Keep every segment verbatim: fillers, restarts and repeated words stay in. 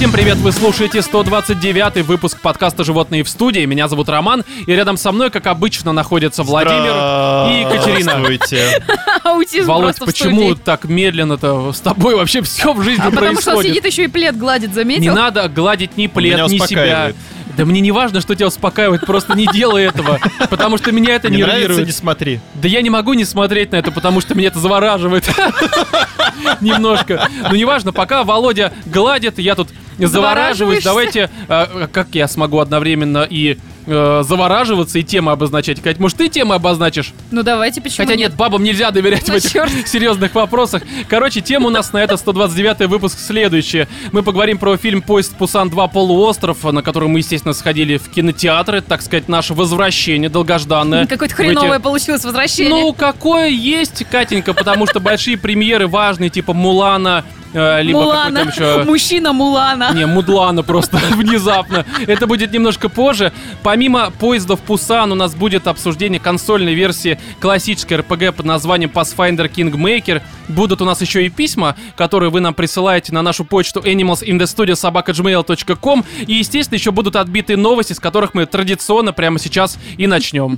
Всем привет, вы слушаете сто двадцать девятый выпуск подкаста «Животные в студии». Меня зовут Роман, и рядом со мной, как обычно, находятся Владимир и Екатерина. Здравствуйте. Аутизм. Володь, просто в почему студии. так медленно-то с тобой вообще все в жизни А происходит? потому что он сидит еще и плед гладит, заметил? Не надо гладить ни плед, меня ни себя. успокаивает. Да мне не важно, что тебя успокаивает, просто не делай этого, потому что меня это Не нравится, нервирует. не смотри. Да я не могу не смотреть на это, потому что меня это завораживает. Немножко. Но неважно, пока Володя гладит, я тут завораживаюсь. Давайте, э, как я смогу одновременно и э, завораживаться, и темы обозначать? Кать, может, ты темы обозначишь? Ну давайте, почему Хотя нет, бабам нельзя доверять Ну, в этих чёрт. серьезных вопросах. Короче, тема у нас на этот сто двадцать девятый выпуск следующая. Мы поговорим про фильм «Поезд в Пусан два. Полуостров», на который мы, естественно, сходили в кинотеатры. Так сказать, наше возвращение долгожданное. Какое-то в эти- хреновое получилось возвращение. Ну, какое есть, Катенька, потому что большие премьеры важные, типа «Мулана», э, либо Мулана. какой там еще... Мужчина Мулана. Не, Мудлана просто внезапно. Это будет немножко позже. Помимо «Поезда в Пусан» у нас будет обсуждение консольной версии классической эр пи джи под названием Pathfinder Kingmaker. Будут у нас еще и письма, которые вы нам присылаете на нашу почту animalsinthestudio собака джимейл точка ком. И, естественно, еще будут отбитые новости, с которых мы традиционно прямо сейчас и начнем.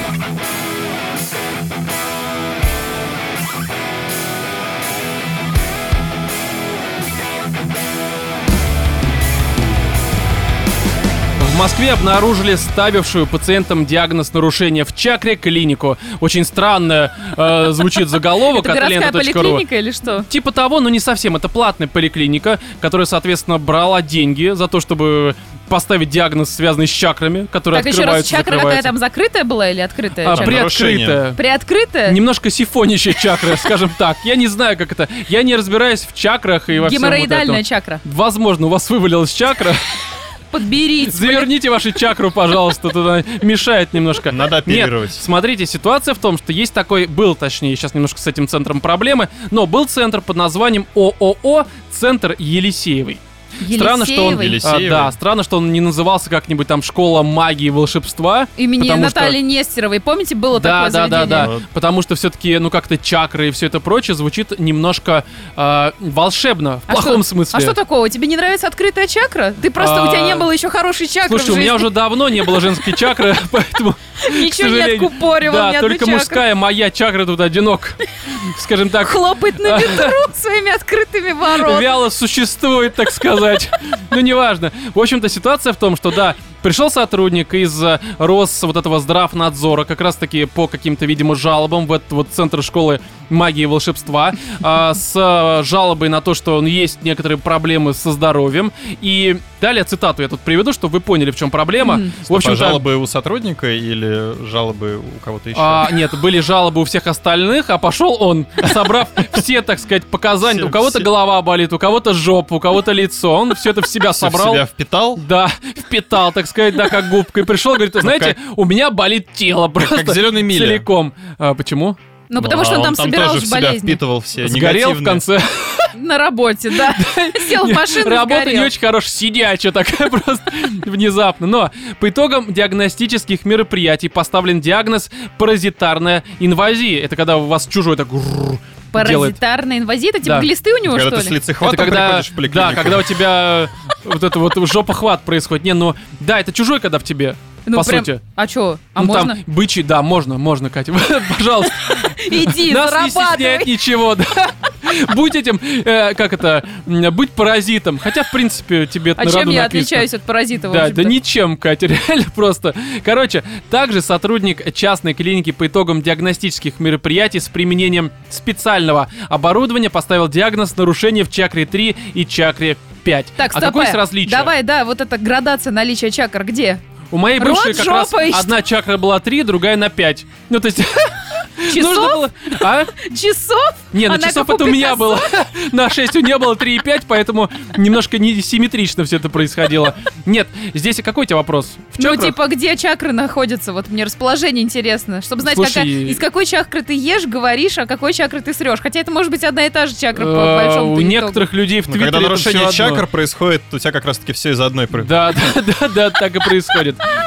В Москве обнаружили ставившую пациентам диагноз нарушения в чакре клинику. Очень странно э, звучит заголовок Это от городская лента точка ру. поликлиника или что? Типа того, но не совсем. Это платная поликлиника, которая, соответственно, брала деньги за то, чтобы поставить диагноз, связанный с чакрами, которые Так, еще раз, открываются, чакра какая закрываются. там, закрытая была или открытая А, чакра? приоткрытая. Приоткрытая? Немножко сифонищая чакра, скажем так. Я не знаю, как это. Я не разбираюсь в чакрах и во всем вот Геморроидальная этом. чакра. Возможно, у вас вывалилась чакра. Подберите. Заверните вашу чакру, пожалуйста, туда мешает немножко. Надо оперировать. Нет, смотрите, ситуация в том, что есть такой, был, точнее, сейчас немножко с этим центром проблемы, но был центр под названием ООО «Центр Елисеевой». Странно, что он, Елисеевой? Елисеевой. а, да, странно, что он не назывался как-нибудь там «Школа магии и волшебства». Имени потому что- Натальи Нестеровой. Помните, было Да, такое да, да, заведение? да. Вот. Потому что все-таки, ну, как-то чакры и все это прочее звучит немножко э, волшебно, в А плохом что- смысле. А что такого? Тебе не нравится открытая чакра? Ты просто, у тебя А, не было еще хорошей чакры Слушайте, в у меня жизни. уже давно не было женской чакры, поэтому, к Ничего нет, сожалению, купорева, да, ни одну только чакру. мужская моя чакра тут одинок, скажем так, Хлопает на ветру своими открытыми воротами. вяло существует, так сказать. Ну, неважно. В общем-то, ситуация в том, что, да, пришел сотрудник из э, Рос вот этого здравнадзора, как раз-таки по каким-то, видимо, жалобам в этот вот центр школы магии и волшебства, а, с э, жалобой на то, что он есть некоторые проблемы со здоровьем. И далее цитату я тут приведу, чтобы вы поняли, в чем проблема. Мгм. В общем-то, жалобы у сотрудника или жалобы у кого-то еще? А, нет, были жалобы у всех остальных, а пошел он, собрав все, так сказать, показания. Все- У кого-то все- голова болит, у кого-то жопа, у кого-то лицо. Он все это в себя Всё в собрал. себя впитал? Да, впитал, так сказать, да, как губка. И пришел, говорит, знаете, у меня болит тело просто как «Зелёный миля». целиком. А, почему? Ну, потому что он А там собирал тоже же в себя болезни. впитывал все Сгорел в негативные. конце. На работе, да. Сел в машину и Работа сгорел. не очень хорошая, сидячая такая просто внезапно. Но по итогам диагностических мероприятий поставлен диагноз паразитарная инвазия. Это когда у вас чужой так грррр делает. Паразитарная инвазия, это типа Да. глисты у него, Когда что ты с ли? лицехватом Это когда, приходишь в поликлинику. да, когда у тебя вот это вот жопохват происходит. Не, ну, да, это чужой, когда в тебе, Ну, по прям- сути. А чё? А Ну, можно? там бычий, да, можно, можно, Катя, пожалуйста. Иди, Нас не зарабатывай. стесняет ничего, да. Будь этим, э, как это, м, быть паразитом. Хотя, в принципе, тебе это А на чем роду я написано. отличаюсь от паразита? в Да, общем-то? да ничем, Катя, реально просто. Короче, также сотрудник частной клиники по итогам диагностических мероприятий с применением специального оборудования поставил диагноз нарушения в чакре три и чакре пять. Так, а стоп, какое э, есть различие? Давай, да, вот эта градация наличия чакр где? У моей Рот, бывшей как раз жопа и что? одна чакра была три, другая на пять. Ну, то есть... нужно Часов? было... А? Часов? Не, на Она часов как у это у меня Пикассо. было. На шесть у нее было три и пять, поэтому немножко несимметрично все это происходило. Нет, здесь какой у тебя вопрос? В Ну, чакрах? типа, где чакры находятся? Вот мне расположение интересно. Чтобы знать, Слушай, какая- из какой чакры ты ешь, говоришь, а какой чакры ты срешь. Хотя это может быть одна и та же чакра по Э, большому У некоторых людей в Ну, Твиттере когда это всё нарушение одно. чакр происходит, у тебя как раз-таки все из одной. про- Да, да, да, да, так и происходит.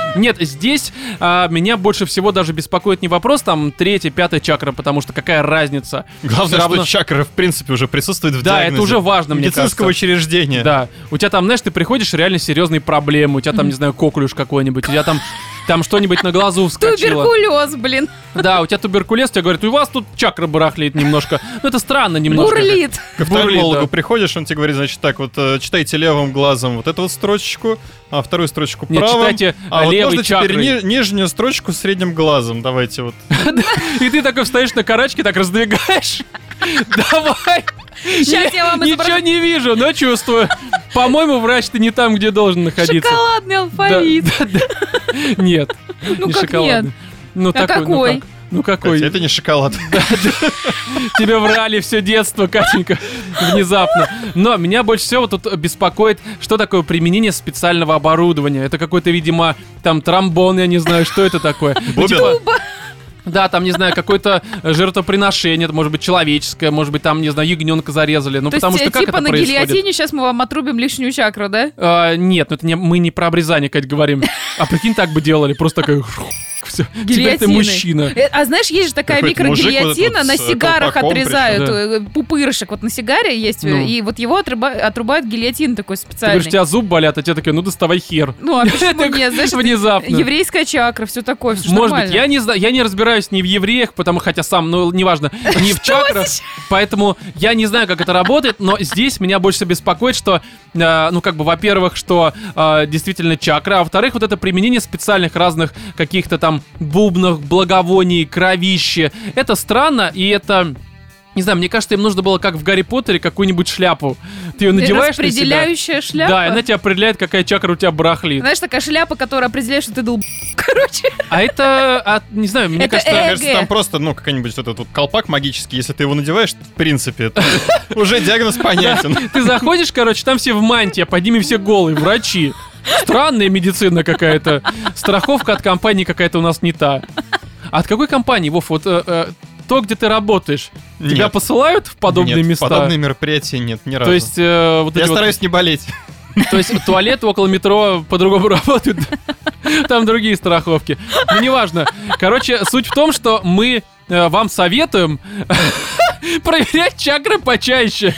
Нет, здесь а, меня больше всего даже беспокоит не вопрос там третья, пятая чакра, потому что какая разница. Главное, Всё равно- что чакра, в принципе, уже присутствует в Да, диагнозе это уже важно, мне медицинского кажется. учреждения. Да, у тебя там, знаешь, ты приходишь, реально серьезные проблемы, у тебя там, не знаю, коклюш какой-нибудь, у тебя там, там что-нибудь на глазу вскочило. Туберкулез, блин, Да, у тебя туберкулез, тебе говорят, у вас тут чакра барахлит немножко. Ну, это странно немножко. бурлит. К Бурлит, офтальмологу да. приходишь, он тебе говорит, значит, так, вот э, читайте левым глазом вот эту вот строчечку, а вторую строчку Нет, правым. читайте, а э, вот левой можно теперь чакрой. ни- нижнюю строчку средним глазом. Давайте вот. И ты такой встаешь на карачке, так раздвигаешь. Давай. Сейчас я вам Ничего изображу. не вижу, но чувствую. По-моему, врач ты не там, где должен находиться. Шоколадный алфавит. Да, да, да. Нет, Ну не как шоколадный. нет? Ну А такой, ну какой? как? Ну какой? Кстати, это не шоколад. Тебе врали все детство, Катенька, внезапно. Но меня больше всего тут беспокоит, что такое применение специального оборудования. Это какой-то, видимо, там тромбон, я не знаю, что это такое. Ну, Бубен? типа, да, там, не знаю, какое-то жертвоприношение, это может быть человеческое, может быть, там, не знаю, ягненка зарезали. Ну, То потому есть, что э, как типа это на происходит? гильотине сейчас мы вам отрубим лишнюю чакру, да? А, нет, ну это не, мы не про обрезание, Кать, говорим. А прикинь, так бы делали, просто такой... Все, теперь ты Гильотиной. мужчина. Э, А знаешь, есть же такая Какой-то мужик вот микрогильотина, этот на с сигарах колпаком отрезают, причем. э, пупырышек вот на сигаре есть, э, Ну. и вот его отруба- отрубают гильотин такой Ты говоришь, специальный. у тебя зуб болят, а тебе такой, ну доставай хер. Ну, а почему нет? Знаешь, это Внезапно. еврейская чакра, все такое, все Может быть, я не знаю, я не разбираюсь ни в евреях, потому хотя сам, ну, неважно, ни в чакрах, поэтому я не знаю, как это работает, но здесь меня больше беспокоит, что, э, ну, как бы, во-первых, что э, действительно чакра, а во-вторых, вот это применение специальных разных каких-то там бубнов, благовоний, кровищи. Это странно, и это... Не знаю, мне кажется, им нужно было, как в Гарри Поттере, какую-нибудь шляпу. Ты ее надеваешь на себя. Распределяющая шляпа. Да, и она тебя определяет, какая чакра у тебя барахлит. Знаешь, такая шляпа, которая определяет, что ты долб... Короче, А это, а, не знаю, мне Это кажется... э- Мне кажется, Эгэ. там просто, ну, какой-нибудь вот этот вот колпак магический, если ты его надеваешь, в принципе, это уже диагноз понятен. Ты заходишь, короче, там все в мантии, а под ними все голые, врачи. Странная медицина какая-то. Страховка от компании какая-то у нас не та. А от какой компании, Вов, вот э, э, то, где ты работаешь, тебя Нет. посылают в подобные Нет, места? подобные мероприятия нет, ни разу. То есть, э, вот Я эти вот- стараюсь не болеть. то есть туалеты около метро по-другому работают. Там другие страховки. Ну, неважно. Короче, суть в том, что мы э, вам советуем проверять чакры почаще.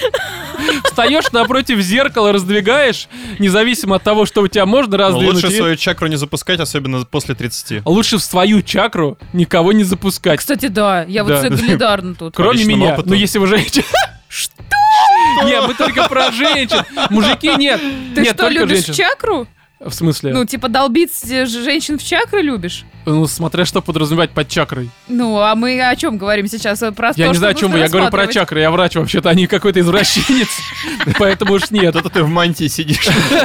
Встаешь напротив зеркала, раздвигаешь, независимо от того, что у тебя можно Но раздвинуть. лучше и- свою чакру не запускать, особенно после тридцати. Лучше в свою чакру никого не запускать. кстати, да, я вот Да. солидарна тут. Кроме личному меня. опыту. Ну, если вы женщина. Что? Нет, мы только про женщин. Мужики нет. Ты Нет, что, только любишь женщин. чакру? В смысле? Ну, типа долбить э, ж- женщин в чакры любишь? Ну, смотря что подразумевать под чакрой. Ну, а мы о чем говорим сейчас? Про Я то, не знаю, о что чем вы. нужно Я говорю про рассматривать. чакры. Я врач вообще-то, а не какой-то извращенец. Поэтому уж нет. Это ты в мантии сидишь.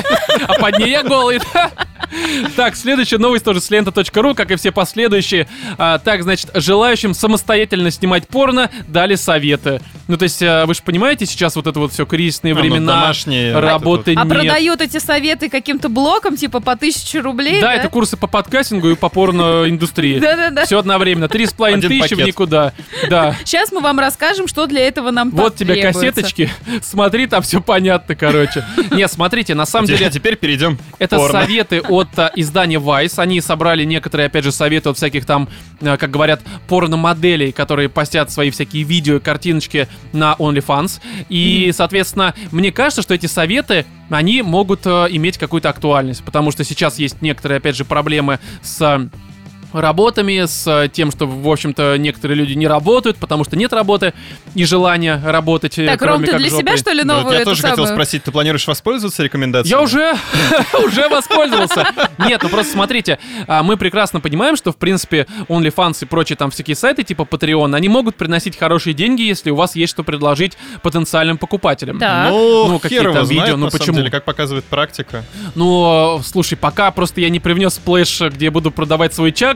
А под ней я голый. да? Так, следующая новость тоже с лента точка ру, как и все последующие. А, так, значит, желающим самостоятельно снимать порно дали советы. Ну, то есть, а, вы же понимаете, сейчас вот это вот все кризисные А, ну, времена, домашние, работы А нет. продают эти советы каким-то блоком, типа по тысяче рублей, Да, да? это курсы по подкастингу и по порноиндустрии. Да-да-да. Все одновременно. Три с половиной Один тысячи в пакет. никуда. Да. Сейчас мы вам расскажем, что для этого нам Вот тебе потребуется. кассеточки. Смотри, там все понятно, короче. Не, смотрите, на самом А деле... теперь перейдем. Это порно. советы от а, издания Vice. Они собрали некоторые, опять же, советы от всяких там, а, как говорят, порномоделей, которые постят свои всякие видео и картиночки на OnlyFans. И, соответственно, мне кажется, что эти советы, они могут а, иметь какую-то актуальность, потому что сейчас есть некоторые, опять же, проблемы с... а, работами, с э, тем, что, в общем-то, некоторые люди не работают, потому что нет работы и желания работать, э, Так, кроме Ром, ты как для жопой. себя, что ли, Да, вот новую я эту тоже хотел самую- спросить, ты планируешь воспользоваться рекомендацией? Я уже, уже воспользовался. Нет, ну просто смотрите, а, мы прекрасно понимаем, что, в принципе, OnlyFans и прочие там всякие сайты типа Patreon, они могут приносить хорошие деньги, если у вас есть что предложить потенциальным покупателям. Да. Ну, Ну, хер какие-то его видео, знает, ну на самом почему? деле, как показывает практика. Ну, слушай, пока просто я не привнес сплэш, где я буду продавать свою чакру,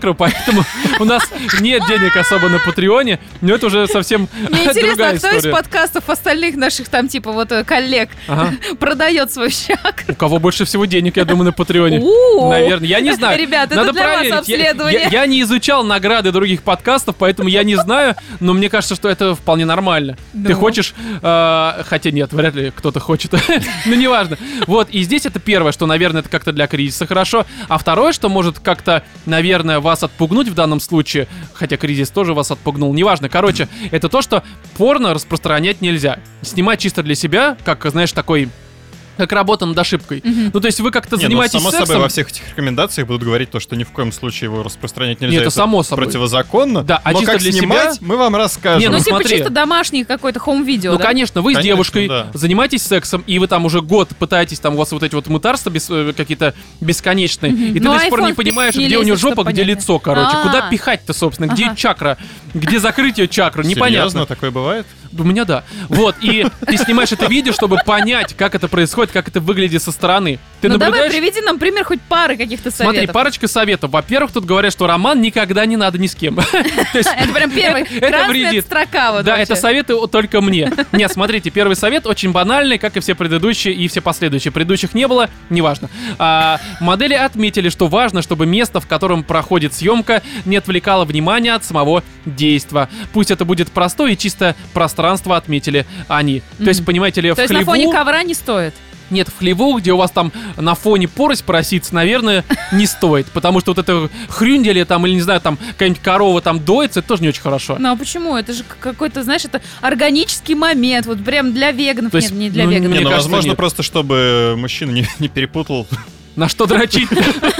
чакру, поэтому у нас нет денег особо на Патреоне, но это уже совсем Мне интересно, другая а кто из история. подкастов остальных наших там, типа, вот э, коллег Ага. продает свою чакру? У кого больше всего денег, я думаю, на Патреоне? У-у-у. Наверное, я не знаю. Ребят, это Надо для вас проверить. Я- обследование. Я, я не изучал награды других подкастов, поэтому я не знаю, но мне кажется, что это вполне нормально. Ты Ну. хочешь, э, хотя нет, вряд ли кто-то хочет, но неважно. Вот, и здесь это первое, что, наверное, это как-то для кризиса хорошо, а второе, что может как-то, наверное, вас отпугнуть в данном случае, хотя кризис тоже вас отпугнул, неважно. Короче, это то, что порно распространять нельзя. Снимать чисто для себя, как, знаешь, такой... как работа над ошибкой. Ну, то есть вы как-то Не, ну, занимаетесь само сексом... собой, во всех этих рекомендациях будут говорить то, что ни в коем случае его распространять нельзя. Нет, это само собой. Противозаконно. Да, а но чисто как для снимать, себя- мы вам расскажем. Не, Ну, ну, типа смотри. чисто домашний какой-то хоум-видео, Ну, да? конечно, вы с Конечно, девушкой да. занимаетесь сексом, и вы там уже год пытаетесь, там у вас вот эти вот мытарства бес- э, какие-то бесконечные, и ты Ну, до сих пор не айфон понимаешь, не где у нее лезет, жопа, чтоб где понять. лицо, короче. А. Куда пихать-то, собственно, где Ага. чакра, где закрыть ее чакру, непонятно. Серьезно, такое бывает? У меня да. Вот, и ты снимаешь это видео, чтобы понять, как это происходит, как это выглядит со стороны. Ты Ну, давай, наблюдаешь... приведи нам пример хоть пары каких-то советов. Смотри, парочка советов. Во-первых, тут говорят, что роман никогда не надо ни с кем. То есть Это прям первый. это Красная вредит. строка вот Да, вообще. это советы о- только мне. Нет, смотрите, первый совет очень банальный, как и все предыдущие и все последующие. Предыдущих не было, неважно. А, модели отметили, что важно, чтобы место, в котором проходит съемка, не отвлекало внимание от самого действа. Пусть это будет простое и чисто пространство, отметили они. То есть, понимаете ли, в То есть на хлеву... фоне ковра не стоит. Нет, в хлеву, где у вас там на фоне порость проситься, наверное, не стоит. Потому что вот это хрюндели там, или не знаю, там какая-нибудь корова там доится, это тоже не очень хорошо. Ну а почему? Это же какой-то, знаешь, это органический момент, вот прям для веганов. То есть, Нет, не для ну, веганов. Мне Не, ну, кажется, возможно, нет. просто чтобы мужчина не, не перепутал. На что дрочить?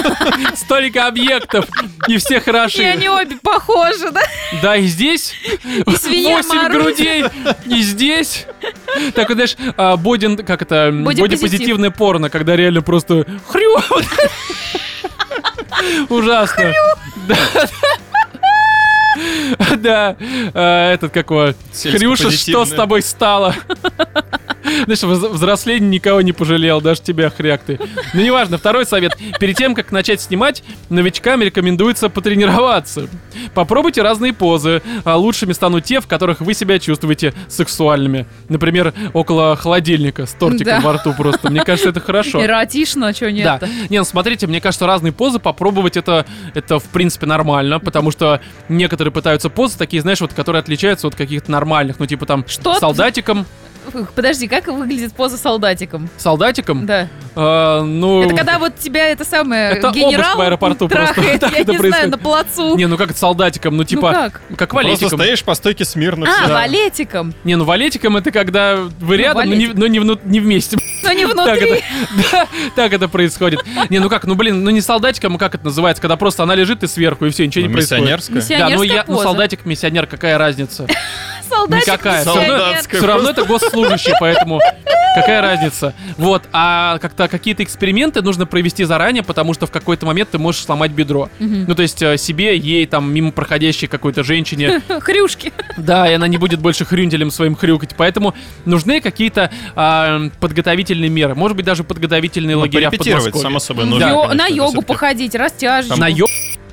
Столько объектов, и все И хороши. они обе похожи, да? Да, и здесь свинья восемь Маруся. грудей, и здесь. Так, вот, знаешь, а, бодин, как это, Бодипозитив. бодипозитивное порно, когда реально просто хрю. Ужасно. Да. Да, а, этот какой, Хрюша, что с Сельско-позитивное. тобой стало? Знаешь, воз- взросление никого не пожалел, даже тебя, хряк ты. Ну, неважно, второй совет. Перед тем, как начать снимать, новичкам рекомендуется потренироваться. Попробуйте разные позы. А лучшими станут те, в которых вы себя чувствуете сексуальными. Например, около холодильника с тортиком Да. во рту просто. Мне кажется, это хорошо. Эротично, что Да. нет-то? Не, ну смотрите, мне кажется, разные позы попробовать это, это в принципе нормально, потому что некоторые пытаются позы такие, знаешь, вот, которые отличаются от каких-то нормальных, ну типа там Что ты- солдатиком, Ух, Подожди, как выглядит поза солдатиком? солдатиком, Да. а, ну... Это когда вот тебя это самое Это обыск генерал в аэропорту просто. трахает, Так я это не происходит. знаю, на плацу. Не, ну как это солдатиком, ну типа... Ну как? Как Просто валетиком. стоишь по стойке смирно. А, всё. валетиком. Не, ну валетиком это когда вы рядом, но, не, валетик. но не, вну- не вместе. Но не Так внутри. это, да, так это происходит. Не, ну как, ну блин, ну не солдатиком, а как это называется, когда просто она лежит и сверху, и все, ничего Ну, не происходит. миссионерская. Миссия- Да, ну Пионерская я, ну поза. солдатик, миссионер, какая разница? Солдатик. Никакая. миссионер. Солдатская. Все равно это госслужащий, поэтому какая разница? Вот, а как-то какие-то эксперименты нужно провести заранее, потому что в какой-то момент ты можешь сломать бедро. Ну, то есть э, себе, ей, там, мимо проходящей какой-то женщине, Хрюшки. да, и она не будет больше хрюнделем своим хрюкать. Поэтому нужны какие-то а, подготовительные меры. Может быть, даже подготовительные Ну, лагеря в порепетировать, Подмосковье. само собой, Йо- нужно. конечно, на это йогу всё-таки. походить, растяжечку. На йогу?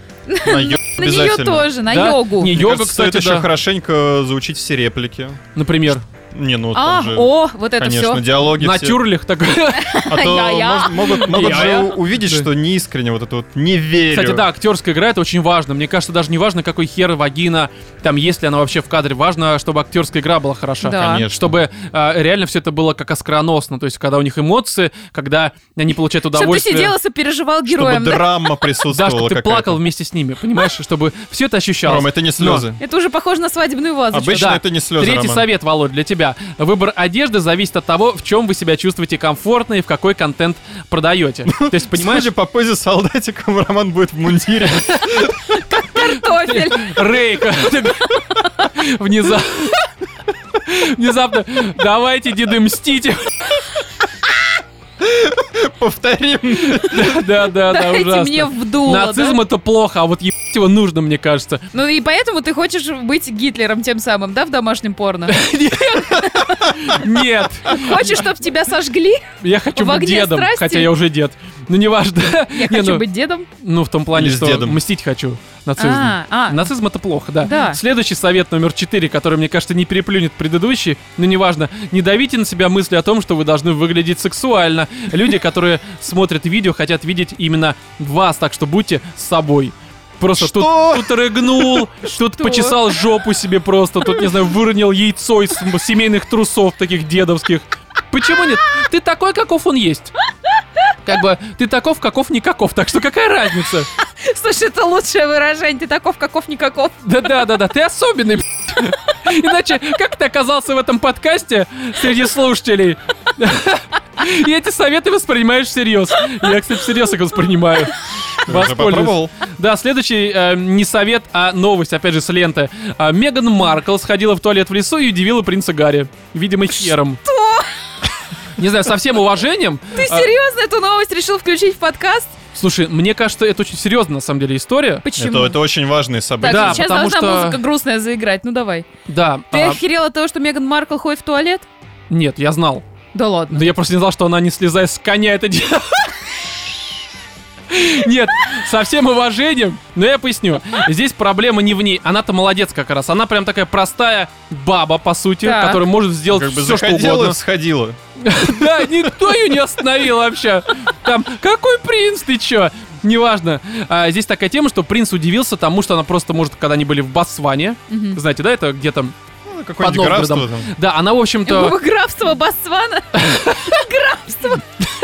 На йогу На нее обязательно. тоже, на Да? йогу. Не, Мне йога, кажется, стоит кстати, еще да. хорошенько заучить все реплики. Например, Не, ну А, там же, о, вот это конечно, все. диалоги на все. тюрлях такой. А то Я-я. мож- могут, могут же Я-я. у- увидеть, Да. что неискренне вот это вот «не верю». Кстати, да, актерская игра — это очень важно. Мне кажется, даже не важно, какой хер, вагина, там, есть ли она вообще в кадре. Важно, чтобы актерская игра была хороша. Да. Конечно. Чтобы а, реально все это было как оскароносно. То есть, когда у них эмоции, когда они получают Чтобы ты удовольствие. сидел и сопереживал Чтобы героям, да? драма Да, присутствовала чтобы ты какая-то. плакал вместе с ними, понимаешь? Чтобы все это ощущалось. Ром, это не слезы. Это уже похоже на свадебную вазочку. Обычно Да. это не слезы, Третий Роман. совет, Володь, для тебя. Выбор одежды зависит от того, в чем вы себя чувствуете комфортно и в какой контент продаете. То есть, понимаешь, Судя по позе солдатиком, Роман будет в мундире. Картофель. Рейка. Внезапно. Внезапно. Давайте, деды, мстите. Повторим. Да, да, да, Дайте ужасно. мне вдуло, Нацизм да? это плохо, а вот ебать его нужно, мне кажется. Ну и поэтому ты хочешь быть Гитлером тем самым, да, в домашнем порно? Нет, Хочешь, чтобы тебя сожгли? я хочу В быть огне дедом, страсти? хотя я уже дед. Ну, неважно. Я Не, хочу ну, быть дедом. Ну, в том плане, Или с что дедом. мстить хочу. нацизм. А, а. Нацизм — это плохо, да. Да. Следующий совет номер четыре, который, мне кажется, не переплюнет предыдущий, но неважно. Не давите на себя мысли о том, что вы должны выглядеть сексуально. Люди, которые смотрят видео, хотят видеть именно вас, так что будьте с собой. Просто тут, Что? тут рыгнул, тут почесал жопу себе просто, тут, не знаю, выронил яйцо из семейных трусов таких дедовских. Почему нет? Ты такой, каков он есть. Как бы, ты таков, каков никаков, так что какая разница? Слушай, это лучшее выражение. Ты таков, каков, никаков. Да-да-да-да, ты особенный, иначе как ты оказался в этом подкасте среди слушателей? И эти советы воспринимаешь всерьез. Я, кстати, всерьез их воспринимаю. попробовал. Да, следующий э, не совет, а новость, опять же, с ленты. А, Меган Маркл сходила в туалет в лесу и удивила принца Гарри. Видимо, хером. Что? Не знаю, со всем уважением. Ты а, серьезно эту новость решил включить в подкаст? Слушай, мне кажется, это очень серьезная, на самом деле, история. Почему? Это, это очень важные Так, события. Да, сейчас потому должна что- музыка грустная заиграть. Ну давай. Да. Ты а, охерел от того, что Меган Маркл ходит в туалет? Нет, я знал. Да ладно. Да я просто не знал, что она, не слезая с коня, это делает. Нет, со всем уважением, но я поясню. Здесь проблема не в ней. Она-то молодец как раз. Она прям такая простая баба, по сути, Так. которая может сделать Как бы все, что заходила, угодно. сходила. Да, никто ее не остановил вообще. Там, какой принц, ты чё? Неважно. А, здесь такая тема, что принц удивился тому, что она просто, может, когда они были в Ботсване, Мгм. знаете, да, это где-то Ну, под какое-нибудь графство Новгородом. там. Да, она, в общем-то, Какого графства Ботсвана? Графство.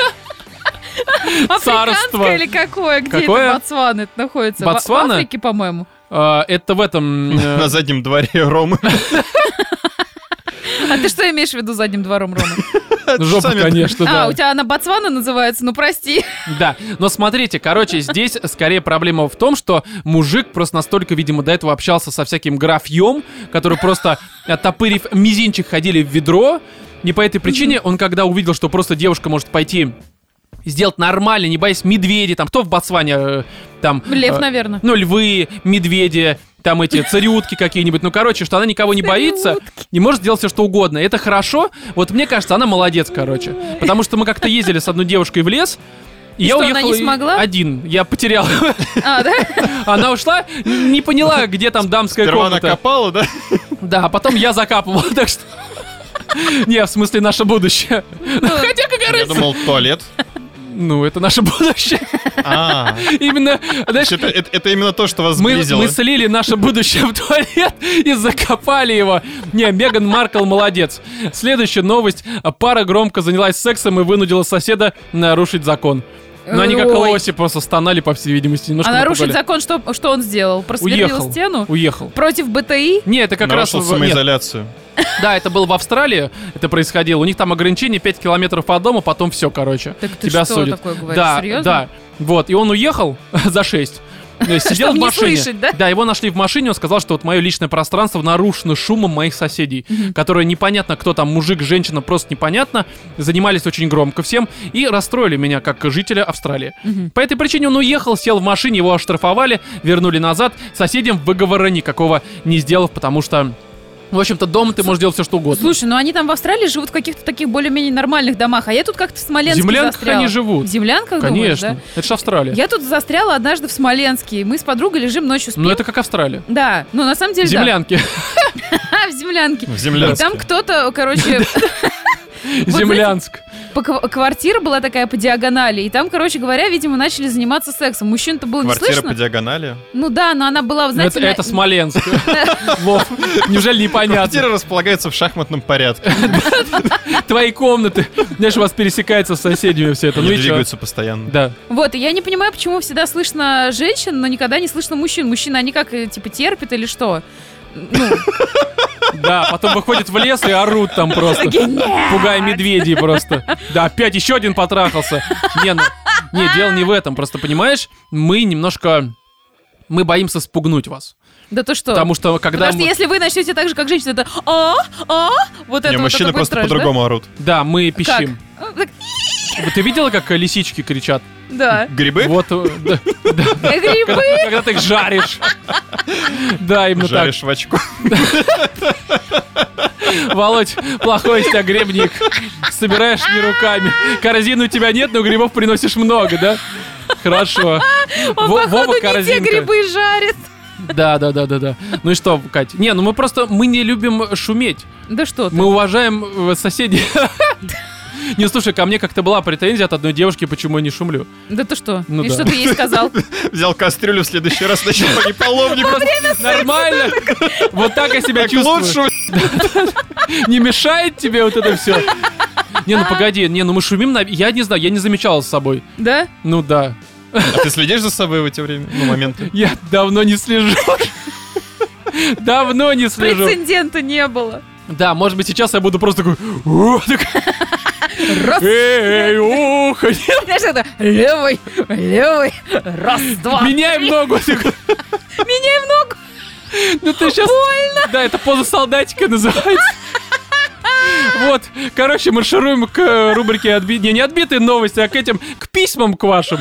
Царство. Африканское или какое? Где Какое? это Ботсвана это находится? В- Ботсвана? В Африке, по-моему. а, это в этом... э, На заднем дворе Ромы. А ты что имеешь в виду задним двором, Рома? Жопа, Сами- конечно, да. А, у тебя она Ботсвана называется? Ну, прости. Да, но смотрите, короче, здесь скорее проблема в том, что мужик просто настолько, видимо, до этого общался со всяким графьем, который просто, оттопырив мизинчик, ходили в ведро. Не по этой причине он, когда увидел, что просто девушка может пойти сделать нормально, не боясь медведей, там, кто в Ботсване, э, там... Лев, э, наверное. Ну, львы, медведи, там эти цариутки какие-нибудь. Ну, короче, что она никого не боится и может сделать все, что угодно. Это хорошо. Вот мне кажется, она молодец, короче. Потому что мы как-то ездили с одной девушкой в лес, и, И я что, она уехал не смогла? один. Я потерял. А, да? Она ушла, не поняла, где там дамская Сперва комната. накопала, да? Да, а потом я закапывал, так что... Не, в смысле, наше будущее. Хотя, какая Я разница? думал, туалет. Ну, это наше будущее. А, Именно, знаешь, это, это- это именно то, что вас Мы, сблизило. мы слили наше будущее в туалет и закопали его. Не, Меган Маркл молодец. Следующая новость. Пара громко занялась сексом и вынудила соседа нарушить закон. Но они как Ой. лоси просто стонали, по всей видимости. Немножко А нарушить напугали. закон, что, что он сделал? Просверлил Уехал. стену? Уехал. Против БТИ? Не, это как Нарушил раз... в- нет. самоизоляцию. Да, это было в Австралии, это происходило. У них там ограничение пять километров от дома, потом все, короче. Так ты Тебя что судят. такое говоришь? Да, Серьезно? да. Вот, и он уехал за шесть. Сидел Чтоб в не машине. слышать, да? Да, его нашли в машине, он сказал, что вот мое личное пространство нарушено шумом моих соседей, которые непонятно, кто там, мужик, женщина, просто непонятно, занимались очень громко всем и расстроили меня как жителя Австралии. По этой причине он уехал, сел в машине, его оштрафовали, вернули назад, соседям выговора никакого не сделав, потому что... В общем-то, дома ты можешь делать все, что угодно. Слушай, ну они там в Австралии живут в каких-то таких более-менее нормальных домах, а я тут как-то в Смоленске В землянках застряла. они живут. В землянках, Конечно, думаешь, это же Австралия. да? Я тут застряла однажды в Смоленске, и мы с подругой лежим ночью спим. Ну это как Австралия. Да, ну на самом деле Землянки. да. В землянке. В И землянске. там кто-то, короче, Землянск. по кв- квартира была такая по диагонали, и там, короче говоря, видимо, начали заниматься сексом. Мужчин-то было не Квартира слышно. по диагонали. Ну да, но она была, Ну, знаете, Это, на- это Смоленск. Вов, неужели непонятно? Квартира располагается в шахматном порядке. Твои комнаты. Знаешь, у вас пересекается с соседями все это. Ну Они и чё? двигаются постоянно. Да. Вот, и я не понимаю, почему всегда слышно женщин, но никогда не слышно мужчин. Мужчины, они как, э, типа, терпят или что? Ну, Да, потом выходят в лес и орут там просто. Пугая медведей просто. Да, опять еще один потрахался. Не, ну, не, дело не в этом. Просто, понимаешь, мы немножко... Мы боимся спугнуть вас. да то что? Потому что когда... Потому что мы- если вы начнете так же, как женщина, это а, а, вот это Не, вот мужчины это будет просто трэш, да? по-другому орут. Да, мы Как? пищим. А, так, Ты видела, как лисички кричат? Да. Грибы? Вот, э, да, Э, Грибы. когда, когда ты их жаришь. Да, именно так. Жаришь в очко. Володь, плохой из тебя грибник. Собираешь не руками. Корзины у тебя нет, но грибов приносишь много, да? Хорошо. Он, Во- походу, Вова не те корзинка. грибы жарит. Да, да, да, да, да. Ну и что, Кать? Не, ну мы просто, мы не любим шуметь. Да что ты. Мы уважаем э, соседей. Не, слушай, ко мне как-то была претензия от одной девушки, почему я не шумлю. Да ты что? Ну И да. что ты ей сказал? Взял кастрюлю в следующий раз, начал по половнику. Нормально? Вот так я себя Как чувствую. лучше. Не мешает тебе вот это все? Не, ну погоди, не, ну мы шумим, на... я не знаю, я не замечал за собой. Да? Ну да. А ты следишь за собой в эти время, ну, моменты? Я давно не слежу. Давно не слежу. Прецедента не было. Да, может быть, сейчас я буду просто такой... «О», такой, Раз. Эй, ух, Знаешь, это левый, левый, раз, два. меняем ногу. Такой, Меняем ногу. ну ты сейчас... Больно. Да, это поза солдатика называется. Вот, короче, маршируем к э, рубрике отби... не, не отбитые новости, а к этим, к письмам к вашим.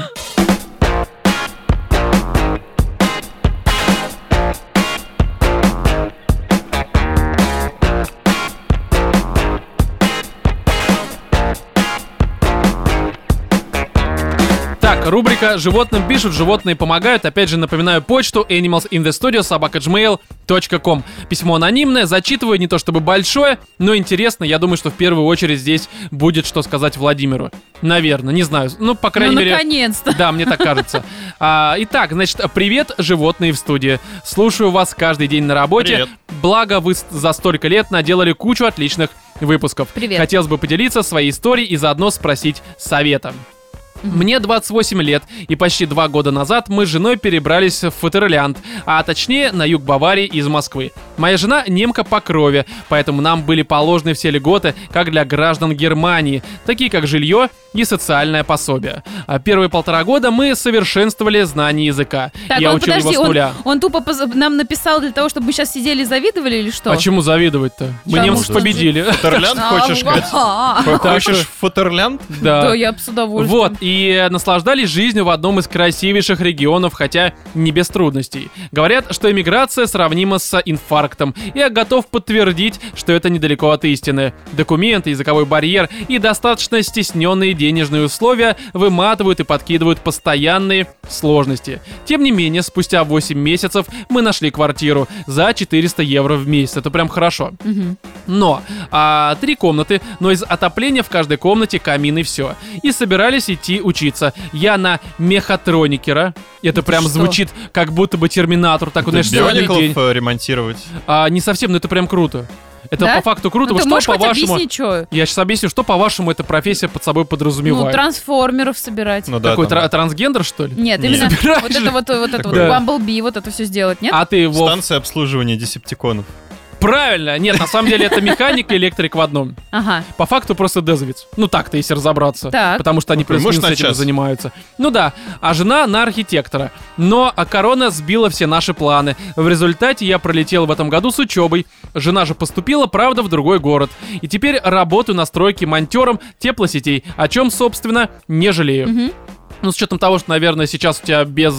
Так, рубрика «Животным пишут, животные помогают». Опять же, напоминаю почту animalsinthestudio собака джимейл точка ком. Письмо анонимное, зачитываю, не то чтобы большое, но интересно. Я думаю, что в первую очередь здесь будет что сказать Владимиру. Наверное, не знаю. Ну, по крайней Ну, мере... наконец-то. Да, мне так кажется. А, итак, значит, привет, животные в студии. Слушаю вас каждый день на работе. Привет. Благо, вы с- за столько лет наделали кучу отличных выпусков. Привет. Хотелось бы поделиться своей историей и заодно спросить совета. Мне двадцать восемь лет, и почти два года назад мы с женой перебрались в Фатерлянд, а точнее на юг Баварии из Москвы. Моя жена немка по крови, поэтому нам были положены все льготы, как для граждан Германии, такие как жилье и социальное пособие. А первые полтора года мы совершенствовали знание языка. Так, Я он, учил подожди, его с он, нуля. он тупо поз- нам написал для того, чтобы мы сейчас сидели и завидовали или что? А чему завидовать-то? Мы Потому немцев что- победили. Футерлянд хочешь, Кать? А, Хо- Так Хочешь что- Футерлянд? Да, я бы с удовольствием. Вот, и наслаждались жизнью в одном из красивейших регионов, хотя не без трудностей. Говорят, что эмиграция сравнима с инфарктом, и я готов подтвердить, что это недалеко от истины. Документы, языковой барьер и достаточно стесненные денежные условия выматывают и подкидывают постоянные сложности. Тем не менее, спустя восемь месяцев мы нашли квартиру за четыреста евро в месяц. Это прям хорошо. Мгм. Но а, три комнаты, но из отопления в каждой комнате камин и все. И собирались идти учиться. Я на мехатроникера. Это прям что? звучит как будто бы терминатор. Так, вот, знаешь, целый день. Биониклов э, ремонтировать. А, не совсем, но это прям круто. Это Да? по факту круто. Ну, Вот ты что можешь хоть по-вашему... объяснить, что? Я сейчас объясню, что по-вашему эта профессия под собой Ну, подразумевает. трансформеров собирать. Ну да, Какой там тра- трансгендер, что ли? Нет, Не именно собираешь вот же. это вот, вот это вот Такое. Бамблби, вот это все сделать, нет? А ты, Вов, станция обслуживания десептиконов. правильно. Нет, на самом деле это механик и электрик в одном. Ага. По факту просто дезовец. Ну так-то, если разобраться. Так. Потому что они Такой, плюс-минус может, на этим час? занимаются. Ну да. А жена на архитектора. Но а корона сбила все наши планы. В результате я пролетел в этом году с учебой. Жена же поступила, правда, в другой город. И теперь работаю на стройке монтером теплосетей. О чем, собственно, не жалею. Мгм. Ну, с учетом того, что, наверное, сейчас у тебя без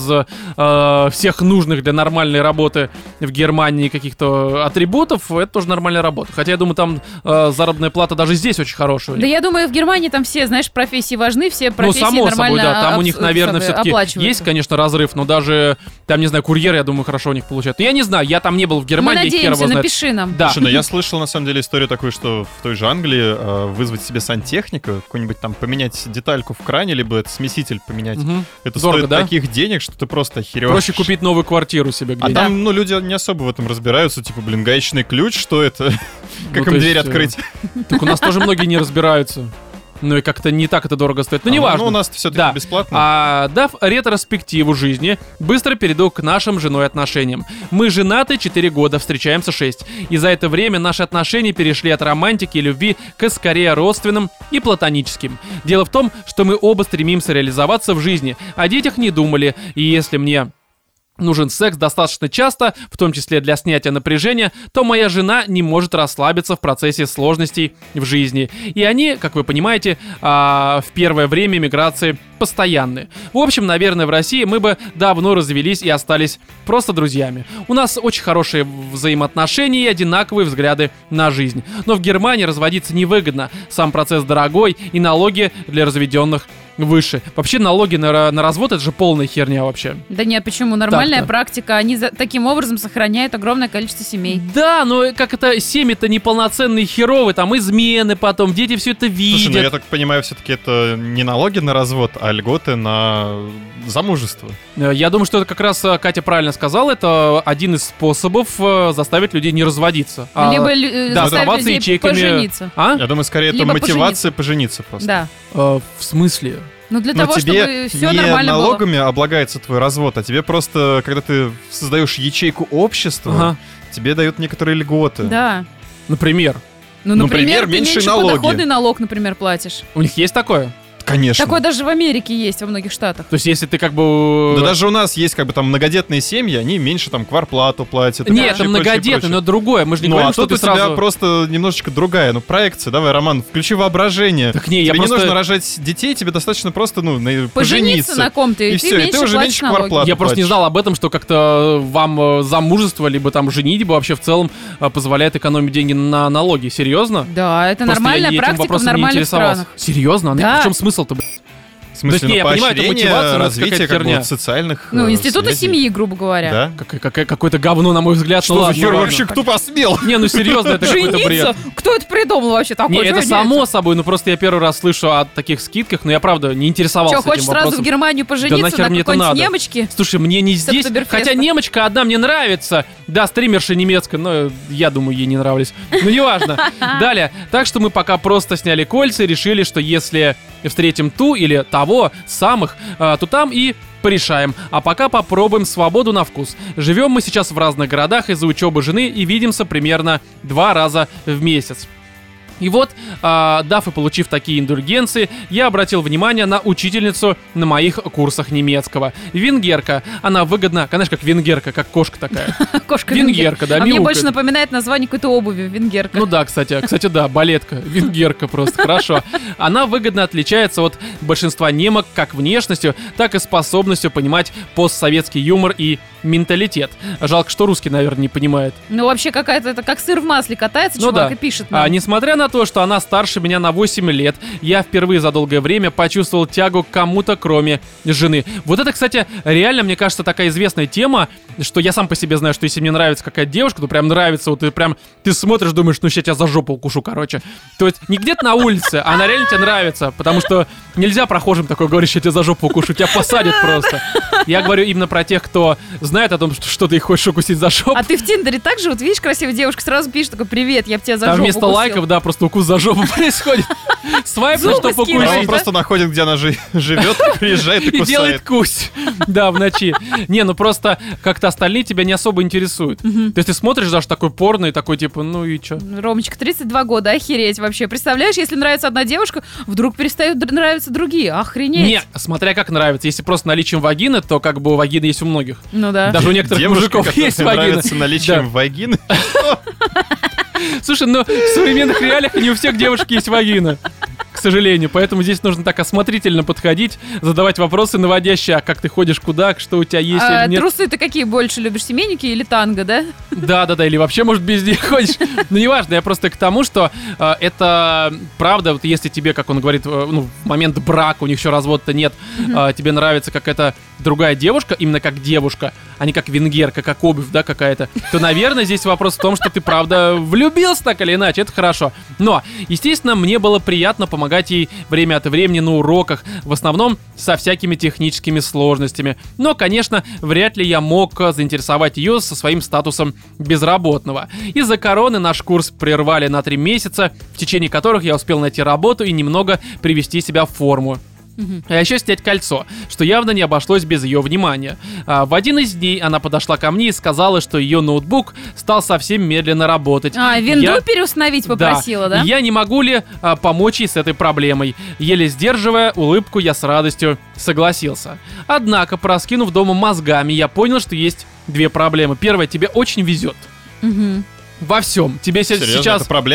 э, всех нужных для нормальной работы в Германии каких-то атрибутов, это тоже нормальная работа. Хотя, я думаю, там э, заработная плата даже здесь очень хорошая. Да я думаю, в Германии там все, знаешь, профессии важны, все Ну, профессии само собой, нормально да. Там у обс- них, наверное, самое, все-таки оплачиваются. есть, конечно, разрыв, но даже, там, не знаю, курьеры, я думаю, хорошо у них получают. Я не знаю, я там не был в Мы Германии, хер его надеемся, знает. напиши нам. Да. Слушай, ну я слышал на самом деле историю такую, что в той же Англии э, вызвать себе сантехника, какой-нибудь там поменять детальку в кране, либо это смеситель поменять. Мгм. Это Дорого, стоит да? таких денег, что ты просто охерешь. Проще купить новую квартиру себе А где-нибудь. там, ну, люди не особо в этом разбираются, типа, блин, гаечный ключ, что это? Ну, Как то им есть, дверь э, открыть? Так у нас тоже многие не разбираются. Ну и как-то не так это дорого стоит. Ну, А, неважно. Ну, у нас все-таки Да. бесплатно. А, дав ретроспективу жизни, быстро перейду к нашим с женой отношениям. Мы женаты четыре года, встречаемся шесть. И за это время наши отношения перешли от романтики и любви к скорее родственным и платоническим. Дело в том, что мы оба стремимся реализоваться в жизни, о детях не думали, и если мне нужен секс достаточно часто, в том числе для снятия напряжения, то моя жена не может расслабиться в процессе сложностей в жизни. И они, как вы понимаете, а, в первое время миграции постоянны. В общем, наверное, в России мы бы давно развелись и остались просто друзьями. У нас очень хорошие взаимоотношения и одинаковые взгляды на жизнь. Но в Германии разводиться невыгодно. Сам процесс дорогой, и налоги для разведенных выше. Вообще налоги на, на развод — это же полная херня вообще. Да нет, почему? Нормальная Так-то. практика. Они за- таким образом сохраняют огромное количество семей. Да, но как это, семьи-то неполноценные, херовые, там измены потом, дети все это видят. Слушай, ну я так понимаю, все-таки это не налоги на развод, а льготы на замужество. Э, Я думаю, что это как раз э, Катя правильно сказала, это один из способов э, заставить людей не разводиться. А, Либо лю- э, да, заставить оставаться людей ячейками. пожениться. А? Я думаю, скорее это Либо мотивация пожениться просто. Да. Э, в смысле? Ну для Но того, чтобы тебе все не нормально было. налогами облагается твой развод, а тебе просто, когда ты создаешь ячейку общества, Ага. тебе дают некоторые льготы. Да. Например, Ну, Ну, например, например, ты меньше меньше налоги. подоходный налог, например, платишь. у них есть такое? Конечно. Такое даже в Америке есть, во многих штатах. То есть если ты как бы... Да даже у нас есть как бы там многодетные семьи, они меньше там квартплату платят. и Нет, прочее, это многодетный, прочее, но другое. Мы же не Ну, говорим, а что тут ты у тебя сразу... просто немножечко другая, ну, проекция. Давай, Роман, включи воображение. Так не, тебе я не просто... нужно рожать детей, тебе достаточно просто, ну, на- Пожениться пожениться. на ком-то, и, И ты всё, и меньше ты уже платишь меньше налоги. квартплаты. Я просто не платишь. знал об этом, что как-то вам э, замужество, либо там женитьба вообще в целом э, позволяет экономить деньги на налоги. Серьезно? Да, это Просто нормальная я этим практика в вопросом не нормальных интересовался. странах. Серьезно? А Да. в чем смысл-то, блядь? В смысле, То есть, не, я ну, понимаю, это поощрение, мотивация, но это развитие какая-то как бы херня. вот социальных Ну, э, института связей. семьи, грубо говоря. Да? Какое- какое- Какое-то говно, на мой взгляд. Что ну за ладно, хер ладно. вообще, кто посмел? Не, ну серьезно, это какой-то бред. Жениться? Кто это придумал вообще такое? Не, это Жениться? само собой, ну просто я первый раз слышу о таких скидках, но я правда не интересовался Что, хочешь этим сразу вопросом. в Германию пожениться нахер на мне это какой-нибудь надо? немочке? Слушай, мне не здесь, Октоберфеста. хотя немочка одна мне нравится. Да, стримерша немецкая, но я думаю, ей не нравились. Ну, неважно. Далее. Так что мы пока просто сняли кольца и решили, что если встретим ту или того самых, э, то там и порешаем. А пока попробуем свободу на вкус. Живем мы сейчас в разных городах из-за учебы жены и видимся примерно два раза в месяц. И вот, а, дав и получив такие индульгенции, я обратил внимание на учительницу на моих курсах немецкого. Венгерка. Она выгодна, знаешь, как венгерка, как кошка такая. Кошка Венгерка, да, А мне мяукает. больше напоминает название какой-то обуви, венгерка. Ну да, кстати, кстати, да, балетка, венгерка просто, хорошо. Она выгодно отличается от большинства немок как внешностью, так и способностью понимать постсоветский юмор и менталитет. Жалко, что русский, наверное, не понимает. Ну, вообще какая-то, это как сыр в масле катается, Ну чувак, да. и пишет А, нам. несмотря на то, что она старше меня на восемь лет, я впервые за долгое время почувствовал тягу к кому-то, кроме жены. Вот это, кстати, реально, мне кажется, такая известная тема, что я сам по себе знаю, что если мне нравится какая-то девушка, то прям нравится, вот ты прям, ты смотришь, думаешь, ну сейчас я за жопу укушу, короче. То есть не где-то на улице, а она реально тебе нравится, потому что нельзя прохожим такое говорить, что я тебя за жопу укушу, тебя посадят просто. Я говорю именно про тех, кто знает о том, что, что ты их хочешь укусить за жопу. А ты в Тиндере также, вот видишь, красивая девушка, сразу пишет такой, привет, я бы тебя за Там жопу вместо укусил». лайков, да, просто укус за жопу происходит. Свайп, Зубы чтобы скидывает. А он укусить. да? просто находит, где она жи- живет, приезжает и И делает кусает. кусь. Да, в ночи. Не, ну просто как-то остальные тебя не особо интересуют. То есть ты смотришь даже такой порно и такой типа, ну и чё? Ромочка, тридцать два года, охереть вообще. Представляешь, если нравится одна девушка, вдруг перестают др- нравиться другие, охренеть. Не, смотря как нравится. Если просто наличием вагины, то как бы вагины есть у многих. Ну да. Даже у некоторых Девушка, мужиков которая есть вагины. нравится наличием вагины. Слушай, ну в современных реалиях не у всех девушек есть вагина. К сожалению, поэтому здесь нужно так осмотрительно подходить, задавать вопросы наводящие, а как ты ходишь, куда, что у тебя есть А или нет. трусы ты какие больше любишь, семейники или танго, да? Да-да-да, или вообще, может, без них ходишь. Ну, неважно, я просто к тому, что э, это правда, вот если тебе, как он говорит, э, ну, в момент брака, у них еще развода-то нет, э, тебе нравится какая-то другая девушка, именно как девушка, а не как венгерка, как обувь, да, какая-то, то, наверное, здесь вопрос в том, что ты, правда, влюбился так или иначе, это хорошо. Но, естественно, мне было приятно помогать ей время от времени на уроках, в основном со всякими техническими сложностями. Но, конечно, вряд ли я мог э, заинтересовать ее со своим статусом безработного. Из-за короны наш курс прервали на три месяца, в течение которых я успел найти работу и немного привести себя в форму. А еще снять кольцо, что явно не обошлось без ее внимания. А, в один из дней она подошла ко мне и сказала, что ее ноутбук стал совсем медленно работать. А, винду Я- переустановить попросила, да? И я не могу ли а, помочь ей с этой проблемой? Еле сдерживая улыбку, я с радостью согласился. Однако, проскинув дома мозгами, я понял, что есть две проблемы. Первая, тебе очень везет. Мгм. Во всем. Тебе се- Серьезно, сейчас... это проблема?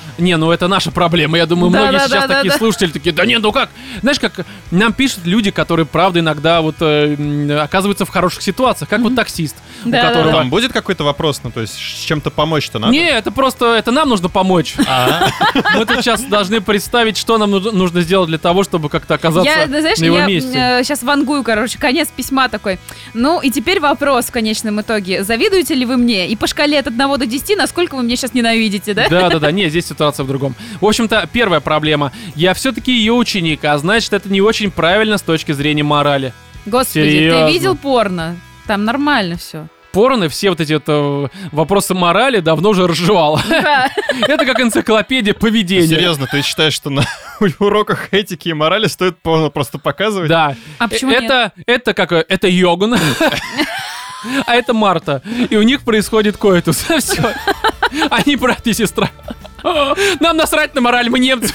Не, ну это наша проблема. Я думаю, Да, многие да, сейчас да, такие да, да. слушатели такие, да нет, ну как? Знаешь, как нам пишут люди, которые, правда, иногда вот э, м, оказываются в хороших ситуациях, как вот таксист, у Да, да, которого... Там будет какой-то вопрос, ну, то есть, с чем-то помочь-то надо? Не, это просто, это нам нужно помочь. А, Мы тут сейчас должны представить, что нам нужно- нужно сделать для того, чтобы как-то оказаться Я, ну, знаешь, на его я месте. сейчас вангую, короче, конец письма такой. Ну, и теперь вопрос в конечном итоге. Завидуете ли вы мне? И по шкале от одного до десяти, насколько вы меня сейчас ненавидите, да? Да-да-да, не, здесь ситуация в другом. В общем-то, первая проблема. Я все-таки ее ученик, а значит, это не очень правильно с точки зрения морали. Господи, Серьезно? ты видел порно? Там нормально все. Порно, все вот эти вот, э, вопросы морали давно уже разжевал. Да. Это как энциклопедия поведения. серьезно, ты считаешь, что на уроках этики и морали стоит порно просто показывать? Да. А почему это, это как, э, это Йоган, а это Марта. И у них происходит коитус. Все. Они брат и сестра. Нам насрать на мораль, мы немцы.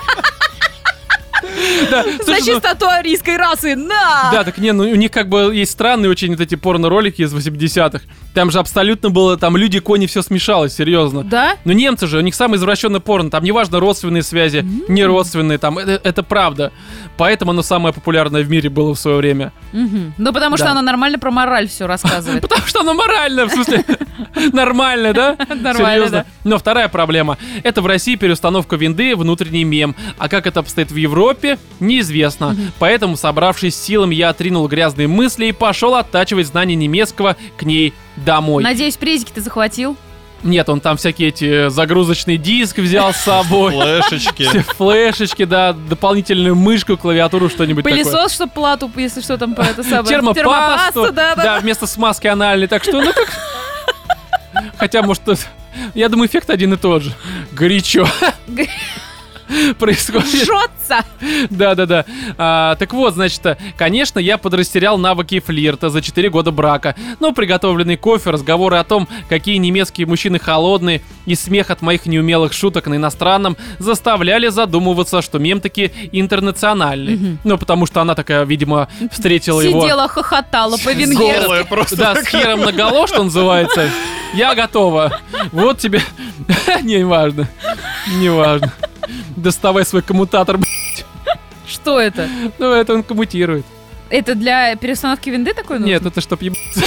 Да, За слушай, ну- чистоту арийской расы, на! Да, так не, ну у них как бы есть странные очень вот эти порно-ролики из восьмидесятых. Там же абсолютно было, там люди, кони, все смешалось, серьезно. Да? Ну немцы же, у них самое извращенное порно, там неважно родственные связи, не родственные, там, это, это правда. Поэтому оно самое популярное в мире было в свое время. Мгм. Ну, потому что Да. она нормально про мораль все рассказывает. Потому что оно морально, в смысле, нормально, да? Нормально, Серьезно. да. Но вторая проблема. Это в России переустановка винды, внутренний мем. А как это обстоит в Европе, неизвестно. Поэтому, собравшись с силами, я отринул грязные мысли и пошел оттачивать знания немецкого к ней домой. Надеюсь, презики ты захватил? Нет, он там всякие эти загрузочный диск взял с собой. Флешечки. Все флешечки, да, дополнительную мышку, клавиатуру, что-нибудь такое. Пылесос, чтобы плату, если что там по это самое. Термопасту, Термопасту, да, да. да, вместо смазки анальной, так что, ну как... Хотя, может, тут- я думаю, эффект один и тот же. Горячо Г- происходит. Жжется. Да-да-да. А, так вот, значит, э, конечно, я подрастерял навыки флирта за четыре года брака. Но приготовленный кофе, разговоры о том, какие немецкие мужчины холодные, и смех от моих неумелых шуток на иностранном заставляли задумываться, что мем таки интернациональный. Ну, потому что она такая, видимо, встретила его... Сидела, хохотала по-венгерски. Голая просто. Да, с хером наголо, что называется. Я готова. Вот тебе... Не важно. Не важно. Доставай свой коммутатор. б***ь. Что это? Ну, это он коммутирует. Это для переустановки винды такой нужен? Нет, это чтоб ебаться.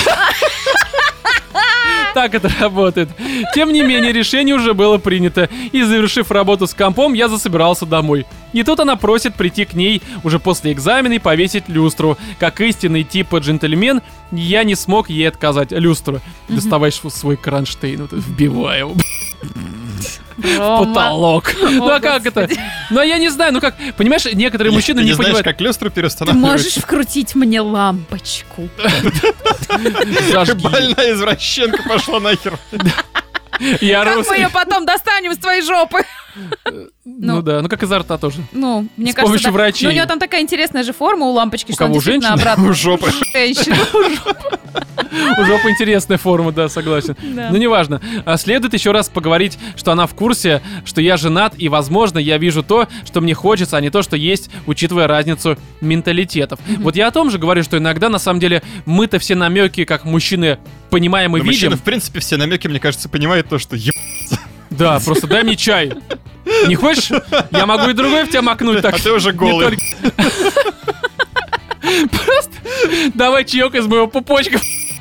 Так это работает. Тем не менее, решение уже было принято. И завершив работу с компом, я засобирался домой. И тут она просит прийти к ней уже после экзамена и повесить люстру. Как истинный типа джентльмен, я не смог ей отказать. Люстру. Доставай свой кронштейн, вот, вбивай его в Рома. потолок. Ну а как это? Господи. Ну а я не знаю, ну как, понимаешь, некоторые мужчины Ты не не знаешь, понимают. как люстру Ты переустанавливать? можешь вкрутить мне лампочку? Зажги. Больная извращенка пошла нахер. Я Как мы русский. ее потом достанем из твоей жопы? Ну Ну. да, ну как изо рта тоже. Ну, мне С кажется, помощью да. врачей. Ну, у нее там такая интересная же форма у лампочки, У что она кого, действительно женщины? обратно. У жопы. Женщина. У жопы интересная форма, да, согласен. Да. Ну, неважно. А, Следует еще раз поговорить, что она в курсе, что я женат, и, возможно, я вижу то, что мне хочется, а не то, что есть, учитывая разницу менталитетов. Вот я о том же говорю, что иногда, на самом деле, мы-то все намеки, как мужчины, понимаем и Да видим. мужчина, в принципе, все намеки, мне кажется, понимает то, что еб... Да, просто дай мне чай. Не хочешь? Я могу и другой в тебя макнуть так. А ты уже Не голый. только- Просто давай чаек из моего пупочка.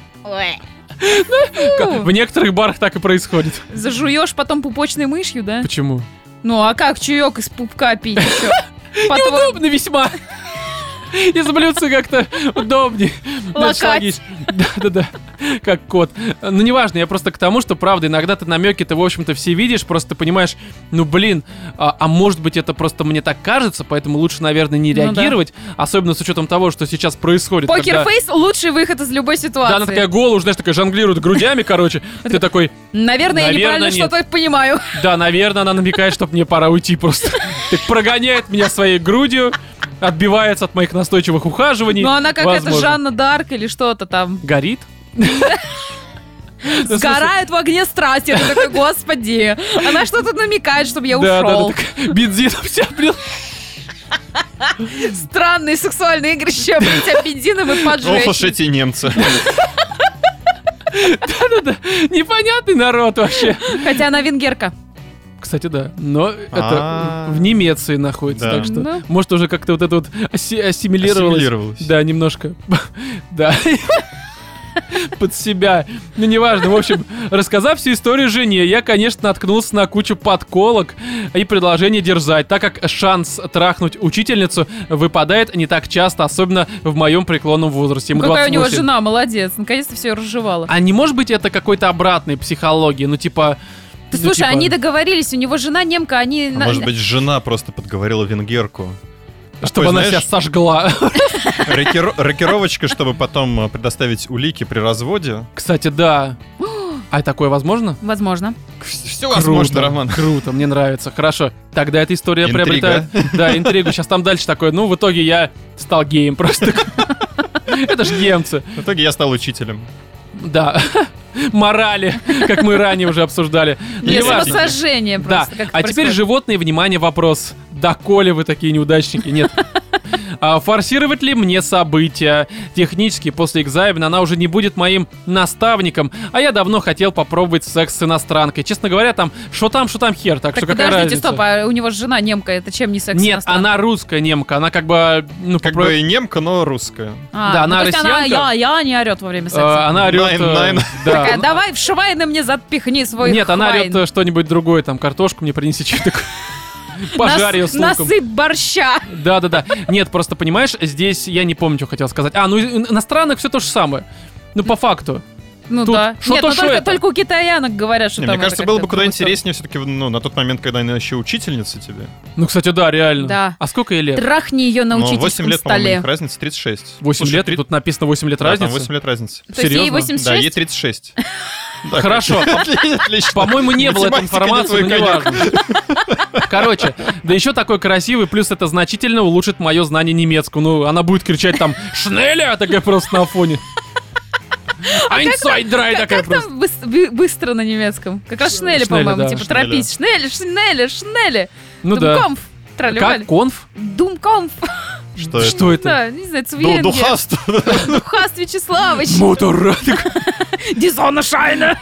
В некоторых барах так и происходит. Зажуешь потом пупочной мышью, да? Почему? Ну, а как чаек из пупка пить еще? Потом Неудобно весьма. Из блюдца как-то удобнее. Локать. Слагись. Да-да-да, как кот. Ну, неважно, я просто к тому, что, правда, иногда ты намеки, ты, в общем-то, все видишь, просто ты понимаешь, ну, блин, а, а может быть, это просто мне так кажется, поэтому лучше, наверное, не Ну да. реагировать, особенно с учетом того, что сейчас происходит. когда- покерфейс — лучший выход из любой Да, она ситуации. такая голая, знаешь, такая жонглирует грудями, короче. Ты такой, Наверное, я Наверное, неправильно нет. что-то понимаю. да, наверное, она намекает, что мне пора уйти просто. Так прогоняет меня своей грудью, отбивается от моих настойчивых ухаживаний. Но она какая-то Возможно. Жанна Дарк или что-то там. Горит? Ну, в смысле, Сгорает в огне страсти. Ты такой, господи. Она что-то намекает, чтобы я Да, да, да, ушел. так бензином вся, блин. Странные сексуальные игры, еще тебя бензином и Ох уж поджечь. эти немцы. Да-да-да, непонятный народ вообще. Хотя она венгерка. Кстати, да. Но это А. в Немеции находится, Да. так что, Да. может, уже как-то вот это вот асси- ассимилировалось. Ассимилировалось. Да, немножко. Да. Под себя. Ну, неважно. В общем, рассказав всю историю жене, я, конечно, наткнулся на кучу подколок и предложений дерзать, так как шанс трахнуть учительницу выпадает не так часто, особенно в моем преклонном возрасте. Ему Ну, какая у него двадцать восемь. жена, молодец. Наконец-то все разжевала. А не может быть это какой-то обратной психологии? Ну, типа... Ты ну, слушай, типа, они договорились, у него жена немка, они... А на- может быть, жена просто подговорила венгерку. Чтобы Такой, она знаешь, себя сожгла. рокиро- Рокировочка, чтобы потом э, предоставить улики при разводе. Кстати, да. А такое возможно? Возможно. Все возможно, Роман. Круто, мне нравится. Хорошо. Тогда эта история Интрига. приобретает... Да, интригу. Сейчас там дальше такое. Ну, в итоге я стал геем просто. Это ж немцы. В итоге я стал учителем. Да. Морали, как мы ранее уже обсуждали. Ну, Для неважно. самосожжения Да. просто. как А это теперь происходит. животные, внимание, вопрос. Доколе вы такие неудачники? Нет. А форсировать ли мне события? Технически после экзамена она уже не будет моим наставником, а я давно хотел попробовать секс с иностранкой. Честно говоря, там, что там, что там хер, так, Так что какая подождите, разница? стоп, а у него же жена немка, это чем не секс? Нет, иностранный? она русская немка, она как бы, ну, Как попро- бы и немка, но русская. А, да, ну, она то есть она россиянка. я, я не орет во время э, секса. она орет... Найн, э, найн. да. Такая, давай в швайны мне запихни свой Нет, она хвайн. орет э, что-нибудь другое, там, картошку мне принеси, что-то такое. Пожарь ее Нас- с луком. Насыпь борща. Да-да-да. Нет, просто понимаешь, здесь я не помню, что хотел сказать. А, ну и- иностранных все то же самое. Ну, по факту. Ну Тут да. шо Нет, то, ну шо только, это. только у китаянок говорят, что Не, там мне кажется, это было бы как-то куда другой интереснее все-таки ну, на тот момент, когда она еще учительница тебе. Ну, кстати, да, реально. Да. А сколько ей срок. лет? Трахни ее на Ну, учительском восемь лет, по-моему, столе. их разница тридцать шесть. восемь Слушай, лет? три- Тут написано восемь лет Да, там разницы. восемь лет разницы. То есть ей Серьезно? восемьдесят Да, ей шесть? тридцать шесть. Да, Хорошо. Отлично. По-моему, не было этой Математика не информации, но твой не конек. важно. Короче, да еще такой красивый, плюс это значительно улучшит мое знание немецкого. Ну, она будет кричать там «Шнеля!» такая просто на фоне. Айнсайдрай Как, такая как просто. там быс- бы- быстро на немецком? Как раз Шнели, Шнели, по-моему, да, типа Шнели. торопись. Шнели, Шнели, Шнели. Ну да. Думкомф. Тролливали. Как? Конф? Думкомф. Что это? Что это? Да, не знаю, Ду- Цвингер. Духаст. Духаст Вячеславович. Мотор. Дизона Шайна.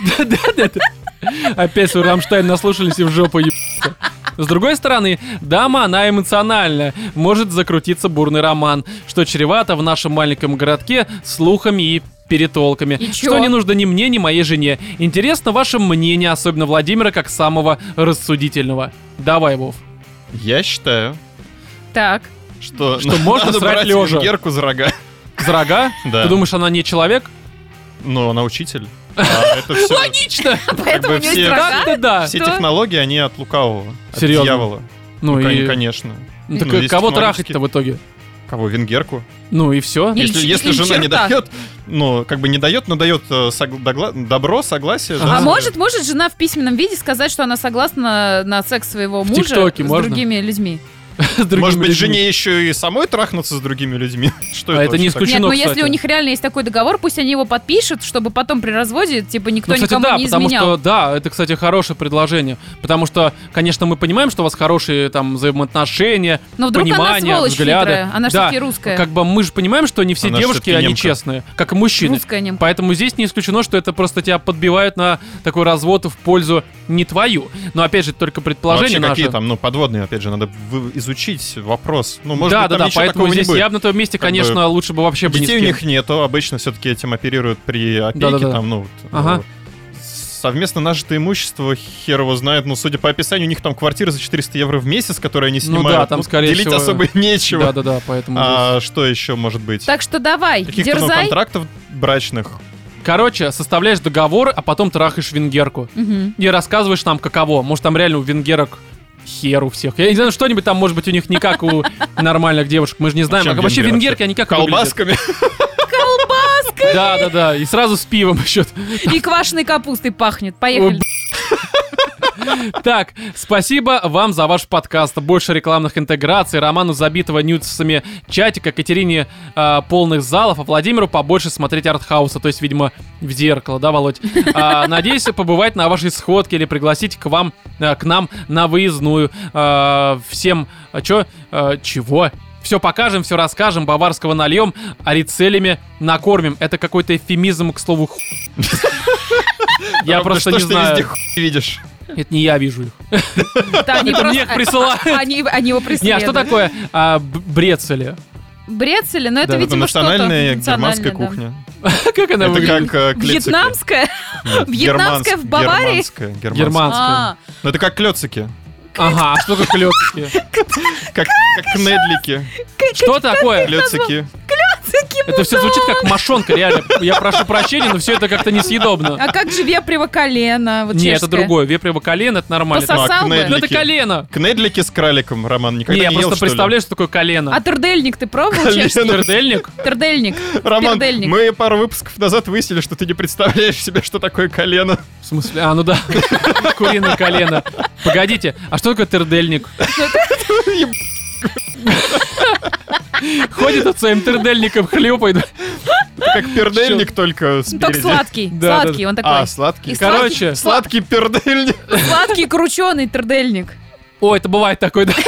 Опять свой Рамштайн наслушались и в жопу ебаться. С другой стороны, дама, она эмоциональная, может закрутиться бурный роман, что чревато в нашем маленьком городке слухами и перетолками. И чё? Что не нужно ни мне, ни моей жене. Интересно ваше мнение, особенно Владимира, как самого рассудительного. Давай, Вов. Я считаю, Так. что, Что можно надо срать брать лежа. венгерку за рога. За рога? Да. Ты думаешь, она не человек? Но она учитель. А это все, Логично! Поэтому бы у него все- есть рога. Как-то да. все Что? технологии, они от лукавого. От Серьезно? дьявола. Ну Ну, и... конечно. Ну, так Ну, есть кого технологические- трахать-то в итоге? Кого? Венгерку? Ну и все. Или Если, ч- если или жена не черта. дает, ну, как бы не дает, но дает э, согла- догла- добро, согласие. Ага. да, А за- может, может жена в письменном виде сказать, что она согласна на секс своего В мужа ТикТоке с можно? другими людьми? С другими Может быть, людьми. жене еще и самой трахнуться с другими людьми? Что А это это не вообще такое? исключено. Нет, но кстати. если у них реально есть такой договор, пусть они его подпишут, чтобы потом при разводе, типа, никто Ну, кстати, никому да, не потому изменял. что, да, это, кстати, хорошее предложение. Потому что, конечно, мы понимаем, что у вас хорошие там взаимоотношения, Но вдруг она понимание, сволочь взгляды. хитрая, она же Да, все-таки русская. как бы мы же понимаем, что не все Она ж девушки, всё-таки они немка. честные, как и мужчины. Русская немка. Поэтому здесь не исключено, что это просто тебя подбивают на такой развод в пользу не твою. Но опять же, это только Ну, предположение вообще, какие наше. там, ну, подводные, опять же, надо вы- изучить вопрос. Ну, может Да, быть, да, там да, ничего поэтому такого не здесь будет. я бы на твоем месте, Как конечно, лучше бы вообще бы ни с Детей у кем. них нету, обычно все-таки этим оперируют при опеке, Да-да-да. там, ну, вот, Ага. э, совместно нажитое имущество, хер его знает, ну, судя по описанию, у них там квартира за четыреста евро в месяц, которую они Ну снимают. да, там, скорее делить всего, особо нечего. Да-да-да, поэтому... здесь- А что еще может быть? Так что давай, Каких-то, ну, дерзай. контрактов брачных. Короче, составляешь договор, а потом трахаешь венгерку. Мгм. И рассказываешь нам, каково. Может, там реально у венгерок хер у всех. Я не знаю, что-нибудь там, может быть, у них не как у нормальных девушек. Мы же не знаем. Чем А вообще венгеры венгерки, они как выглядят? Колбасками. Да-да-да. И сразу с пивом еще. И квашеной капустой пахнет. Поехали. Так, спасибо вам за ваш подкаст. Больше рекламных интеграций, Роману забитого нюцами чатика, Катерине а, полных залов, а Владимиру побольше смотреть артхауса, то есть, видимо, в зеркало, да, Володь? А, надеюсь побывать на вашей сходке или пригласить к вам, а, к нам на выездную. А, всем, а, чё? А, чего? Все покажем, все расскажем, баварского нальем, а рицелями накормим. Это какой-то эвфемизм, к слову, ху... Я Ровно просто что, не что знаю. везде хуй видишь. Это не я вижу их. Да, они Это просто- мне их присылают. а- Они они его Не, а преследуют. что такое а, б- брецели? Брецели? Ну, это, Да, это видимо, что-то национальная национальное, германская да. кухня. Как она Это выглядит? как э, клецики. Вьетнамская? Нет, Вьетнамская в германск- Баварии? Германская. германская. Германская. А, Ну это как клёцики. Ага, а что такое клёцики? Как, как кнедлики. Что такое? Клёцики. Это все звучит как мошонка, реально. Я прошу прощения, но все это как-то несъедобно. а как же вепрево колено? Вот Не, это чешское? другое. Вепрево колено, это нормально. Пососал Это- Ну, а бы. кнедлики? Ну это колено. Кнедлики с краликом, Роман, никогда Не, не, я ел, просто что ли? представляю, что такое колено. А турдельник ты пробовал Колено. чешский? Тердельник? Турдельник. Роман, пердельник. мы пару выпусков назад выяснили, что ты не представляешь себе, что такое колено. В смысле? А, ну да. Куриное колено. Погодите, а что такое тердельник? Ходит от своим тердельником, хлюпает. Это как пердельник, только спереди. Только сладкий. Да, Сладкий, да. он такой. А, сладкий. И Короче, Сладкий пердельник. Сладкий крученый турдельник. Ой, это бывает такой, да.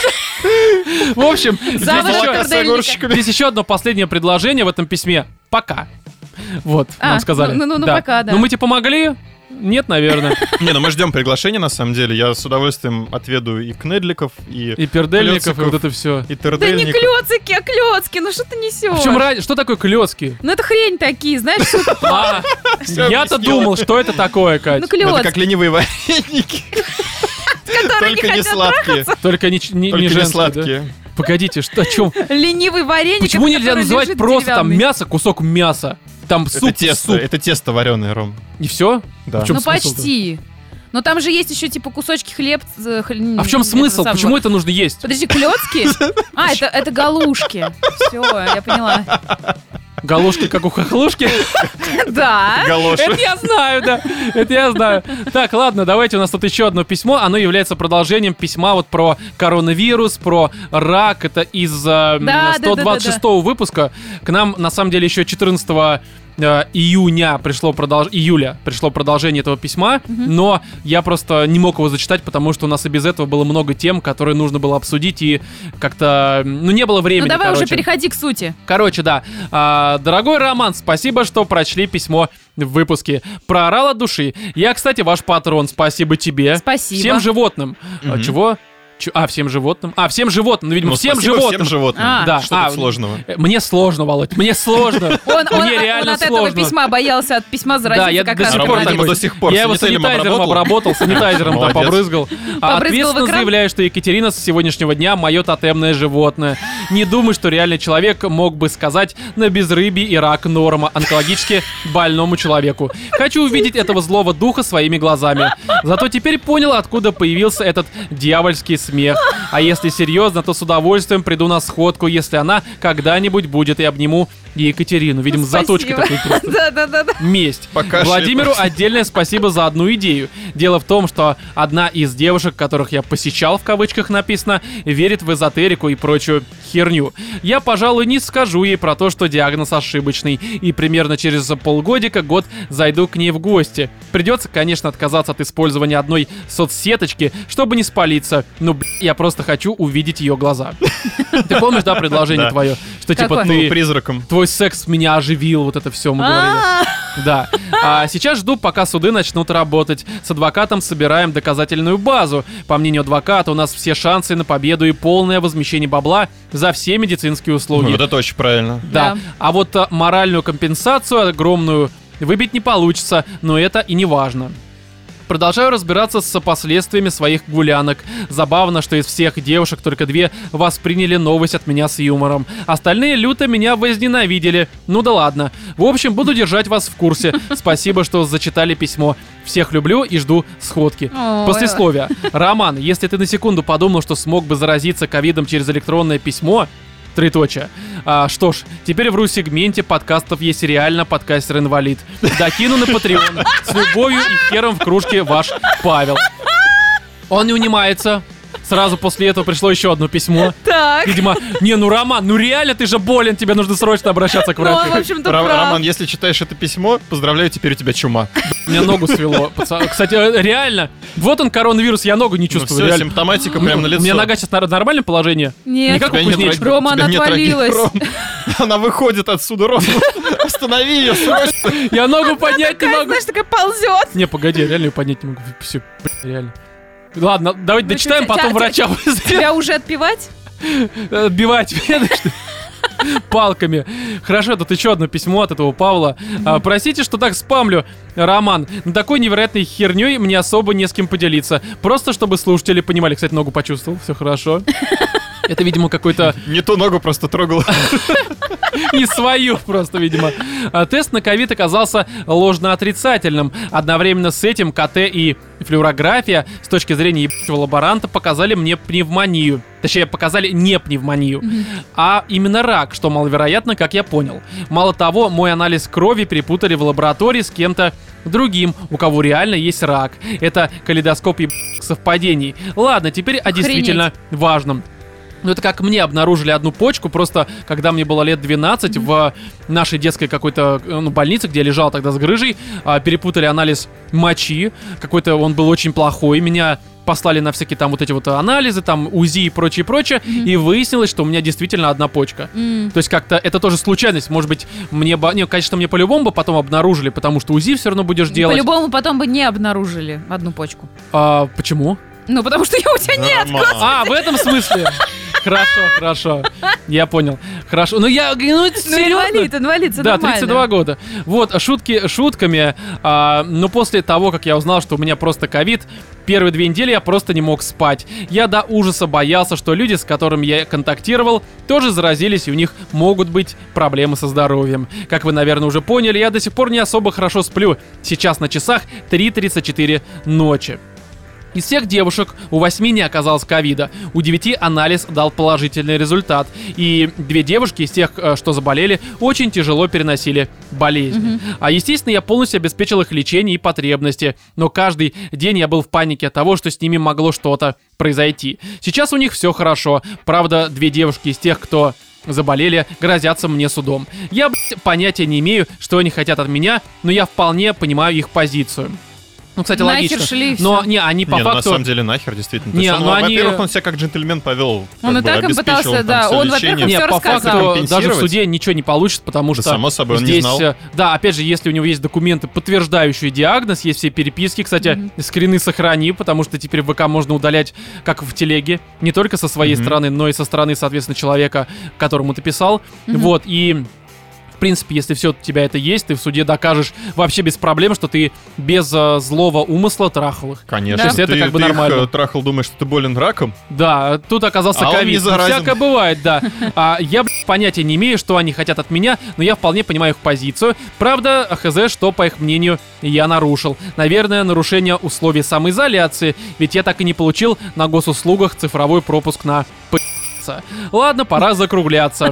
В общем, здесь Заварок еще, Молока с пердельника. огурчиками. здесь еще одно последнее предложение в этом письме. Пока. Вот, А, нам сказали. ну, ну, ну, пока, да. Ну мы тебе помогли? Нет, наверное. Не, ну мы ждем приглашения, на самом деле. Я с удовольствием отведу и кнедликов, и, И пердельников, и Клёциков. вот это все. и Да не тердельников. клёцики, а клёцки, ну что ты несешь? В чем разница? Что такое клёцки? Ну это хрень такие, знаешь, что А, Всё я-то объяснила. думал, что это такое, Кать. ну Ну, это клёцки, как ленивые вареники, которые не только не хотят сладкие. Только не, ч- не, Только не не женские, да? сладкие. Погодите, что, о чем? ленивый вареник. Почему нельзя который называть лежит просто там деревянный. мясо, кусок мяса? Там суп, Это тесто, суп. это тесто вареное, Ром. И все? Да. В чём Ну смысл-то? почти. Но там же есть еще типа кусочки хлеб. э, хле- А в чем этого смысл? самого. Почему это нужно есть? Подожди, клетки? А, это, это галушки. Все, я поняла. Галушки, как у хохлушки? Да. Галоши. Это я знаю, да. Это я знаю. Так, ладно, давайте, у нас тут еще одно письмо. Оно является продолжением письма вот про коронавирус, про рак. Это из э, м, Да, да, сто двадцать шестого выпуска. К нам, на самом деле, еще четырнадцатого э, июня пришло продолж... июля пришло продолжение этого письма, но я просто не мог его зачитать, потому что у нас и без этого было много тем, которые нужно было обсудить, и как-то, ну, не было времени, Ну давай короче. уже переходи к сути. Короче, да. А, дорогой Роман, спасибо, что прочли письмо в выпуске. Проорал от души. Я, кстати, ваш патрон. Спасибо тебе. Спасибо. Всем животным. А, Мгм. чего? Чё? А, всем животным? А, всем животным. Ну, видимо, Ну, всем спасибо животным. всем животным. А. Да. Что А, тут сложного? э, Мне сложно, Володь, мне сложно. Он, он- Мне он реально от этого сложно. письма боялся от письма заразиться Да, я как до раз сих в пор Роман один такой. его до сих пор Я его санитайзером санитайзером обработал? обработал, санитайзером там Молодец. побрызгал. А Побрызгал в ответственно экран? заявляю, что Екатерина с сегодняшнего дня мое тотемное животное. Не думаю, что реальный человек мог бы сказать на безрыбье и рак норма онкологически больному человеку. Хочу увидеть этого злого духа своими глазами. Зато теперь понял, откуда появился этот дьявольский смех. А если серьезно, то с удовольствием приду на сходку, если она когда-нибудь будет, и обниму Екатерину. Видимо, с заточкой Спасибо. такой просто. Да, да, да, да. Месть. Покашляй, Владимиру просто. отдельное спасибо за одну идею. Дело в том, что одна из девушек, которых я посещал, в кавычках написано, верит в эзотерику и прочую херню. Я, пожалуй, не скажу ей про то, что диагноз ошибочный, и примерно через полгодика, год зайду к ней в гости. Придется, конечно, отказаться от использования одной соцсеточки, чтобы не спалиться. Ну, б***, я просто хочу увидеть ее глаза. Ты помнишь, да, предложение Да. твое? Что типа Какое? Ну, ты... призраком. Твой секс меня оживил, вот это все мы говорили. А, Да. А сейчас жду, пока суды начнут работать. С адвокатом собираем доказательную базу. По мнению адвоката, у нас все шансы на победу и полное возмещение бабла за все медицинские Ну, услуги. вот это очень правильно. Да. Да. А вот а, моральную компенсацию огромную выбить не получится, но это и не важно. Продолжаю разбираться с последствиями своих гулянок. Забавно, что из всех девушек только две восприняли новость от меня с юмором. Остальные люто меня возненавидели. Ну да ладно. В общем, буду держать вас в курсе. Спасибо, что зачитали письмо. Всех люблю и жду сходки. Ой. Послесловие. Роман, если ты на секунду подумал, что смог бы заразиться ковидом через электронное письмо, троеточие. А, что ж, теперь в ру-сегменте подкастов есть реально подкастер-инвалид. Докину на Patreon. С любовью и хером в кружке ваш Павел. Он не унимается. Сразу после этого пришло еще одно письмо. так. Видимо, не, ну Роман, ну реально ты же болен, тебе нужно срочно обращаться к Ну, он, в врачу. общем-то, Ро- прав. Роман, если читаешь это письмо, поздравляю, теперь у тебя чума. У меня ногу свело. Паца- Кстати, э, реально, вот он коронавирус, я ногу не Ну чувствую. все, реально. симптоматика прямо на У лицо. меня нога сейчас на нормальном положении? Нет. Не как у Тебя нет кузнечика. роги- Рома, тебя она нет роги. отвалилась. Ром, она выходит отсюда, Ром. Останови ее срочно. Я ногу поднять не Такая, могу. знаешь, такая ползет. Не, погоди, я реально ее поднять не могу. Все, реально. Ладно, давайте Ну, дочитаем, чё, потом тя- врача вызовем. Тебя уже отпевать? Отбивать палками. Хорошо, тут еще одно письмо от этого Павла. А, простите, что так спамлю, Роман. Но такой невероятной херней мне особо не с кем поделиться. Просто чтобы слушатели понимали. Кстати, ногу почувствовал, все хорошо. Это, видимо, какой-то... Не ту ногу просто трогал. Не свою просто, видимо. А, тест на ковид оказался ложно-отрицательным. Одновременно с этим КТ и флюорография с точки зрения ебучего лаборанта показали мне пневмонию. Точнее, показали не пневмонию, а именно рак, что маловероятно, как я понял. Мало того, мой анализ крови перепутали в лаборатории с кем-то другим, у кого реально есть рак. Это калейдоскоп ебучих совпадений. Ладно, теперь о действительно важном. Ну, это как мне обнаружили одну почку, просто когда мне было лет двенадцать, mm-hmm. в нашей детской какой-то ну, больнице, где я лежал тогда с грыжей, а, перепутали анализ мочи, какой-то он был очень плохой, меня послали на всякие там вот эти вот анализы, там УЗИ и прочее, прочее, mm-hmm. и выяснилось, что у меня действительно одна почка. Mm. То есть как-то это тоже случайность, может быть, мне бы, не, конечно, мне по-любому бы потом обнаружили, потому что УЗИ все равно будешь делать. По-любому потом бы не обнаружили одну почку. А, почему? Ну, потому что ее у тебя нет, господи. А, в этом смысле? Хорошо, хорошо. Я понял. Хорошо. Ну, я... Ну, это ну инвалид, инвалид, все да, нормально. тридцать два года. Вот, шутки шутками. А, но после того, как я узнал, что у меня просто ковид, первые две недели я просто не мог спать. Я до ужаса боялся, что люди, с которыми я контактировал, тоже заразились, и у них могут быть проблемы со здоровьем. Как вы, наверное, уже поняли, я до сих пор не особо хорошо сплю. Сейчас на часах три тридцать четыре ночи. Из всех девушек у восьми не оказалось ковида, у девяти анализ дал положительный результат, и две девушки из тех, что заболели, очень тяжело переносили болезнь. Mm-hmm. А естественно, я полностью обеспечил их лечение и потребности, но каждый день я был в панике от того, что с ними могло что-то произойти. Сейчас у них все хорошо, правда, две девушки из тех, кто заболели, грозятся мне судом. Я, блядь, понятия не имею, что они хотят от меня, но я вполне понимаю их позицию. Ну, кстати, нахер логично. Шли, но не, они по не, факту... на самом деле нахер, действительно. Не, То есть он, ну, они... Во-первых, он себя как джентльмен повел. Он как и бы, так им пытался, там, да. всё Он, лечение. во-первых, Не, все по рассказал. факту даже в суде ничего не получится, потому Да, что само собой, он здесь, не знал. э, да, опять же, если у него есть документы, подтверждающие диагноз, есть все переписки, кстати, mm-hmm. скрины сохрани, потому что теперь в ВК можно удалять, как в телеге, не только со своей mm-hmm. стороны, но и со стороны, соответственно, человека, которому ты писал. Mm-hmm. Вот, и... В принципе, если все у тебя это есть, ты в суде докажешь вообще без проблем, что ты без э, злого умысла трахал их. Конечно. То есть это ты, как бы ты нормально. Их, э, трахал, думаешь, что ты болен раком? Да, тут оказался а он не ковид. Ну, заразен. всякое бывает, да. А, я, блядь, понятия не имею, что они хотят от меня, но я вполне понимаю их позицию. Правда, хз, что, по их мнению, я нарушил. Наверное, нарушение условий самоизоляции, ведь я так и не получил на госуслугах цифровой пропуск на п***ца. Ладно, пора закругляться.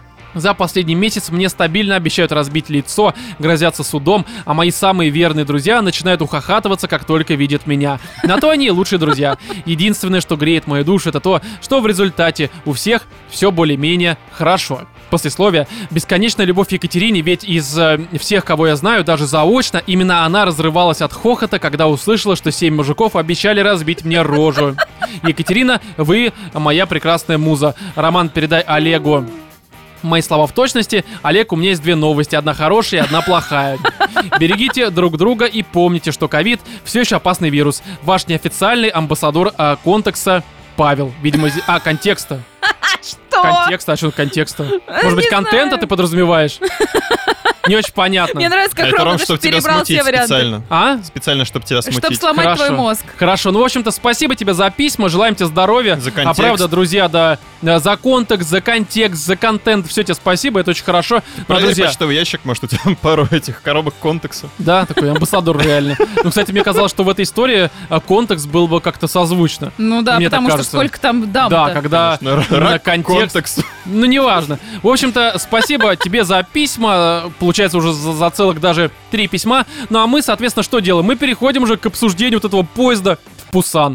За последний месяц мне стабильно обещают разбить лицо, грозятся судом, а мои самые верные друзья начинают ухахатываться, как только видят меня. На то они и лучшие друзья. Единственное, что греет мою душу, это то, что в результате у всех все более-менее хорошо. Послесловие. Бесконечная любовь Екатерине, ведь из э, всех, кого я знаю, даже заочно, именно она разрывалась от хохота, когда услышала, что семь мужиков обещали разбить мне рожу. Екатерина, вы моя прекрасная муза. Роман, передай Олегу мои слова в точности. Олег, у меня есть две новости. Одна хорошая и одна плохая. Берегите друг друга и помните, что ковид все еще опасный вирус. Ваш неофициальный амбассадор а, контекста Павел. Видимо, зи... а, контекста. Что? Контекста, а что контекста? Может быть, контента ты подразумеваешь? Не очень понятно. Мне нравится, как Это Рома Ром, чтобы тебя перебрал смутить все варианты. специально. А? Специально, чтобы тебя смутить. Чтобы сломать Хорошо. твой мозг. Хорошо, ну, в общем-то, спасибо тебе за письма, желаем тебе здоровья. За А контекст. правда, друзья, да, да, за контекст, за контекст, за контент, все тебе спасибо, это очень хорошо. Ну, Проверь друзья, почтовый ящик, может, у тебя пару этих коробок контекса. да, такой амбассадор реально. Ну, кстати, мне казалось, что в этой истории а, контекст был бы как-то созвучно. Ну да, Мне так потому что кажется. сколько там дам. Да, когда Конечно, именно рак контекст. контекст. Ну, неважно. В общем-то, спасибо тебе за письма. Получается, уже за, за целых даже три письма. Ну, а мы, соответственно, что делаем? Мы переходим уже к обсуждению вот этого поезда в Пусан.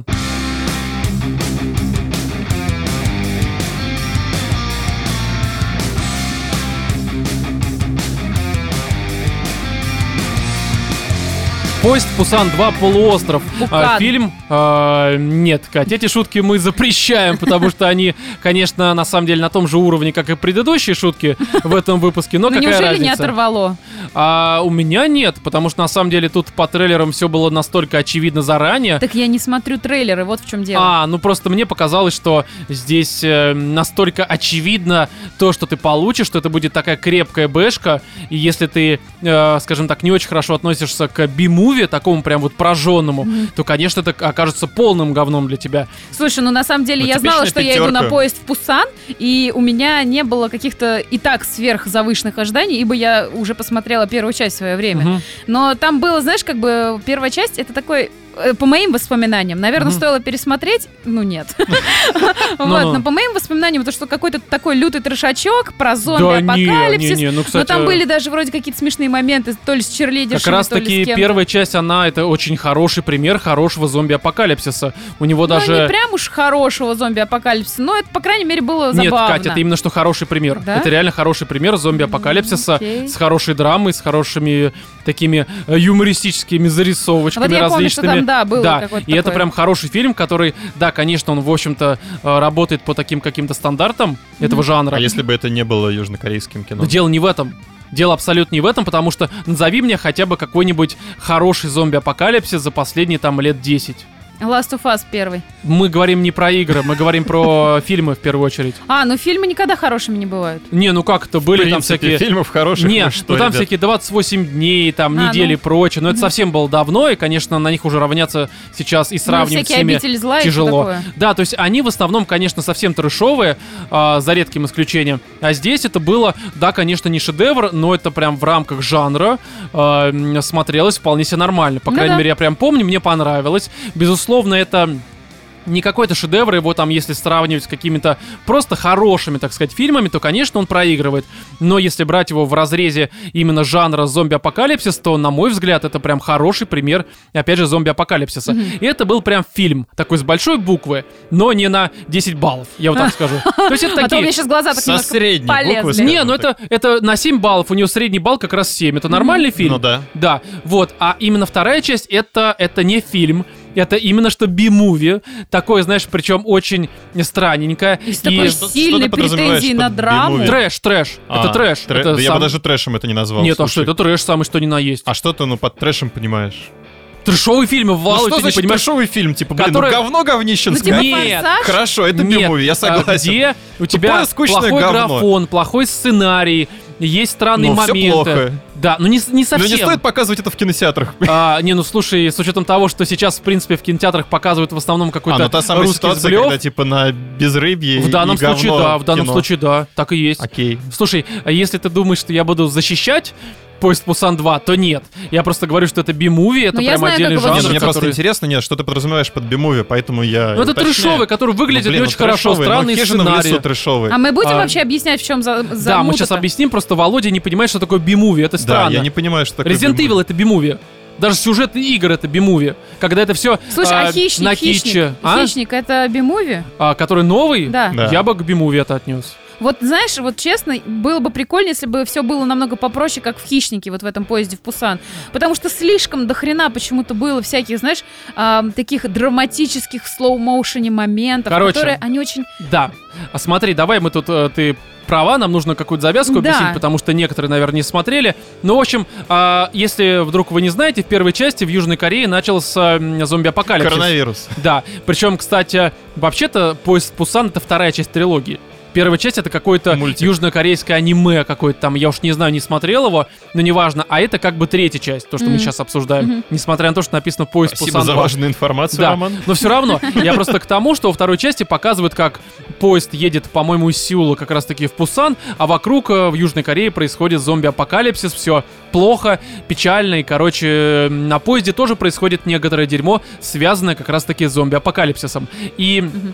«Поезд в Пусан два. Полуостров». Пукан. А, фильм... а, нет, Кать, эти шутки мы запрещаем, потому что они, конечно, на самом деле на том же уровне, как и предыдущие шутки в этом выпуске, но Ну какая неужели разница? не оторвало? А у меня нет, потому что на самом деле тут по трейлерам все было настолько очевидно заранее. Так я не смотрю трейлеры, вот в чем дело. А, ну просто мне показалось, что здесь э, настолько очевидно то, что ты получишь, что это будет такая крепкая бэшка, и если ты, э, скажем так, не очень хорошо относишься к би-муви, такому прям вот прожженному, Мгм. то, конечно, это окажется полным говном для тебя. Слушай, ну на самом деле Ну, я знала, типичная что я иду на пятерка. поезд в Пусан, и у меня не было каких-то и так сверхзавышенных ожиданий, ибо я уже посмотрела первую часть в свое время. Мгм. Но там было, знаешь, как бы первая часть, это такой, э, по моим воспоминаниям, наверное, Мгм. стоило пересмотреть, ну нет. Ну-ну. Вот, но по моим воспоминаниям, то, что какой-то такой лютый трешачок про Да зомби-апокалипсис. не, не, ну, Но кстати, там были даже вроде какие-то смешные моменты, то ли с черлидершами, как раз то ли таки с кем-то. первая часть, она, это очень хороший пример хорошего зомби-апокалипсиса. У него Ну, даже... не прям уж хорошего зомби-апокалипсиса, но это, по крайней мере, было Нет, забавно. Катя, это именно что хороший пример. Да? Это реально хороший пример зомби-апокалипсиса М, окей. с хорошей драмой, с хорошими такими э, юмористическими зарисовочками Вот я помню, что различными. там, да, было Да, какое-то и это такое. прям хороший фильм, который, да, конечно, он, в общем-то, э, работает по таким каким-то стандартам этого жанра. А если бы это не было южнокорейским кино? Но дело не в этом. Дело абсолютно не в этом, потому что назови мне хотя бы какой-нибудь хороший зомби-апокалипсис за последние там лет десять. Last of Us первый. Мы говорим не про игры, мы говорим про фильмы в первую очередь. А, ну фильмы никогда хорошими не бывают. Не, ну как это, были В там принципе, всякие... фильмов хороших. Нет, ну что, ну там ребят? всякие двадцать восемь дней, там, А, недели ну. и прочее, но это совсем было давно, и, конечно, на них уже равняться сейчас и Ну, сравнивать с всякие ними обители зла и всё тяжело. такое. Да, то есть они в основном, конечно, совсем трэшовые, а, за редким исключением, а здесь это было, да, конечно, не шедевр, но это прям в рамках жанра а, м, смотрелось вполне себе нормально, по Ну крайней да. мере, я прям помню, мне понравилось. Безусловно, это... не какой-то шедевр, его там, если сравнивать с какими-то просто хорошими, так сказать, фильмами, то, конечно, он проигрывает. Но если брать его в разрезе именно жанра зомби-апокалипсис, то, на мой взгляд, это прям хороший пример, опять же, зомби-апокалипсиса. И это был прям фильм, такой с большой буквы, но не на десять баллов, я вот так скажу. То есть это А то у такие... меня сейчас глаза так Со немножко средней буквы полезли. скажем Не, ну это, это на семь баллов, у него средний балл как раз семь. Это нормальный фильм? Ну да. Да, вот. А именно вторая часть, это, это не фильм. Это именно что би-муви. Такое, знаешь, причем очень странненькое. И с такой что- что сильной ты подразумеваешь претензией на под драму. B-movie? Трэш, трэш. А, это трэш. трэ- это да я сам- бы даже трэшем это не назвал. Нет, а что слушай. это трэш самый что ни на есть. А что ты, ну, под трэшем понимаешь? Трэшовый фильм, Вал, Ну, ты что не значит понимаешь? трэшовый фильм? Типа, блин, Который- ну говно Ну, говнищенское. типа Нет. «Форсаж». Хорошо, это Нет, би-муви, я а согласен. где у тебя Тупое, скучное плохой говно. графон, плохой сценарий, есть странные Ну, всё моменты. плохо. Да, ну не, с- не Но совсем. не стоит показывать это в кинотеатрах. А, не, ну слушай, с учетом того, что сейчас, в принципе, в кинотеатрах показывают в основном А, какой-то ну та самая русский ситуация, взблёв. когда типа на безрыбье В данном и говно случае, да, в данном кино. случае, да, так и есть. Окей. Слушай, а если ты думаешь, что я буду защищать «Поезд в Пусан два», то нет. Я просто говорю, что это би-муви, это Ну, я прям знаю, отдельный как его жанр. Не, ну, мне просто который- интересно, нет, что ты подразумеваешь под би-муви, поэтому я Ну это уточняю. трэшовый, который выглядит Ну, блин, не ну, очень хорошо, трэшовый, странный ну, «Хижина в сценарий. лесу» трэшовый. А мы будем А, вообще объяснять, в чем за, за Да, мы сейчас мута-то? объясним, просто Володя не понимает, что такое би-муви, это Да, странно. я не понимаю, что такое Resident би-муви. Evil это би-муви. Даже сюжет игр это би-муви. Когда это все Слушай, а, хищник, на хищник, китче, а? хищник, это би-муви? А, который новый, Да. Да. я бы к би-муви это отнес. Вот знаешь, вот честно, было бы прикольно, если бы все было намного попроще, как в «Хищнике», вот в этом поезде в Пусан. Потому что слишком дохрена почему-то было всяких, знаешь, а, таких драматических в слоу-моушене моментов, Короче. которые они очень... Да. А смотри, давай мы тут, э, ты права, нам нужно какую-то завязку Да. объяснить, потому что некоторые, наверное, не смотрели. Ну, в общем, а, если вдруг вы не знаете, в первой части в Южной Корее начался м, зомби-апокалипсис. Коронавирус. Да. Причем, кстати, вообще-то «Поезд в Пусан» — это вторая часть трилогии. Первая часть — это какое-то Мультик. южнокорейское аниме какое-то там, я уж не знаю, не смотрел его, но неважно. А это как бы третья часть, то, что мы Мгм. сейчас обсуждаем. Мгм. Несмотря на то, что написано «Поезд в Спасибо Пусан за два». важную информацию, Да, Роман. но все равно, я просто к тому, что во второй части показывают, как поезд едет, по-моему, из Сеула как раз-таки в Пусан, а вокруг э, в Южной Корее происходит зомби-апокалипсис, все плохо, печально, и, короче, э, на поезде тоже происходит некоторое дерьмо, связанное как раз-таки с зомби-апокалипсисом. И...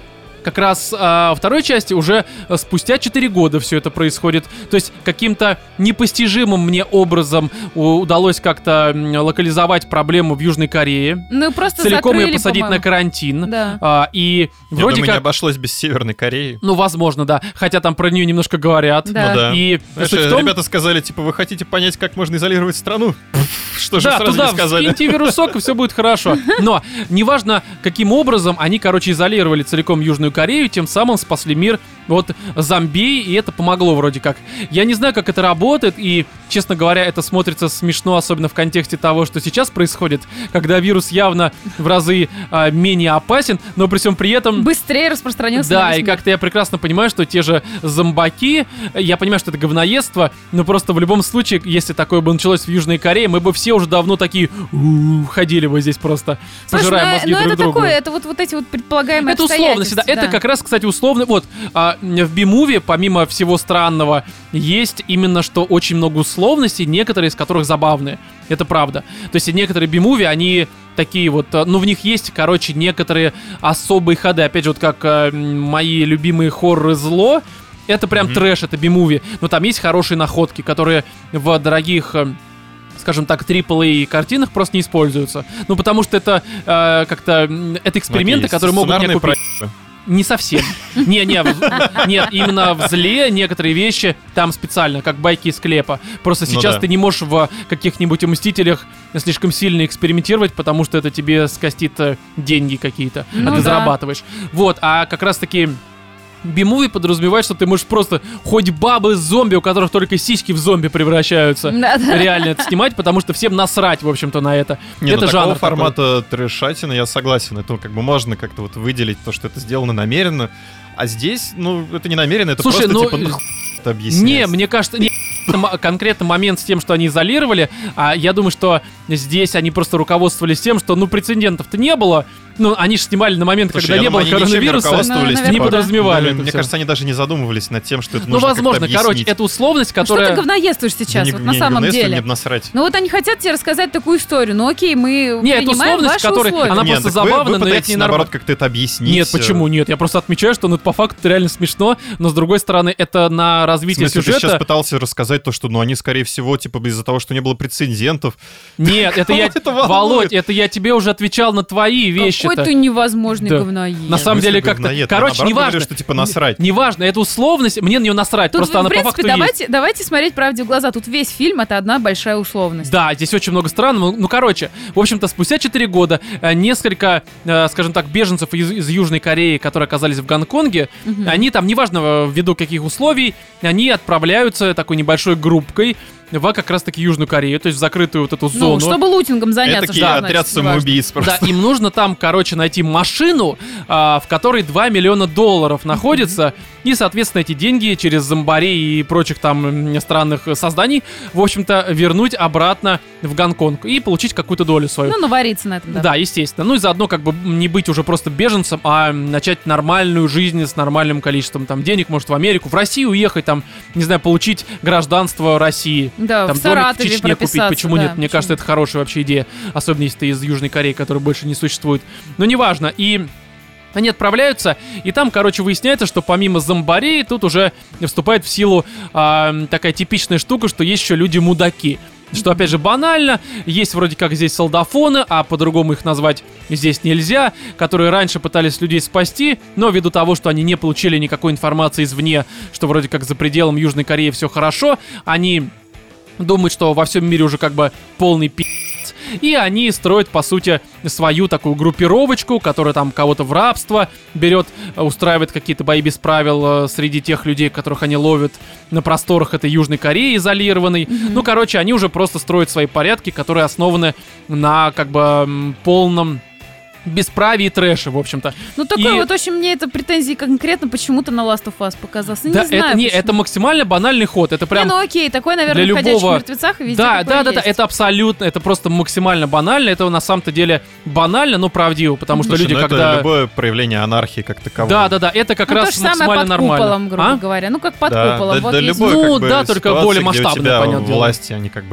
как раз а, во второй части уже спустя четыре года все это происходит. То есть каким-то непостижимым мне образом удалось как-то локализовать проблему в Южной Корее. Ну, просто целиком закрыли, ее посадить по-моему. на карантин. Да. А, и Я вроде думаю, как... не обошлось без Северной Кореи. Ну, возможно, да. Хотя там про нее немножко говорят. Да. Ну да. И Знаешь, суть в том- ребята сказали, типа, вы хотите понять, как можно изолировать страну? Пф, Что же да, сразу туда не сказали? вскиньте вирусок, и все будет хорошо. Но неважно, каким образом, они, короче, изолировали целиком Южную Корею, тем самым спасли мир от зомби, и это помогло вроде как. Я не знаю, как это работает, и, честно говоря, это смотрится смешно, особенно в контексте того, что сейчас происходит, когда вирус явно в разы а, менее опасен, но при всем при этом... Быстрее распространился на Да, весь и мир. как-то я прекрасно понимаю, что те же зомбаки, я понимаю, что это говноедство, но просто в любом случае, если такое бы началось в Южной Корее, мы бы все уже давно такие «У-у-у», ходили бы здесь просто, Слушай, пожирая ну, мозги ну друг это другу. такое, это вот, вот эти вот предполагаемые Это условности, да. обстоятельства, Это как раз, кстати, условно. Вот, а, в Би-муви, помимо всего странного, есть именно что очень много условностей, некоторые из которых забавные. Это правда. То есть некоторые Би-муви, они такие вот, а, ну, в них есть, короче, некоторые особые ходы. Опять же, вот как а, мои любимые хорроры «Зло», это прям Мгм. трэш, это Би-муви. Но там есть хорошие находки, которые в дорогих... а, скажем так, трипл эй картинах просто не используются. Ну, потому что это э, как-то... м, Это эксперименты, Окей, которые могут не сценарные купить. проекты. Не совсем. Не, не, в- нет, именно в «Зле» некоторые вещи там специально, как байки из склепа. Просто Ну сейчас да. ты не можешь в каких-нибудь «Мстителях» слишком сильно экспериментировать, потому что это тебе скостит э, деньги какие-то, Ну а ты да. зарабатываешь. Вот, а как раз-таки... Би-муви подразумевает, что ты можешь просто хоть бабы зомби, у которых только сиськи в зомби превращаются, Да, да. реально это снимать, потому что всем насрать, в общем-то, на это. Не, это ну, жанр такого формата трэшатина, я согласен. Это как бы можно как-то вот выделить то, что это сделано намеренно. А здесь, ну, это не намеренно, это Слушай, просто ну, типа нахуй это такой. объяснять. Не, мне кажется, не, м- конкретно момент с тем, что они изолировали, а я думаю, что здесь они просто руководствовались тем, что, ну, прецедентов-то не было. Ну, они же снимали на момент, Слушай, когда я не думаю, было они ничем не коронавируса, руководствовались, Ну, не типа, подразумевали Ну, это Мне всё. кажется, они даже не задумывались над тем, что это Ну, нужно возможно, как-то короче, объяснить. это условность, Что ты которая... говноедствуешь сейчас, Не- вот не на самом говноедствие, деле? мне насрать. Ну вот они хотят тебе рассказать такую историю. Ну окей, мы Не, это принимаем условность, ваши которая- условия. она Нет, просто так вы- забавна, вы но это пытаетесь, не наоборот, норм- как-то это объяснить. Нет, почему нет? Я просто отмечаю, что ну, по факту это реально смешно, но с другой стороны, это на В развитие смысле, ты сейчас сюжета... пытался рассказать то, что, ну, они, скорее всего, типа, из-за того, что не было прецедентов. Нет, это я... Кого это волнует? Володь, это я тебе уже отвечал на твои вещи. Какой ты невозможный Да. говноед. На самом В смысле, деле как-то... говноед? Я Короче, наоборот неважно. говорю, что, типа, насрать. Не- Неважно, это условность, мне на нее насрать, Тут, просто в она по принципе, факту есть. давайте, давайте смотреть правде в глаза. Тут весь фильм — это одна большая условность. Да, здесь очень много странного. Ну, короче, в общем-то, спустя четыре года э, несколько, э, скажем так, беженцев из, из Южной Кореи, которые оказались в Гонконге, Мгм. они там, неважно э, ввиду каких условий, они отправляются такой небольшой группкой в как раз-таки Южную Корею, то есть в закрытую вот эту Ну, зону. чтобы лутингом заняться. Это что значит, отряд неважно. самоубийц просто. Да, им нужно там, короче, найти машину, а, в которой два миллиона долларов находится, и, соответственно, эти деньги через зомбарей и прочих там м, странных созданий, в общем-то, вернуть обратно в Гонконг и получить какую-то долю свою. Ну, навариться на этом, да. Да, естественно. Ну и заодно как бы не быть уже просто беженцем, а начать нормальную жизнь с нормальным количеством там денег, может в Америку, в Россию уехать, там, не знаю, получить гражданство России. Да, Там в домик в Саратове Чечне купить, прописаться, почему да, нет? Мне почему? кажется, это хорошая вообще идея, особенно если ты из Южной Кореи, которая больше не существует. Но неважно. И они отправляются, и там, короче, выясняется, что помимо зомбарей тут уже вступает в силу а, такая типичная штука, что есть еще люди-мудаки. Что, опять же, банально, есть вроде как здесь солдафоны, а по-другому их назвать здесь нельзя, которые раньше пытались людей спасти, но ввиду того, что они не получили никакой информации извне, что вроде как за пределом Южной Кореи все хорошо, они думают, что во всем мире уже как бы полный пи***ц, и они строят, по сути, свою такую группировочку, которая там кого-то в рабство берет, э, устраивает какие-то бои без правил э, среди тех людей, которых они ловят на просторах этой Южной Кореи изолированной. Ну, короче, они уже просто строят свои порядки, которые основаны на как бы м, полном бесправии и трэше, в общем-то. Ну, такой И- вот очень мне это претензии конкретно почему-то на Last of Us показалось. Ну, да, не знаю, это не, почему. это максимально банальный ход. Это прям Не, ну окей, такой, наверное, для в «Ходячих любого- мертвецах» и везде Да, такое да, да, да, есть. это абсолютно, это просто максимально банально. Это на самом-то деле банально, но правдиво, потому что Слушай, люди, ну это когда... любое проявление анархии как таковой. Да, да, да, это как Ну, раз то же самое максимально под нормально. куполом, грубо А? говоря. Ну, как под Да, куполом. да, вот да, есть. любой, Ну, как бы, да, только ситуации, более где у масштабное, тебя понятное дело. власти, они как бы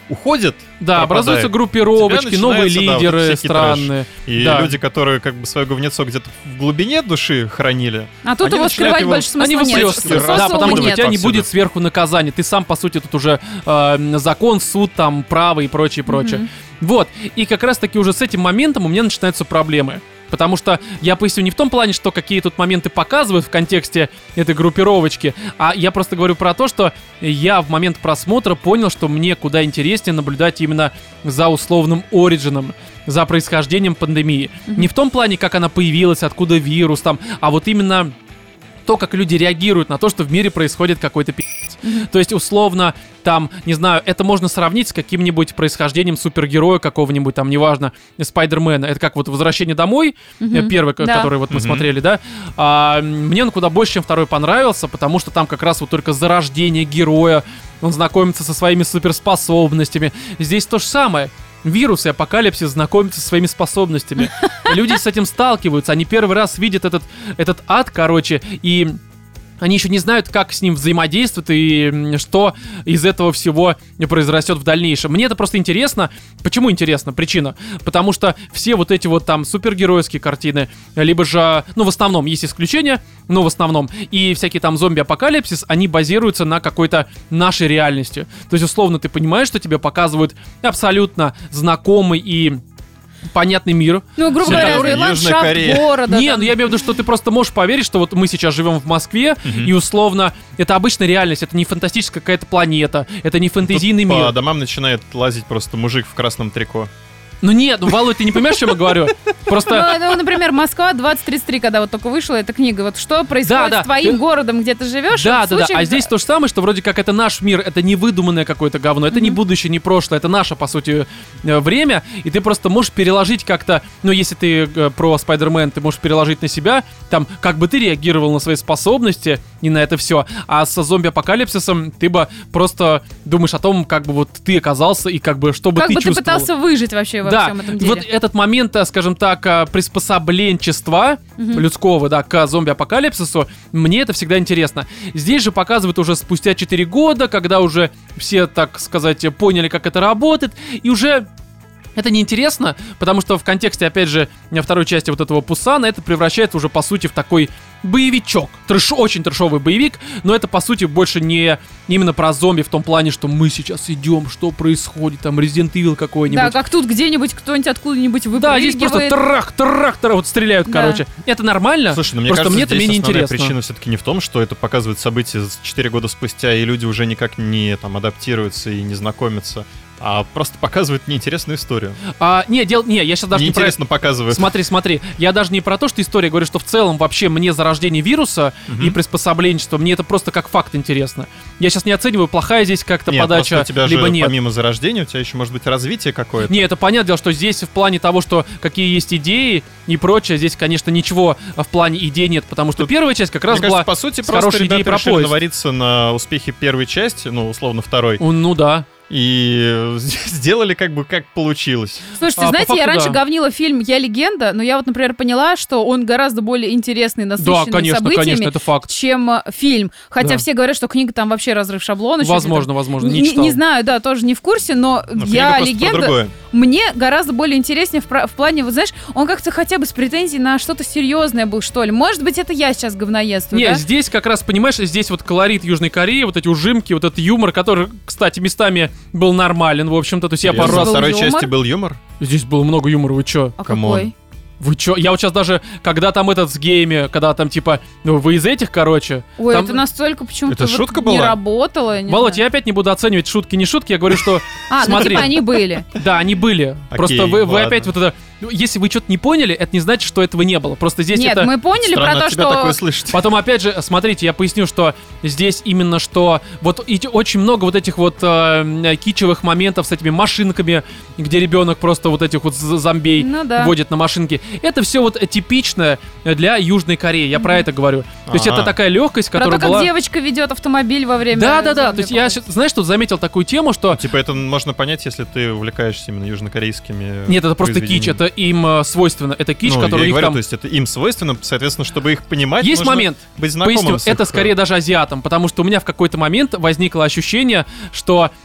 уходят, Да, пропадают, образуются группировочки, тебя новые начинается, да, вот лидеры всякий странные. И Да. люди, которые как бы свое говнецо где-то в глубине души хранили. А тут Они его начинают скрывать его- больше смысла Они нет. выплескивают. Социума Да, потому что у нет. тебя не Повсюду. будет сверху наказания. Ты сам, по сути, тут уже э, закон, суд, там, право и прочее, прочее. Мгм. Вот. И как раз-таки уже с этим моментом у меня начинаются проблемы. Потому что я поясню не в том плане, что какие тут моменты показывают в контексте этой группировочки, а я просто говорю про то, что я в момент просмотра понял, что мне куда интереснее наблюдать именно за условным оригином, за происхождением пандемии. Мгм. Не в том плане, как она появилась, откуда вирус там, а вот именно то, как люди реагируют на то, что в мире происходит какой-то пи***ц. Мгм. То есть, условно, там, не знаю, это можно сравнить с каким-нибудь происхождением супергероя какого-нибудь, там, неважно, Спайдермена. Это как вот «Возвращение домой», Мгм. э, первый, к- Да. который вот мы Мгм. смотрели, да. А, мне он куда больше, чем второй понравился, потому что там как раз вот только зарождение героя, он знакомится со своими суперспособностями. Здесь то же самое. Вирус и апокалипсис знакомятся со своими способностями. Люди с этим сталкиваются, они первый раз видят этот, этот ад, короче, и они еще не знают, как с ним взаимодействовать и м, что из этого всего произрастет в дальнейшем. Мне это просто интересно. Почему интересно? Причина. Потому что все вот эти вот там супергеройские картины, либо же, ну, в основном, есть исключения, но в основном, и всякие там зомби-апокалипсис, они базируются на какой-то нашей реальности. То есть, условно, ты понимаешь, что тебе показывают абсолютно знакомый и понятный мир. Ну, грубо Все говоря, которые Южная ландшафт Корея. города. Не, там. ну я имею в виду, что ты просто можешь поверить, что вот мы сейчас живем в Москве, Мгм. и условно это обычная реальность, это не фантастическая какая-то планета, это не фэнтезийный Тут мир. по домам начинает лазить просто мужик в красном трико. Ну нет, ну Володь, ты не понимаешь, о чем я говорю? Просто... Ну, ну, например, «Москва двадцать тридцать три», когда вот только вышла эта книга, вот что происходит да. с твоим Ты- городом, где ты живешь? Да, в да, да. случае, А здесь то же самое, что вроде как это наш мир, это не выдуманное какое-то говно, это не Мгм. будущее, не прошлое, это наше, по сути, э, время, и ты просто можешь переложить как-то, ну, если ты э, про Спайдермен, ты можешь переложить на себя, там, как бы ты реагировал на свои способности и на это все, а со зомби-апокалипсисом ты бы просто думаешь о том, как бы вот ты оказался и как бы, что бы как ты бы ты чувствовал. пытался выжить вообще во Да, всем этом деле. вот этот момент, э, скажем так, э, приспособленчества Мгм. людского, да, к зомби-апокалипсису, мне это всегда интересно. Здесь же показывают уже спустя четыре года, когда уже все, так сказать, поняли, как это работает, и уже это неинтересно, потому что в контексте, опять же, второй части вот этого Пусана это превращается уже, по сути, в такой боевичок. Трэш, очень трэшовый боевик, но это, по сути, больше не именно про зомби в том плане, что мы сейчас идем, что происходит, там, Resident Evil какой-нибудь. Да, как тут где-нибудь кто-нибудь откуда-нибудь выпрыгивает. Да, здесь просто трах, трах, трах, вот стреляют, Да. короче. Это нормально. Слушай, ну мне просто кажется, мне это здесь менее основная интересно. причина все-таки не в том, что это показывает события четыре года спустя, и люди уже никак не там адаптируются и не знакомятся, а просто показывают неинтересную историю. А, не, дел, не, я сейчас даже не про Неинтересно показывают. Смотри, смотри, я даже не про то, что история, говорю, что в целом вообще мне зарождение вируса Мгм. и приспособленчество, мне это просто как факт интересно. Я сейчас не оцениваю, плохая здесь как-то Нет, подача, просто у тебя либо же нет. помимо зарождения, у тебя еще может быть развитие какое-то. Не, это понятное дело, что здесь в плане того, что какие есть идеи и прочее, здесь, конечно, ничего в плане идей нет, потому что Тут, первая часть как раз Мне была... кажется, по сути, с просто хорошей идеей ребята про решили поезд. навариться на успехе первой части, ну, условно, второй, Ну да. и сделали как бы как получилось. Слушайте, А, по знаете, я факту, раньше да. говнила фильм «Я легенда», но я вот, например, поняла, что он гораздо более интересный, насыщенный Да, конечно, событиями, конечно, это факт. чем э, фильм. Хотя Да. все говорят, что книга там вообще разрыв шаблона. чуть ли Возможно, там. возможно, не Не, читал. не знаю, да, тоже не в курсе, но Но книга «Я просто про легенда» другое. мне гораздо более интереснее в, пра- в плане, вот знаешь, он как-то хотя бы с претензией на что-то серьезное был, что ли. Может быть, это я сейчас говноедствую, Не, да? здесь как раз, понимаешь, здесь вот колорит Южной Кореи, вот эти ужимки, вот этот юмор, который, кстати, местами был нормален, в общем-то, то есть я Серьезно? пару раз... Был Во второй юмор? части был юмор? Здесь было много юмора, вы чё? А камон. какой? Вы чё? Я вот сейчас даже, когда там этот с гейми, когда там типа, ну вы из этих, короче. Ой, там- это настолько почему-то Это вот шутка не была? работало. я не Володь, знаю. я опять не буду оценивать шутки, не шутки, я говорю, что А, ну смотри. типа они были. да, они были. Окей, Просто вы, вы ладно. опять вот это... ну, если вы что-то не поняли, это не значит, что этого не было. Просто здесь Нет, это... мы поняли Странно про то, от тебя что... такое слышать. Потом, опять же, смотрите, я поясню, что здесь именно что... Вот и очень много вот этих вот э, кичевых моментов с этими машинками, где ребенок просто вот этих вот з- зомбей Ну да. водит на машинке. Это все вот типичное для Южной Кореи, я про это говорю. То есть Ага. это такая легкость, Про которая то, как была... девочка ведет автомобиль во время... Да-да-да, то есть я, зомби-апокалипсиса. щас- знаешь, тут заметил такую тему, что... Типа это можно понять, если ты увлекаешься именно южнокорейскими. Нет, это просто кич, произведениями. это им э, свойственно. Это кич, Ну, который я и их говорю, там... то есть это им свойственно, соответственно, чтобы их понимать, Есть нужно момент, быть знакомым поясню, с их, это скорее даже азиатам, потому что у меня в какой-то момент возникло ощущение, что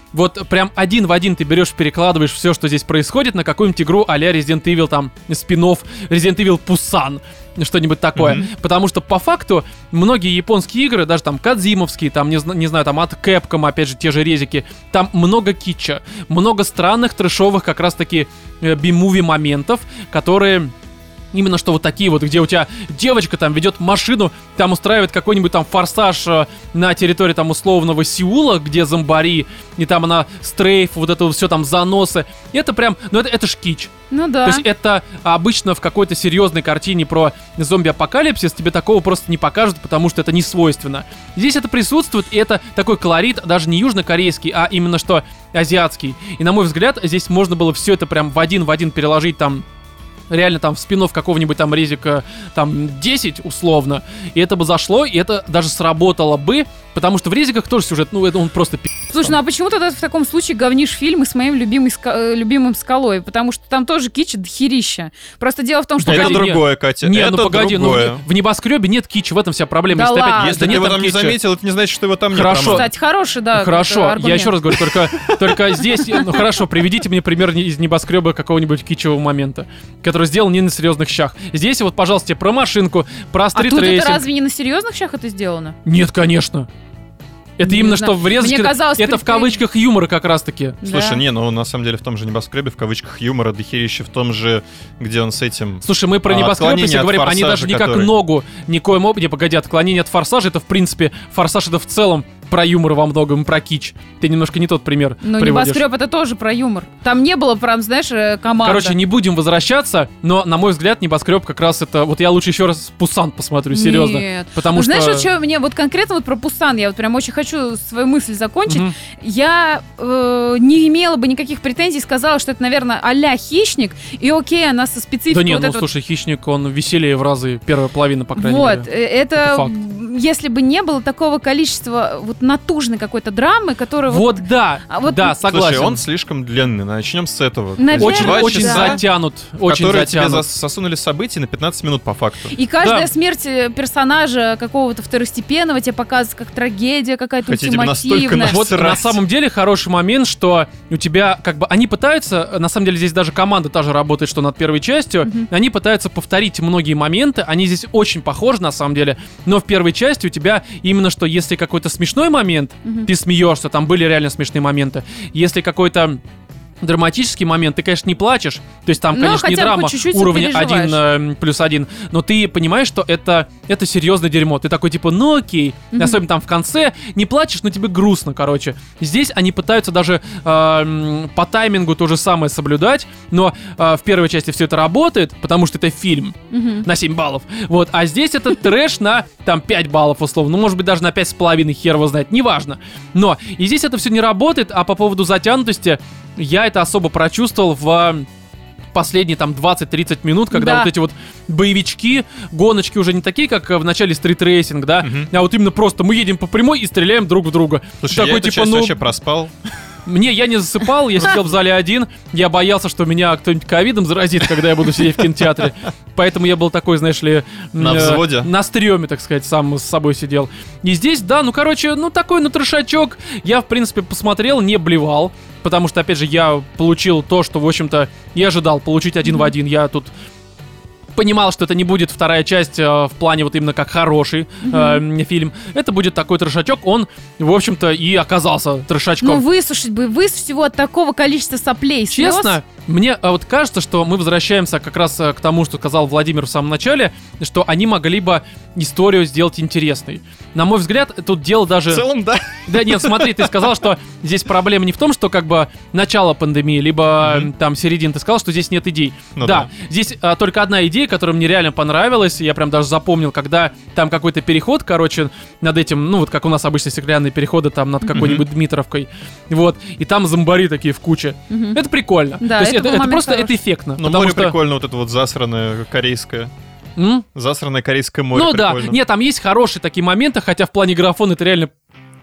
вот прям один в один ты берешь, перекладываешь все, что здесь происходит, на какую-нибудь игру а-ля Resident Evil, там, спин-офф Resident Evil Busan, что-нибудь такое. Mm-hmm. Потому что, по факту, многие японские игры, даже там кодзимовские, там, не, не знаю, там от Capcom, опять же, те же резики, там много китча, много странных, трэшовых как раз-таки э, би-муви моментов, которые... Именно что вот такие вот, где у тебя девочка там ведет машину, там устраивает какой-нибудь там форсаж э, на территории там условного Сеула, где зомбари, и там она стрейф, вот это вот все там заносы. И это прям, ну это, это ж кич. Ну да. То есть это обычно в какой-то серьезной картине про зомби-апокалипсис тебе такого просто не покажут, потому что это не свойственно. Здесь это присутствует, и это такой колорит, даже не южнокорейский, а именно что азиатский. И на мой взгляд, здесь можно было все это прям в один в один переложить там реально там в спин-офф какого-нибудь там резика там десять условно, и это бы зашло, и это даже сработало бы, потому что в резиках тоже сюжет, ну это он просто пи***. Слушай, ну а почему тогда в таком случае говнишь фильмы с моим любимым, ска- любимым Скалой? Потому что там тоже кича дохерища. Просто дело в том, что... Это Погоди, другое, нет. Катя, Не, это ну погоди, другое. ну в небоскребе нет кича, в этом вся проблема. Да Если, ладно. опять, Если да ты нет его там там не китча. заметил, это не значит, что его там нет. Хорошо. Роман. Кстати, хороший, да. Хорошо, аргумент. я еще раз говорю, только, только здесь, ну хорошо, приведите мне пример из небоскреба какого-нибудь кичевого момента, который сделан не на серьезных щах. Здесь вот, пожалуйста, тебе про машинку, про А тут это стритрейсинг. разве не на серьезных щах это сделано? Нет, конечно. Это Не именно знаю. что в резке, Мне казалось, это в при- кавычках юмора как раз-таки. Слушай, Да. не, ну на самом деле в том же небоскребе, в кавычках юмора, дохерища в том же, где он с этим... Слушай, мы про А, небоскреб, отклонение если от говорим, они «Форсажа», даже никак который- ногу никоим образом... Не, погоди, отклонение от форсажа, это в принципе, форсаж это в целом про юмор во многом, про кич. Ты немножко не тот пример Но приводишь. небоскреб это тоже про юмор. Там не было прям, знаешь, э, команды. Короче, не будем возвращаться, но, на мой взгляд, небоскреб как раз это... Вот я лучше еще раз Пусан посмотрю, серьезно. Нет. Потому Ну, что... знаешь, вот что мне вот конкретно вот про Пусан, я вот прям очень хочу свою мысль закончить. Мгм. Я э, не имела бы никаких претензий, сказала, что это, наверное, а-ля Хищник, и окей, она со спецификой Да нет, вот ну этой вот- слушай, Хищник, он веселее в разы, первая половина, по крайней Вот, мере. э, это, Это факт. м, если бы не было такого количества вот натужной какой-то драмы, которая вот... Вот да, А вот- да, согласен. Слушай, он слишком длинный, начнем с этого. Наверное, Очень, Два очень часа, затянут, в очень которые тебе затянут. зас- засунули события на пятнадцать минут по факту. И каждая Да. смерть э, персонажа какого-то второстепенного тебе показывается как трагедия какая-то Хотя тебе настолько ультимативная. на- Вот Срать. на самом деле хороший момент, что у тебя как бы они пытаются, на самом деле здесь даже команда та же работает, что над первой частью, Мгм. они пытаются повторить многие моменты, они здесь очень похожи на самом деле, но в первой части у тебя именно что если какой-то смешной момент, Мгм. ты смеешься, там были реально смешные моменты, если какой-то драматический момент, ты, конечно, не плачешь, то есть там, Но конечно, не хотя бы драма хоть чуть-чуть уровня сопереживаешь. один э, плюс один, но ты понимаешь, что это, это серьезное дерьмо, ты такой типа, ну окей, Мгм. особенно там в конце, не плачешь, но тебе грустно, короче. Здесь они пытаются даже э, м, по таймингу то же самое соблюдать, но э, в первой части все это работает, потому что это фильм Мгм. на семь баллов, вот, а здесь это трэш на там пять баллов условно, ну может быть даже на пять с половиной, хер его знает, неважно, но и здесь это все не работает, а по поводу затянутости я это особо прочувствовал в последние там двадцать-тридцать минут, когда Да. вот эти вот боевички, гоночки уже не такие, как в начале стритрейсинг, да, Мгм. а вот именно просто мы едем по прямой и стреляем друг в друга. Слушай, Такой, я эту типа, часть ну, вообще проспал. Мне, я не засыпал, я сидел в зале один, я боялся, что меня кто-нибудь ковидом заразит, когда я буду сидеть в кинотеатре, поэтому я был такой, знаешь ли... На э, взводе? На стреме, так сказать, сам с собой сидел. И здесь, да, ну, короче, ну, такой, ну, трешачок, я, в принципе, посмотрел, не блевал, потому что, опять же, я получил то, что, в общем-то, я ожидал получить один в один, я тут... Понимал, что это не будет вторая часть э, в плане вот именно как хороший э, фильм. Это будет такой трешачок. Он, в общем-то, и оказался трешачком. Ну высушить бы, высушить его от такого количества соплей, слез. Честно, мне а, вот кажется, что мы возвращаемся как раз а, к тому, что сказал Владимир в самом начале, что они могли бы историю сделать интересной. На мой взгляд, тут дело даже... В целом, да. Да нет, смотри, ты сказал, что здесь проблема не в том, что как бы начало пандемии, либо Мгм. там середина. Ты сказал, что здесь нет идей. Ну да, да. здесь а, только одна идея, которая мне реально понравилась, я прям даже запомнил, когда там какой-то переход, короче, над этим, ну вот как у нас обычно стеклянные переходы там над какой-нибудь Дмитровкой, вот, и там зомбари такие в куче. Мгм. Это прикольно. Да, То есть это это, был это момент просто хороший. это эффектно. Ну, потому море что... прикольно, вот это вот засранное корейское. М? Засранное корейское море Ну да, прикольно. нет, там есть хорошие такие моменты, хотя в плане графона это реально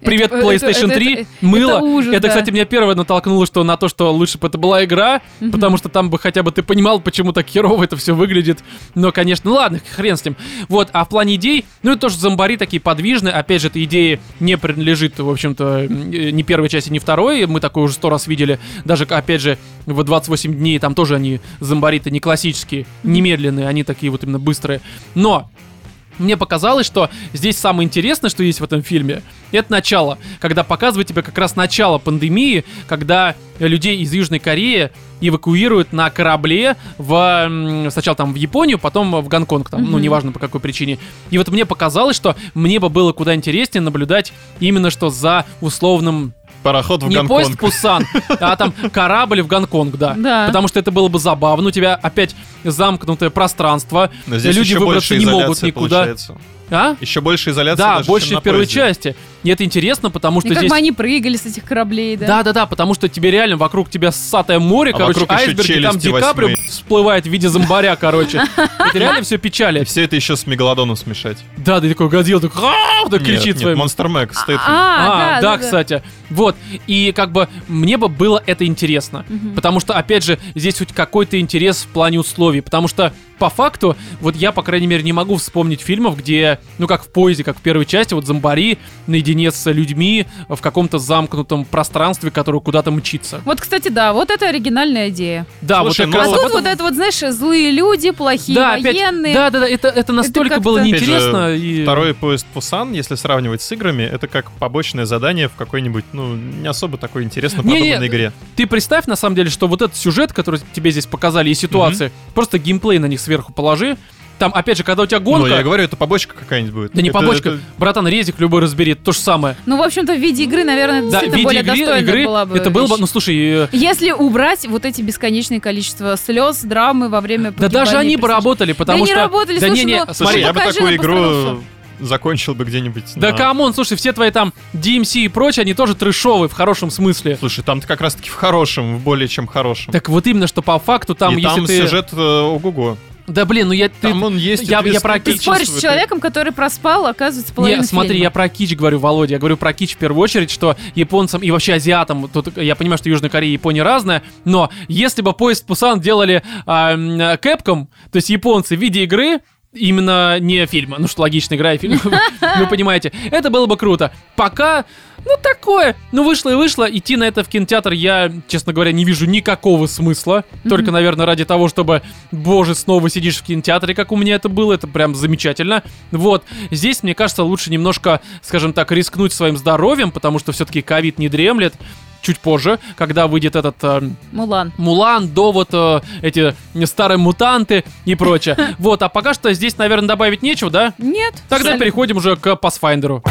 Привет, Это- PlayStation это- три, это- мыло. это ужас, Это, да. кстати, меня первое натолкнуло, что на то, что лучше бы это была игра, Мгм. потому что там бы хотя бы ты понимал, почему так херово это все выглядит. Но, конечно, ну ладно, хрен с ним. Вот, а в плане идей, ну это тоже зомбари такие подвижные. Опять же, эта идея не принадлежит, в общем-то, э, ни первой части, ни второй. Мы такое уже сто раз видели. Даже, опять же, в двадцать восемь дней там тоже они зомбари-то не классические, не медленные, они такие вот именно быстрые. Но мне показалось, что здесь самое интересное, что есть в этом фильме, это начало, когда показывают тебе как раз начало пандемии, когда людей из Южной Кореи эвакуируют на корабле в, м, сначала там в Японию, потом в Гонконг, там, ну, Мгм. неважно по какой причине. И вот мне показалось, что мне бы было куда интереснее наблюдать именно что за условным... Пароход в Не Гонконг. поезд в Пусан, а там корабль в Гонконг, да. Да. Потому что это было бы забавно. У тебя опять замкнутое пространство. Но здесь Люди еще выбраться больше не могут изоляция никуда. получается. А? Еще больше изоляции Да, даже, больше чем на в первой поезде. части. И это интересно, потому что И как здесь... бы они прыгали с этих кораблей, да? Да, да, да, потому что тебе реально вокруг тебя ссатое море, А короче, вокруг еще айсберги, там челюсти Ди Каприо восьмые. всплывает в виде зомбаря, короче. Это реально все И печалит. все это еще с Мегалодоном смешать. Да, ты такой Годзилла, такой «Ау!» так Нет, кричит нет, своим. Монстр Мэг, Стэйтем. А, А, да, кстати. Вот. И как бы мне бы было это интересно. Мгм. Потому что, опять же, здесь хоть какой-то интерес в плане условий. Потому что, по факту, вот я, по крайней мере, не могу вспомнить фильмов, где, ну, как в поезде, как в первой части, вот зомбари наедине с людьми в каком-то замкнутом пространстве, которое куда-то мчится. Вот, кстати, да, вот это оригинальная идея. Да, Слушай, вот ну, как А раз тут об этом- вот это вот, знаешь, злые люди, плохие да, опять, военные. да, да, да, это, это настолько как-то- было Опять Опять же, неинтересно. и... Второй поезд Пусан, если сравнивать с играми, это как побочное задание в какой-нибудь, ну, не особо такой интересно Не-не, продуманной игре. Ты представь, на самом деле, что вот этот сюжет, который тебе здесь показали, и ситуации, просто геймплей на них сверху положи. Там, опять же, когда у тебя Ну, гонка... я говорю, это побочка какая-нибудь будет. Да не Это- побочка, это- братан, резик любой разбери, это то же самое. Ну, в общем-то, в виде игры, наверное, это Да, в действительно виде более игры, достойная игры была бы это было бы, вещь. ну слушай, э, Если убрать вот эти бесконечные количества слез, драмы во время да даже погибания они бы персонажей. работали, потому Да что... не работали, да слушай, не, не, ну, Слушай, смотри, я бы покажи такую нам игру постановку. закончил бы где-нибудь да на- камон, слушай, все твои там ди эм си и прочее, они тоже трэшовые в хорошем смысле. Слушай, там-то как раз-таки в хорошем, в более чем хорошем. Так вот именно, что по факту там, И если там ты... сюжет э, ого-го. Да блин, ну я... ты- Там он есть. я- я ответственный про- Ты Ты споришь с чувствует. человеком, который проспал, оказывается, половину Не, смотри, фильма. я про кич говорю, Володя. Я говорю про кич в первую очередь, что японцам и вообще азиатам, тут я понимаю, что Южная Корея и Япония разная, но если бы поезд Пусан делали а, м, Capcom, то есть японцы в виде игры, именно не фильма, ну что логично, игра и фильм, вы понимаете, это было бы круто. Пока, ну такое, ну вышло и вышло, идти на это в кинотеатр я, честно говоря, не вижу никакого смысла, только, наверное, ради того, чтобы, боже, снова сидишь в кинотеатре, как у меня это было, это прям замечательно. Вот, здесь, мне кажется, лучше немножко, скажем так, рискнуть своим здоровьем, потому что все-таки ковид не дремлет. Чуть позже, когда выйдет этот э, Мулан. Мулан, до вот э, эти старые мутанты и прочее. Вот, а пока что здесь, наверное, добавить нечего, да? Нет. Тогда абсолютно. переходим уже к Pathfinder'у.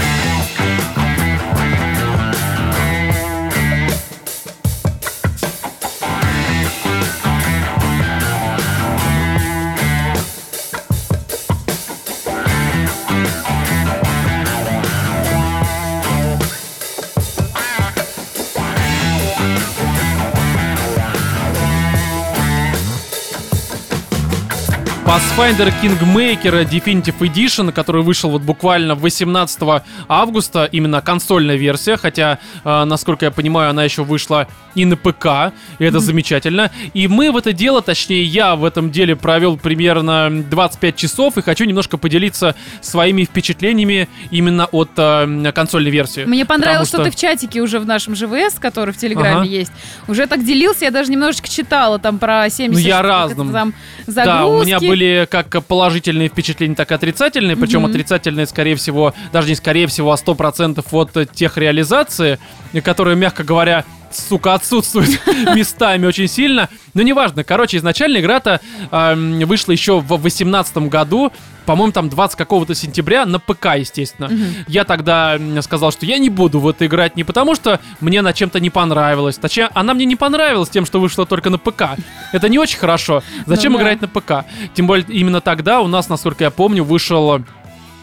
Pathfinder Kingmaker Definitive Edition, который вышел вот буквально восемнадцатого августа, именно консольная версия, хотя, э, насколько я понимаю, она еще вышла и на ПК, и это замечательно. И мы в это дело, точнее, я в этом деле провел примерно двадцать пять часов, и хочу немножко поделиться своими впечатлениями именно от э, консольной версии. Мне понравилось, Потому что... ты в чатике уже в нашем ЖВС, который в Телеграме Ага. есть, уже так делился, я даже немножечко читала там про семьдесят Ну, я как это разным. там загрузки. Да, у меня были как положительные впечатления, так и отрицательные. Причем Мгм. отрицательные, скорее всего, даже не скорее всего, а сто процентов от э, тех реализаций, которые, мягко говоря, сука, отсутствуют местами очень сильно. Но неважно. Короче, изначально игра-то эм, вышла еще в восемнадцатом году. По-моему, там двадцатого какого-то сентября на ПК, естественно. Мгм. Я тогда м, сказал, что я не буду в это играть не потому, что мне на чем-то не понравилось. Точнее, она мне не понравилась тем, что вышла только на ПК. Это не очень хорошо. Зачем Ну да. играть на ПК? Тем более, именно тогда у нас, насколько я помню, вышел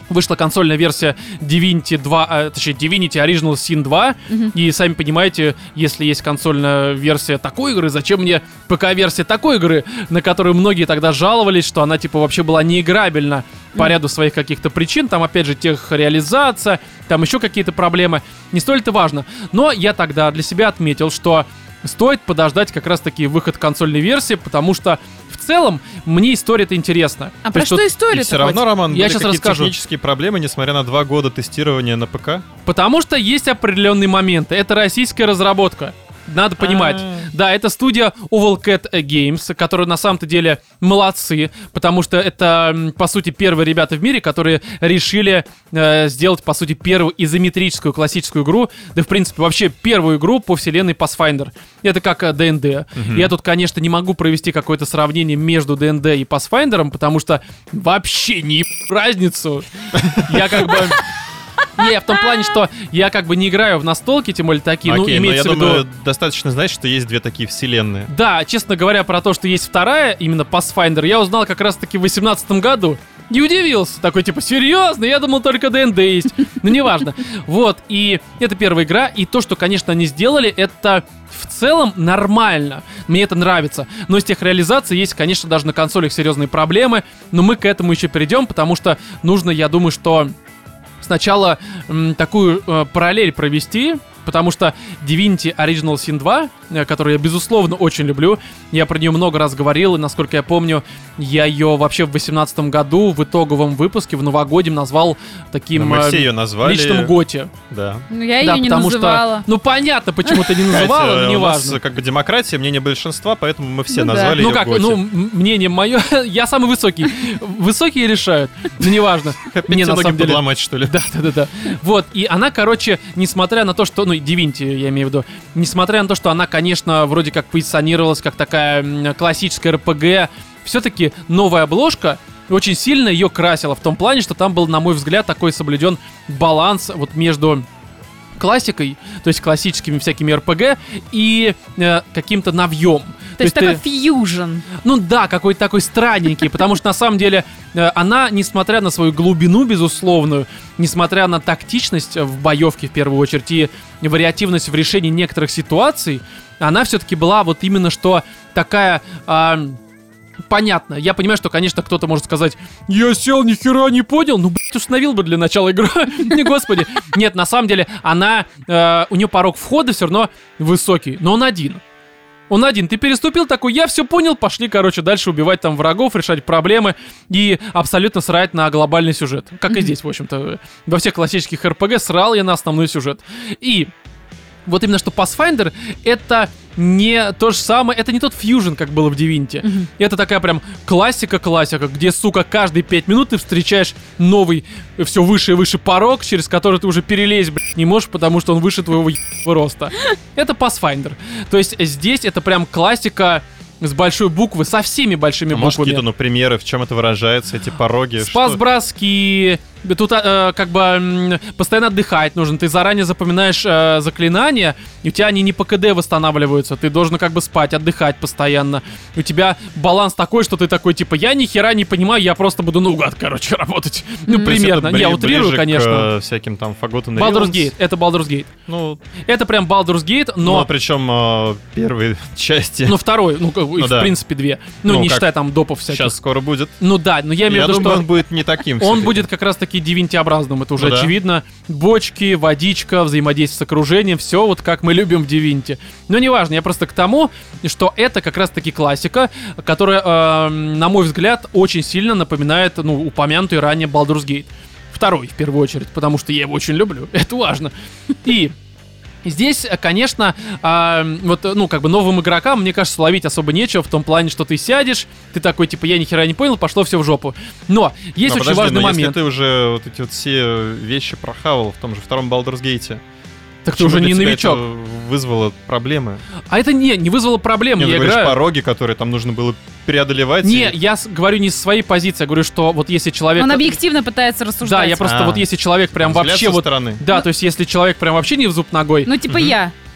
вышла консольная версия Divinity два, а, точнее Divinity Original Sin два, Мгм. и сами понимаете, если есть консольная версия такой игры, зачем мне ПК-версия такой игры, на которую многие тогда жаловались, что она типа вообще была неиграбельна по Мгм. ряду своих каких-то причин, там опять же техреализация, там еще какие-то проблемы, не столь это важно. Но я тогда для себя отметил, что стоит подождать как раз-таки выход консольной версии, потому что в целом мне история-то интересна. А То про есть что тут- И история-то все равно, хоть? Роман, Я были щас какие-то расскажу. технические проблемы, несмотря на два года тестирования на ПК. Потому что есть определенные моменты. Это российская разработка. Надо понимать. А. Да, это студия Oval Cat Games, которые на самом-то деле молодцы, потому что это, м, по сути, первые ребята в мире, которые решили э, сделать, по сути, первую изометрическую классическую игру, да, в принципе, вообще первую игру по вселенной Pathfinder. Это как э, ди энд ди. Мгм. Я тут, конечно, не могу провести какое-то сравнение между ди энд ди и Pathfinder, потому что вообще не разницу. Я как бы... Не, в том плане, что я как бы не играю в настолки, тем более такие, ну, Окей, но я имеется в виду... думаю, достаточно знать, что есть две такие вселенные. Да, честно говоря, про то, что есть вторая, именно Pathfinder, я узнал как раз-таки в восемнадцатом году. Не удивился. Такой, типа, серьезно? Я думал, только ди энд ди есть. Ну, неважно. Вот, и это первая игра, и то, что, конечно, они сделали, это в целом нормально. Мне это нравится. Но из тех реализаций есть, конечно, даже на консолях серьезные проблемы, но мы к этому еще перейдем, потому что нужно, я думаю, что сначала м, такую э, параллель провести, потому что Divinity Original Sin два, э, которую я, безусловно, очень люблю, я про нее много раз говорил, и, насколько я помню, я ее вообще в восемнадцатом году в итоговом выпуске, в новогоднем, назвал таким Но мы э, все ее назвали. личным готи. Да. Ну, я Да, ее не потому называла. что, ну, понятно, почему ты не называла, Катя, но у неважно. нас как бы демократия, мнение большинства, поэтому мы все Ну да. назвали Ну ее как, Готи. ну, м- мнение мое, я самый высокий. Высокие решают, но неважно. Опять Не, тебе на ноги самом деле... подломать, что ли? Да, да, да, да. Вот, и она, короче, несмотря на то, что, ну, Divinity, я имею в виду, несмотря на то, что она, конечно, вроде как позиционировалась как такая м, классическая эр пи джи, все-таки новая обложка очень сильно ее красила в том плане, что там был, на мой взгляд, такой соблюден баланс вот между классикой, то есть классическими всякими эр пи джи и э, каким-то навьем. То есть такой ты- фьюжн. ну да, какой-то такой странненький, потому что на самом деле э, она, несмотря на свою глубину безусловную, несмотря на тактичность в боевке в первую очередь и вариативность в решении некоторых ситуаций, она все-таки была вот именно что такая... а, понятно. Я понимаю, что, конечно, кто-то может сказать: я сел, ни хера не понял. Ну, блядь, установил бы для начала игру. Не, господи. Нет, на самом деле, она... э, у нее порог входа все равно высокий, но он один. Он один. Ты переступил такой, я все понял, пошли, короче, дальше убивать там врагов, решать проблемы и абсолютно срать на глобальный сюжет. Как и здесь, в общем-то. Во всех классических эр пи джи срал я на основной сюжет. И вот именно что Pathfinder — это не то же самое, это не тот фьюжн, как было в Divinity. Мгм. Это такая прям классика-классика, где, сука, каждые пять минут ты встречаешь новый, все выше и выше порог, через который ты уже перелезть, блядь, не можешь, потому что он выше твоего ебаного роста. Это Pathfinder. То есть здесь это прям классика с большой буквы, со всеми большими А может, буквами. какие-то, ну, примеры, в чем это выражается, эти пороги? Спас что- броски. Тут э, как бы м, постоянно отдыхать нужно. Ты заранее запоминаешь э, заклинания, и у тебя они не по КД восстанавливаются. Ты должен как бы спать, отдыхать постоянно. У тебя баланс такой, что ты такой, типа, я ни хера не понимаю, я просто буду наугад, короче, работать. Ну, То есть это примерно. бли- Я утрирую, ближе к, конечно. э, всяким там Forgotten Baldur's Realms. Gate. Это Baldur's Gate. Ну, Это прям Baldur's Gate, но но... причем э, первые части Ну, второй, ну, как бы, Ну в да. принципе, две. Ну, Ну, не как считая там допов всяких. сейчас скоро будет. Ну да, но я имею Я в виду, думаю, что... он будет не таким. Он всё-таки. будет как раз-таки Divinity-образным, это уже Ну да. очевидно. Бочки, водичка, взаимодействие с окружением, все вот как мы любим в Divinity. Но неважно, я просто к тому, что это как раз-таки классика, которая, э, на мой взгляд, очень сильно напоминает, ну, упомянутый ранее Baldur's Gate. Второй, в первую очередь, потому что я его очень люблю, это важно. И... Здесь, конечно, а, вот, ну, как бы новым игрокам, мне кажется, ловить особо нечего в том плане, что ты сядешь, ты такой, типа, я ни хера не понял, пошло все в жопу. Но есть Но очень подожди, важный но момент. если ты уже вот эти вот все вещи прохавал в том же втором Baldur's Gate, Так ты почему уже для не тебя новичок. это вызвало проблемы? А это не, не вызвало проблем, Не, ты я говоришь, играю. пороги, которые там нужно было преодолевать. Не, и- я с- говорю не с своей позиции, я говорю, что вот если человек... Он объективно пытается рассуждать. Да, я просто А. вот если человек прям взгляд вообще со вот... стороны. Да, Ну- то есть если человек прям вообще не в зуб ногой, Ну, типа Мгм. я.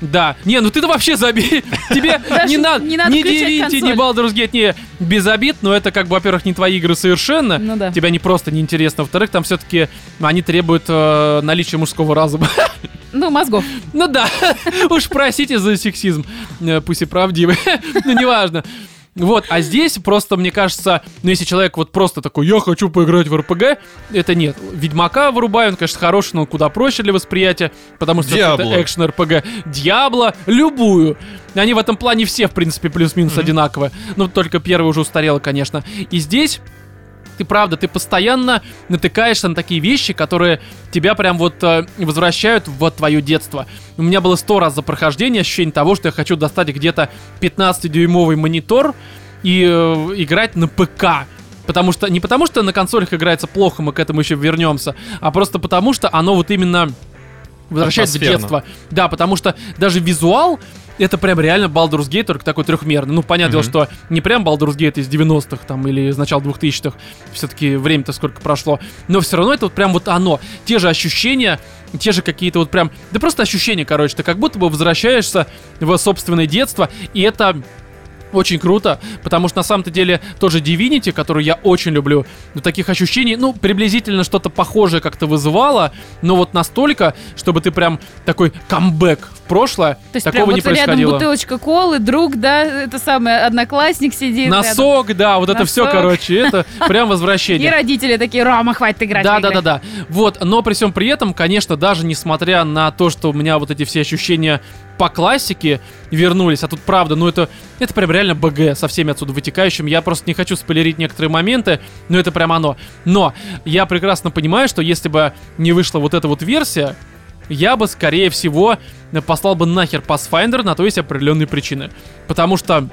Да. Не, ну ты-то вообще забей. Тебе не надо не надо ни включать Divinity, ни консоль. Baldur's Gate, не без обид, но это как бы, во-первых, не твои игры совершенно. Ну да. Тебя не просто неинтересно. Во-вторых, там все-таки они требуют э, наличия мужского разума. Ну, мозгов. Ну да, уж простите за сексизм, э, пусть и правдивый, но неважно. Вот, а здесь просто, мне кажется, ну если человек вот просто такой, я хочу поиграть в эр пи джи, это нет. Ведьмака вырубаю, он, конечно, хороший, но он куда проще для восприятия, потому что это Diablo. экшен эр пи джи. Диабло, любую. Они в этом плане все, в принципе, плюс-минус Мгм. одинаковые. Ну, только первый уже устарел, конечно. И здесь... Ты правда, ты постоянно натыкаешься на такие вещи, которые тебя прям вот э, возвращают в твое детство. У меня было сто раз за прохождение ощущение того, что я хочу достать где-то пятнадцатидюймовый монитор и э, играть на ПК. Потому что, не потому что на консолях играется плохо, мы к этому еще вернемся, а просто потому что оно вот именно возвращает в Атмосферно. детство. Да, потому что даже визуал это прям реально Baldur's Gate, только такой трехмерный. Ну, понятное Мгм. дело, что не прям Baldur's Gate из девяностых там или из начала двухтысячных. Все-таки время-то сколько прошло. Но все равно это вот прям вот оно. Те же ощущения, те же какие-то вот прям... Да просто ощущения, короче. Ты как будто бы возвращаешься в собственное детство. И это... Очень круто, потому что на самом-то деле тоже Divinity, которую я очень люблю, ну, таких ощущений, ну, приблизительно что-то похожее как-то вызывало, но вот настолько, чтобы ты прям такой камбэк в прошлое, То есть такого прям не вот рядом происходило. бутылочка колы, друг, да, это самый одноклассник сидит. рядом. Носок, да, вот это все, Носок. короче, это прям И возвращение. родители такие, Рома, хватит играть. Да, в да, игры». да, да. Вот, но при всем при этом, конечно, даже несмотря на то, что у меня вот эти все ощущения по классике вернулись, а тут правда, ну это, это прям реально БГ со всеми отсюда вытекающим. Я просто не хочу спойлерить некоторые моменты, но это прям оно. Но я прекрасно понимаю, что если бы не вышла вот эта вот версия, я бы, скорее всего, послал бы нахер Pathfinder, на то есть определенные причины. Потому что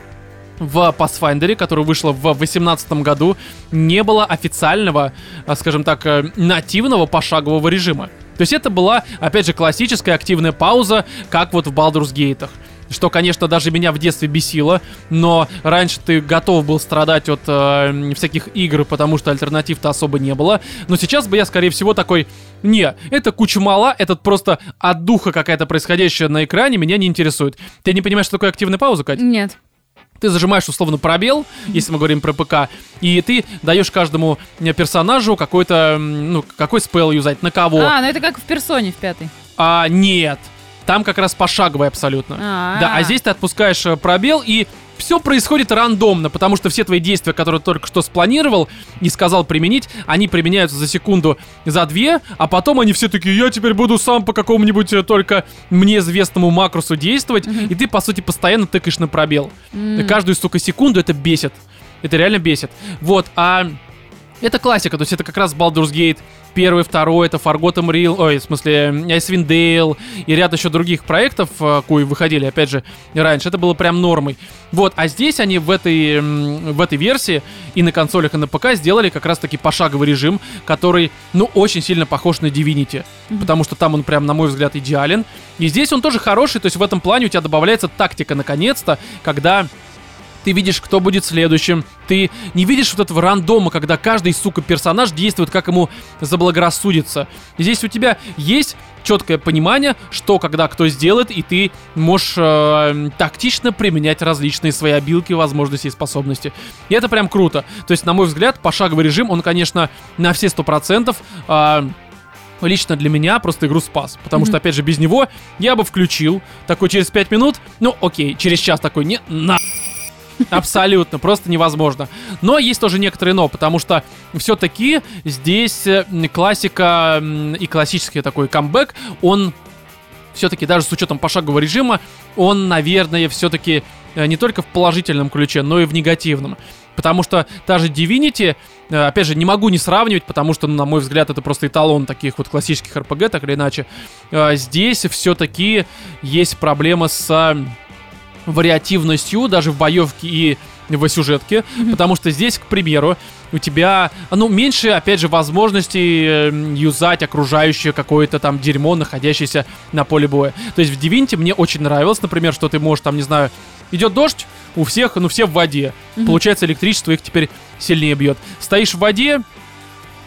в Pathfinder, который вышла в восемнадцатом году, не было официального, а, скажем так, э, нативного пошагового режима. То есть это была, опять же, классическая активная пауза, как вот в Baldur's Gate'ах. Что, конечно, даже меня в детстве бесило, но раньше ты готов был страдать от э, всяких игр, потому что альтернатив-то особо не было. Но сейчас бы я, скорее всего, такой: не, это куча мала, это просто от духа какая-то происходящая на экране, меня не интересует. Ты не понимаешь, что такое активная пауза, Катя? Нет. Ты зажимаешь условно пробел, если мы говорим про ПК, и ты даешь каждому э, персонажу какой-то, м, ну, какой спелл юзать, на кого. А, ну это как в персоне в пятой. А, нет. Там как раз пошаговый абсолютно. А-а-а. Да, а здесь ты отпускаешь э, пробел, и все происходит рандомно, потому что все твои действия, которые ты только что спланировал и сказал применить, они применяются за секунду, за две, а потом они все такие: я теперь буду сам по какому-нибудь э, только мне известному макросу действовать, и ты, по сути, постоянно тыкаешь на пробел. М. Каждую, сука, секунду это бесит. Это реально бесит. Вот, а это классика, то есть это как раз Baldur's Gate первый, второй, это Forgotten Realm, ой, в смысле, Icewind Dale и ряд еще других проектов, э, кои выходили, опять же, раньше. Это было прям нормой. Вот, а здесь они в этой, м, в этой версии и на консолях, и на ПК сделали как раз-таки пошаговый режим, который, ну, очень сильно похож на Divinity, потому что там он прям, на мой взгляд, идеален. И здесь он тоже хороший, то есть в этом плане у тебя добавляется тактика, наконец-то, когда ты видишь, кто будет следующим. Ты не видишь вот этого рандома, когда каждый, сука, персонаж действует, как ему заблагорассудится. Здесь у тебя есть четкое понимание, что когда кто сделает, и ты можешь э, тактично применять различные свои обилки, возможности и способности. И это прям круто. То есть, на мой взгляд, пошаговый режим, он, конечно, на все сто процентов... Э, лично для меня просто игру спас. Потому что, опять же, без него я бы включил такой через пять минут, ну окей, через час такой, не, на... Абсолютно, просто невозможно. Но есть тоже некоторые но, потому что все-таки здесь э, классика м, и классический такой камбэк, он все-таки даже с учетом пошагового режима, он, наверное, все-таки э, не только в положительном ключе, но и в негативном. Потому что та же Divinity, э, опять же, не могу не сравнивать, потому что, ну, на мой взгляд, это просто эталон таких вот классических эр пи джи, так или иначе. Э, здесь все-таки есть проблема с вариативностью даже в боевке и в сюжетке, mm-hmm. потому что здесь, к примеру, у тебя, ну, меньше, опять же, возможностей э, юзать окружающее какое-то там дерьмо, находящееся на поле боя. То есть в Divinity мне очень нравилось, например, что ты можешь там, не знаю, идет дождь, у всех, ну, все в воде. Mm-hmm. Получается, электричество их теперь сильнее бьет. Стоишь в воде,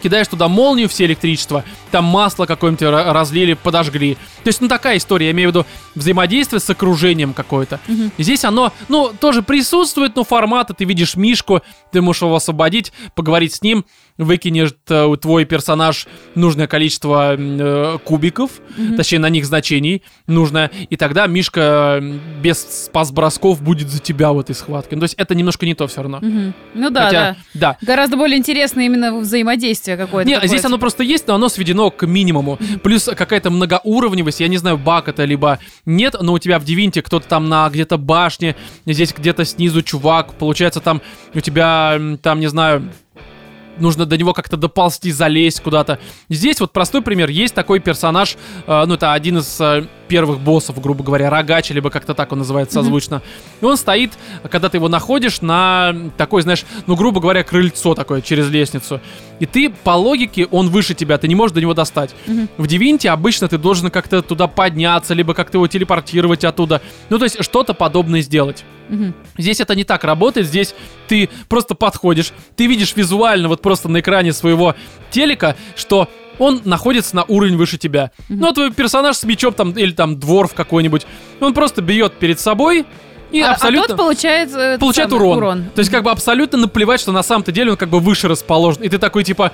кидаешь туда молнию, все электричество, там масло какое-нибудь разлили, подожгли. То есть, ну, такая история, я имею в виду взаимодействие с окружением какое-то. Мгм. Здесь оно, ну, тоже присутствует, но формата, ты видишь Мишку, ты можешь его освободить, поговорить с ним, выкинешь э, твой персонаж нужное количество э, кубиков, Мгм. точнее, на них значений нужное, и тогда Мишка э, без спас-бросков будет за тебя в этой схватке. Ну, то есть, это немножко не то все равно. Мгм. Ну да, Хотя, да. да. Гораздо более интересно именно взаимодействие какое-то. Не, такое, здесь оно типа. просто есть, но оно сведено к минимуму. Плюс какая-то многоуровневость, я не знаю, баг это либо нет, но у тебя в Divinity кто-то там на где-то башне, здесь где-то снизу чувак, получается там у тебя, м, там, не знаю, нужно до него как-то доползти, залезть куда-то. Здесь вот простой пример. Есть такой персонаж, э, ну, это один из э, первых боссов, грубо говоря, Рогач, либо как-то так он называется созвучно. И он стоит, когда ты его находишь, на такой, знаешь, ну, грубо говоря, крыльцо такое через лестницу. И ты, по логике, он выше тебя, ты не можешь до него достать. Мгм. В Divinity обычно ты должен как-то туда подняться, либо как-то его телепортировать оттуда. Ну, то есть что-то подобное сделать. Мгм. Здесь это не так работает, здесь ты просто подходишь, ты видишь визуально вот просто на экране своего телека, что он находится на уровень выше тебя. Мгм. Ну, а твой персонаж с мечом там, или там дворф какой-нибудь, он просто бьет перед собой и А- абсолютно... а тот получает, э, этот получает самый урон. То есть как бы абсолютно наплевать, что на самом-то деле он как бы выше расположен. И ты такой типа,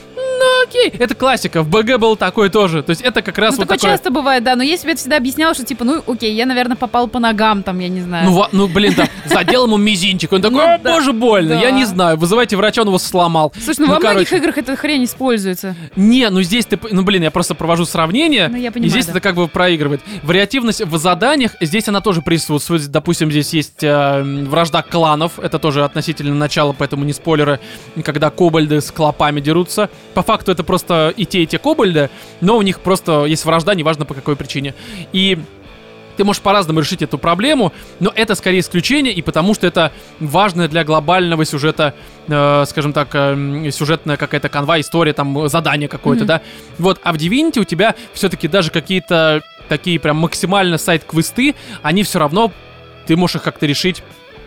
ну окей, это классика, в БГ был такой тоже. То есть это как раз Ну, вот такое такое... часто бывает, да, но я себе это всегда объясняла, что типа, ну, окей, я, наверное, попал по ногам, там, я не знаю. Ну, ва- ну, блин, да, задел ему мизинчик, он такой, Ну, «О, да. боже, больно, Да. я не знаю, вызывайте врача, он его сломал. Слушай, ну, ну, во многих короче. играх эта хрень используется. Не, ну здесь ты, п- ну блин, я просто провожу сравнение, Ну, я и понимаю, здесь да. это как бы проигрывает. Вариативность в заданиях, здесь она тоже присутствует. Допустим, здесь есть э, вражда кланов, это тоже относительно начала, поэтому не спойлеры, когда кобальды с клопами дерутся. По факту это просто и те, и те кобальды, но у них просто есть вражда, неважно по какой причине. И ты можешь по-разному решить эту проблему, но это скорее исключение, и потому что это важно для глобального сюжета, э, скажем так, э, сюжетная какая-то канва, история, там, задание какое-то, Мгм. да. Вот, а в Divinity у тебя все-таки даже какие-то такие прям максимально сайт-квесты, они все равно, ты можешь их как-то решить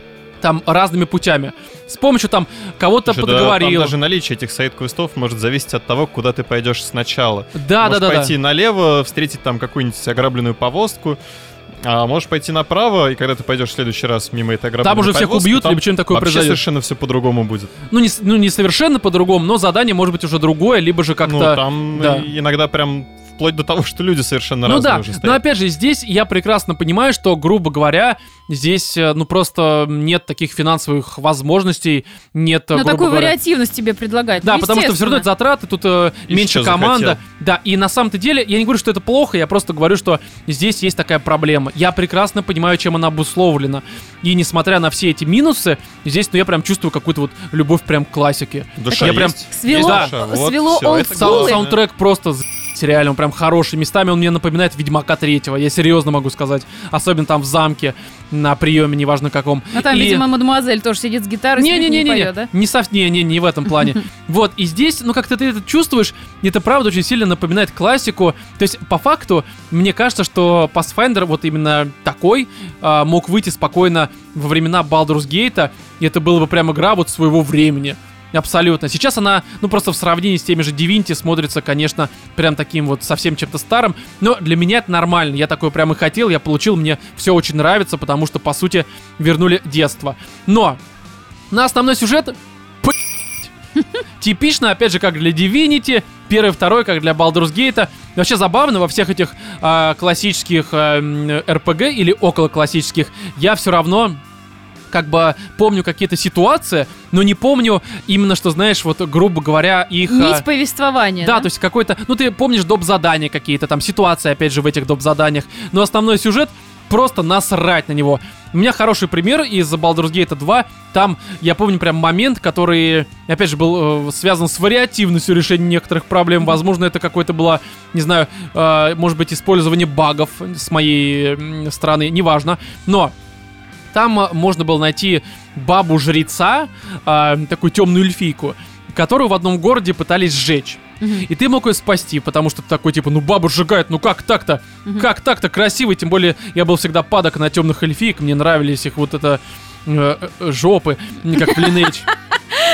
там разными путями. С помощью там кого-то Слушай, да, подговорил. там даже наличие этих сайт-квестов может зависеть от того, куда ты пойдешь сначала. Да, Можешь да, да, да. пойти налево, встретить там какую-нибудь ограбленную повозку, а можешь пойти направо, и когда ты пойдешь в следующий раз мимо этой ограбленной Там уже всех повозки, убьют, там либо что-нибудь такое вообще произойдет. совершенно все по-другому будет. Ну не, с- ну, не совершенно по-другому, но задание может быть уже другое, либо же как-то... Ну, там да. и- иногда прям вплоть до того, что люди совершенно Ну разные да, уже стоят. но опять же, здесь я прекрасно понимаю, что, грубо говоря, здесь, э, ну, просто нет таких финансовых возможностей, нет, э, Но грубо такую говоря... вариативность тебе предлагать. Да, Ну, потому что все равно это естественно. затраты, тут э, И меньше что команда. захотел. Да, и на самом-то деле, я не говорю, что это плохо, я просто говорю, что здесь есть такая проблема. Я прекрасно понимаю, чем она обусловлена. И несмотря на все эти минусы, здесь, ну, я прям чувствую какую-то вот любовь прям к классике. Душа я прям есть. Свело, Есть душа, вот свело всё, это олдскулы. главное. Саундтрек просто за***, реально, он прям хороший. Местами он мне напоминает Ведьмака третьего, я серьезно могу сказать. Особенно там в замке, на приеме, неважно каком. Ну там, И- видимо, мадемуазель тоже сидит с гитарой, сидит и не Не-не-не-не, поет, да? не сов... не, не, не в этом плане. Вот, и здесь, ну, как-то ты это чувствуешь, и это правда очень сильно напоминает классику. То есть, по факту, мне кажется, что Pathfinder вот именно такой а, мог выйти спокойно во времена Baldur's Gate, и это было бы прям игра вот своего времени. Абсолютно. Сейчас она, ну, просто в сравнении с теми же Divinity смотрится, конечно, прям таким вот совсем чем-то старым, но для меня это нормально. Я такое прям и хотел, я получил, мне все очень нравится, потому что, по сути, вернули детство. Но на основной сюжет п***ть. Типично, опять же, как для Divinity, первый, второй, как для Baldur's Gate. Вообще забавно, во всех этих а, классических а, м, эр пи джи или около классических, я все равно как бы помню какие-то ситуации, но не помню именно, что, знаешь, вот, грубо говоря, их... а, Нить повествования, да, то есть какой-то... Ну, ты помнишь доп-задания какие-то, там, ситуации, опять же, в этих доп-заданиях, но основной сюжет просто насрать на него. У меня хороший пример из Baldur's Gate два. Там, я помню прям момент, который, опять же, был э, связан с вариативностью решения некоторых проблем. Возможно, это какое-то было, не знаю, э, может быть, использование багов с моей м, стороны, неважно. Но там э, можно было найти бабу-жреца, э, такую темную эльфийку, которую в одном городе пытались сжечь. Мгм. И ты мог ее спасти, потому что ты такой, типа, ну бабу сжигает, ну как так-то? Мгм. Как так-то красиво? И тем более я был всегда падок на темных эльфиек, мне нравились их вот это э, э, жопы, не как в Lineage.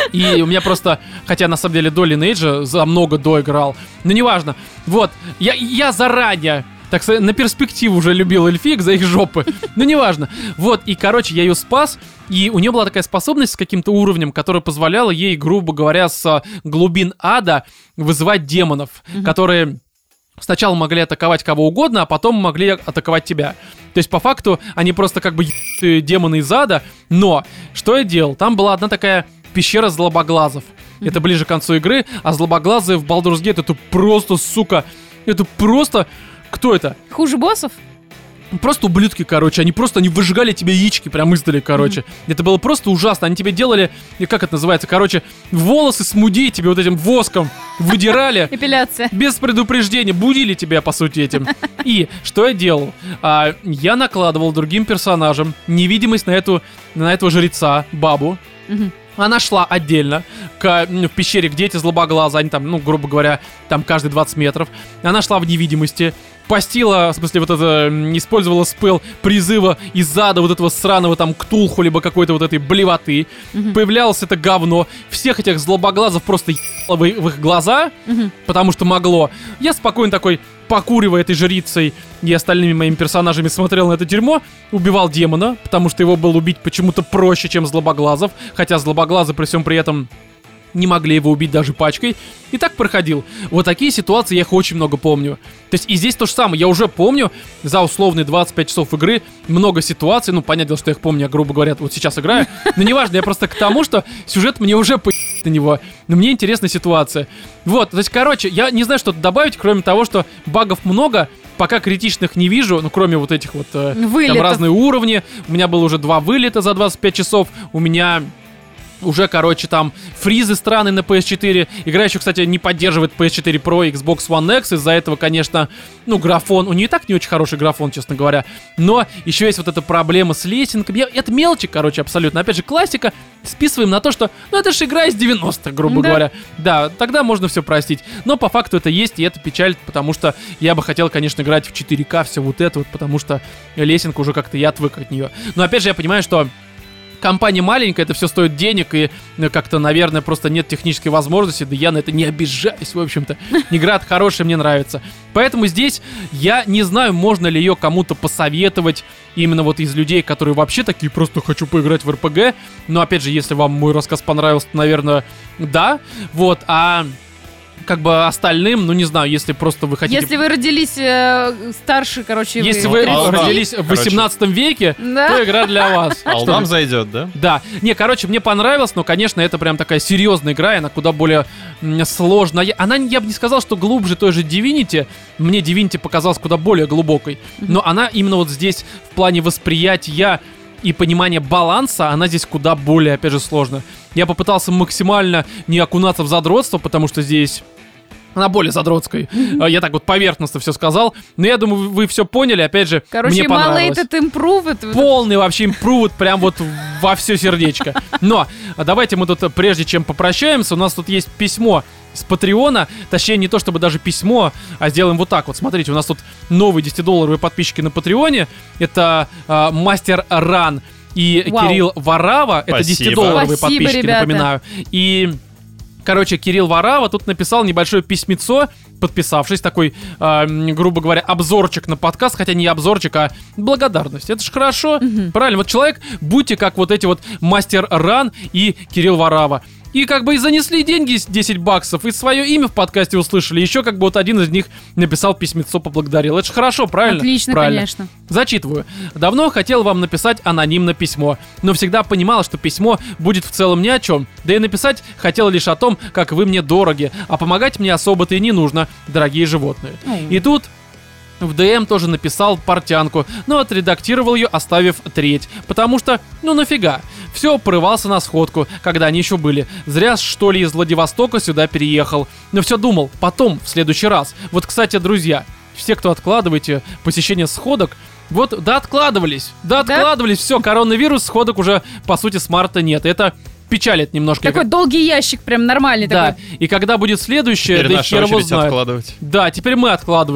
И у меня просто, хотя на самом деле до Lineage за много доиграл, но неважно. Вот, я, я заранее, так сказать, на перспективу уже любил эльфик за их жопы, но неважно. Вот, и, короче, я ее спас, и у нее была такая способность с каким-то уровнем, которая позволяла ей, грубо говоря, с глубин ада вызывать демонов, mm-hmm. которые... Сначала могли атаковать кого угодно, а потом могли атаковать тебя. То есть, по факту, они просто как бы ебаные демоны из ада. Но, что я делал? Там была одна такая пещера злобоглазов. Mm-hmm. Это ближе к концу игры. А злобоглазые в Baldur's Gate, это просто, сука... Это просто... Кто это? Хуже боссов? Просто ублюдки, короче, они просто, они выжигали тебе яички прям издали, короче. Mm-hmm. Это было просто ужасно, они тебе делали, как это называется, короче, волосы смуди тебе вот этим воском выдирали. Эпиляция. Без предупреждения, будили тебя, по сути, этим. И что я делал? А, я накладывал другим персонажам невидимость на эту, на этого жреца, бабу. Mm-hmm. Она шла отдельно к, ну, в пещере, где эти злобоглазы, они там, ну, грубо говоря, там каждые двадцать метров. Она шла в невидимости, постила, в смысле, вот это, использовала спел призыва из ада вот этого сраного там ктулху, либо какой-то вот этой блевоты. Mm-hmm. Появлялось это говно. Всех этих злобоглазов просто ебало в, в их глаза, mm-hmm. потому что могло. Я спокойно такой, покуривая этой жрицей и остальными моими персонажами, смотрел на это дерьмо, убивал демона, потому что его было убить почему-то проще, чем злобоглазов, хотя злобоглазы при всем при этом не могли его убить даже пачкой. И так проходил. Вот такие ситуации я их очень много помню. То есть и здесь то же самое. Я уже помню за условные двадцать пять часов игры много ситуаций. Ну, понятно, что я их помню, я, грубо говоря, вот сейчас играю. Но неважно, я просто к тому, что сюжет мне уже по***ь на него. Но мне интересна ситуация. Вот, то есть, короче, я не знаю, что добавить, кроме того, что багов много. Пока критичных не вижу, ну, кроме вот этих вот э, там разные уровни. У меня было уже два вылета за двадцать пять часов. У меня... Уже, короче, там фризы странные на пи эс четыре. Игра еще, кстати, не поддерживает пи эс четыре Pro и Xbox One X. Из-за этого, конечно, ну, графон... У нее и так не очень хороший графон, честно говоря. Но еще есть вот эта проблема с лесенками. Я... Это мелочи, короче, абсолютно. Опять же, классика. Списываем на то, что... Ну, это же игра из девяностых, грубо да. говоря. Да, тогда можно все простить. Но по факту это есть, и это печалит, потому что я бы хотел, конечно, играть в четыре ка, все вот это вот, потому что лесенка уже как-то я отвык от нее. Но опять же, я понимаю, что... Компания маленькая, это все стоит денег, и как-то, наверное, просто нет технической возможности, да я на это не обижаюсь, в общем-то. Игра хорошая, мне нравится. Поэтому здесь я не знаю, можно ли ее кому-то посоветовать, именно вот из людей, которые вообще такие, просто хочу поиграть в эр пи джи. Но, опять же, если вам мой рассказ понравился, то, наверное, да. Вот, а... Как бы остальным, ну не знаю, если просто вы хотите... Если вы родились э, старше, короче... Если вы, вы а, родились да. в восемнадцатом веке, да? то игра для вас. А вам Что... зайдет, да? Да. Не, короче, мне понравилось, но, конечно, это прям такая серьезная игра, и она куда более сложная. Она, я бы не сказал, что глубже той же Divinity. Мне Divinity показалась куда более глубокой. Но она именно вот здесь в плане восприятия и понимания баланса, она здесь куда более, опять же, сложная. Я попытался максимально не окунаться в задротство, потому что здесь... Она более задротской. Mm-hmm. Я так вот поверхностно все сказал. Но я думаю, вы все поняли. Опять же, короче, мне понравилось. Короче, малый этот импрувет. Полный вообще импрувет, прям вот во все сердечко. Но давайте мы тут, прежде чем попрощаемся, у нас тут есть письмо с Патреона. Точнее, не то чтобы даже письмо, а сделаем вот так вот. Смотрите, у нас тут новые десятидолларовые подписчики на Патреоне. Это э, Мастер Ран и Вау. Кирилл Варава. Спасибо. Это десятидолларовые Спасибо, подписчики, ребята. напоминаю. И... Короче, Кирилл Варава тут написал небольшое письмецо, подписавшись, такой, э, грубо говоря, обзорчик на подкаст, хотя не обзорчик, а благодарность. Это ж хорошо, mm-hmm. правильно? Вот человек, будьте как вот эти вот Мастер Ран и Кирилл Варава. И как бы и занесли деньги десять баксов, и свое имя в подкасте услышали. Еще как бы вот один из них написал письмецо, поблагодарил. Это же хорошо, правильно? Отлично, правильно. Конечно. Зачитываю. Давно хотел вам написать анонимно письмо, но всегда понимал, что письмо будет в целом ни о чем. Да и написать хотел лишь о том, как вы мне дороги, а помогать мне особо-то и не нужно, дорогие животные. Mm. И тут... В ДМ тоже написал портянку, но отредактировал ее, оставив треть. Потому что, ну нафига, все порывался на сходку, когда они еще были. Зря, что ли, из Владивостока сюда переехал. Но все думал, потом, в следующий раз. Вот, кстати, друзья, все, кто откладываете посещение сходок, вот, да, откладывались, да, откладывались, да? Все, коронавирус, сходок уже, по сути, с марта нет. Это... печалит немножко. Такой как... долгий ящик, прям нормальный да. такой. И когда будет следующее, теперь да хер его знает. Откладывать. Да, теперь мы откладываем.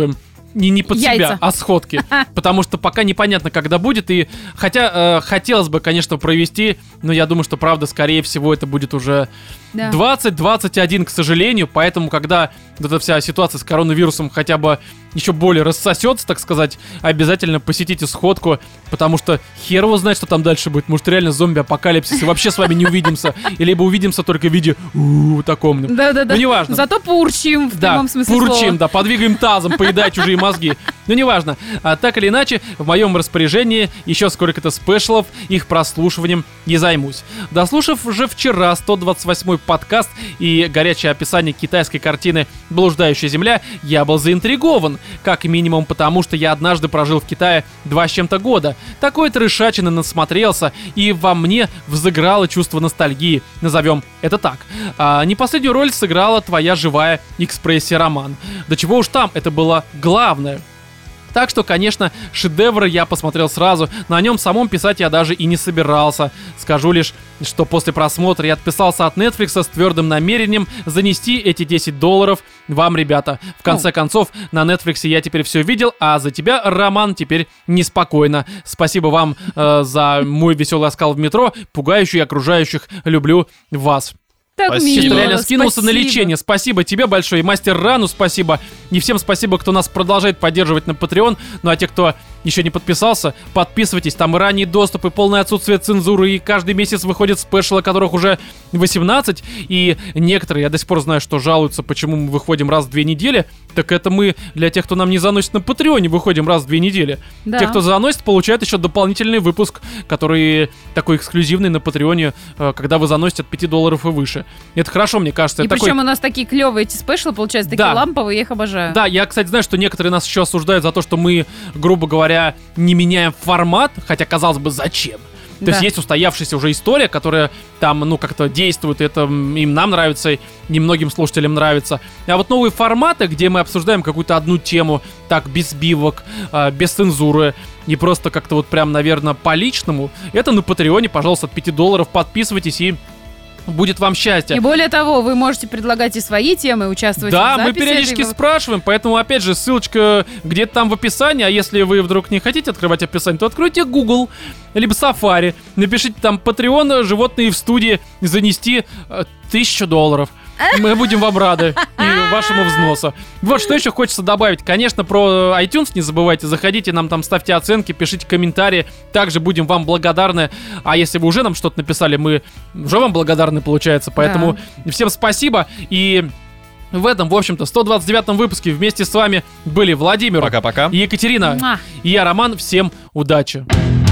Не, не под Яйца. себя, а сходки. Потому что пока непонятно, когда будет. И хотя э, хотелось бы, конечно, провести, но я думаю, что, правда, скорее всего, это будет уже Да. двадцать двадцать один, к сожалению. Поэтому, когда вот эта вся ситуация с коронавирусом хотя бы еще более рассосется, так сказать, обязательно посетите сходку. Потому что хер его знает, что там дальше будет. Может, реально зомби-апокалипсис, и вообще с вами не увидимся. И либо увидимся только в виде у таком. Да-да-да. Ну, неважно. Зато поурчим, в Да, прямом смысле пурчим, слова. да, подвигаем тазом, поедая чужие мозги. Ну, неважно. А, так или иначе, в моем распоряжении еще сколько-то спешлов, их прослушиванием не займусь. Дослушав уже вчера сто двадцать восьмой подкаст и горячее описание китайской картины «Блуждающая земля», я был заинтригован. Как минимум потому, что я однажды прожил в Китае два с чем-то года. Такой трешачины насмотрелся, и во мне взыграло чувство ностальгии. Назовем это так. А, не последнюю роль сыграла твоя живая экспрессия, Роман. Да чего уж там, это было главное. Так что, конечно, шедевр я посмотрел сразу, но о нем самом писать я даже и не собирался. Скажу лишь, что после просмотра я отписался от Netflix с твердым намерением занести эти десять долларов вам, ребята. В конце концов, на Netflix я теперь все видел, а за тебя, Роман, теперь неспокойно. Спасибо вам э, за мой веселый оскал в метро, пугающий окружающих. Люблю вас. Так Спасибо. мило, Реально скинулся спасибо. на лечение. Спасибо тебе большое. И Мастер Рану спасибо. И всем спасибо, кто нас продолжает поддерживать на Patreon. Ну а те, кто еще не подписался, подписывайтесь. Там и ранний доступ, и полное отсутствие цензуры. И каждый месяц выходят спешлы, которых уже восемнадцать. И некоторые, я до сих пор знаю, что жалуются, почему мы выходим раз в две недели. Так это мы для тех, кто нам не заносит на Патреоне, выходим раз в две недели. Да. Те, кто заносит, получают еще дополнительный выпуск, который такой эксклюзивный на Патреоне, э, когда вы заносите от пяти долларов и выше. Это хорошо, мне кажется. И Это такой... причем у нас такие клевые эти спешлы, получаются, такие Да. ламповые, я их обожаю. Да, я, кстати, знаю, что некоторые нас еще осуждают за то, что мы, грубо говоря, не меняем формат, хотя, казалось бы, зачем? То Да. есть есть устоявшаяся уже история, которая там, ну, как-то действует, и это м, им нам нравится, и немногим слушателям нравится. А вот новые форматы, где мы обсуждаем какую-то одну тему, так, без бивок, э, без цензуры, и просто как-то вот прям, наверное, по-личному, это на Патреоне, пожалуйста, от пяти долларов подписывайтесь, и будет вам счастье. И более того, вы можете предлагать и свои темы, участвовать Да, в мы записи периодически этой- спрашиваем, поэтому, опять же, ссылочка где-то там в описании, а если вы вдруг не хотите открывать описание, то откройте Google, либо Safari, напишите там Patreon, животные в студии, занести э, тысячу долларов. Мы будем вам рады и вашему взносу. Вот, что еще хочется добавить. Конечно, про iTunes не забывайте. Заходите, нам там ставьте оценки, пишите комментарии. Также будем вам благодарны. А если вы уже нам что-то написали, мы уже вам благодарны, получается. Поэтому всем спасибо. И в этом, в общем-то, сто двадцать девятом выпуске вместе с вами были Владимир, Пока-пока. и Екатерина, Муа. и я, Роман. Всем удачи.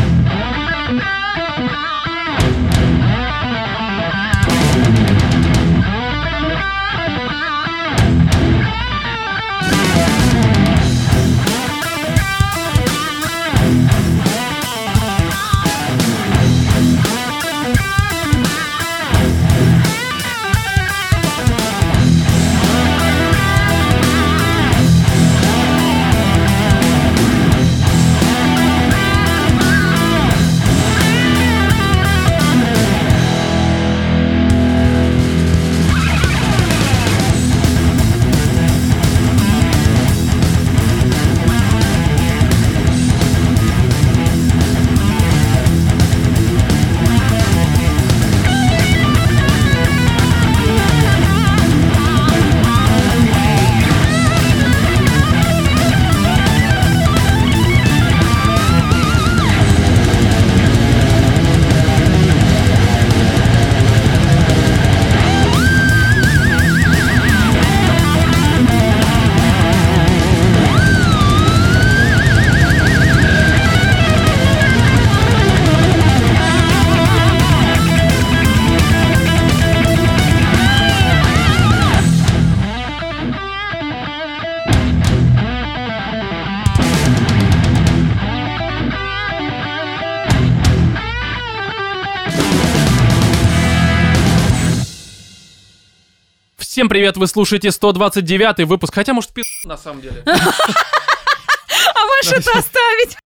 Всем привет, вы слушаете сто двадцать девятый выпуск. Хотя, может, пи*** на самом деле. А можешь это оставить?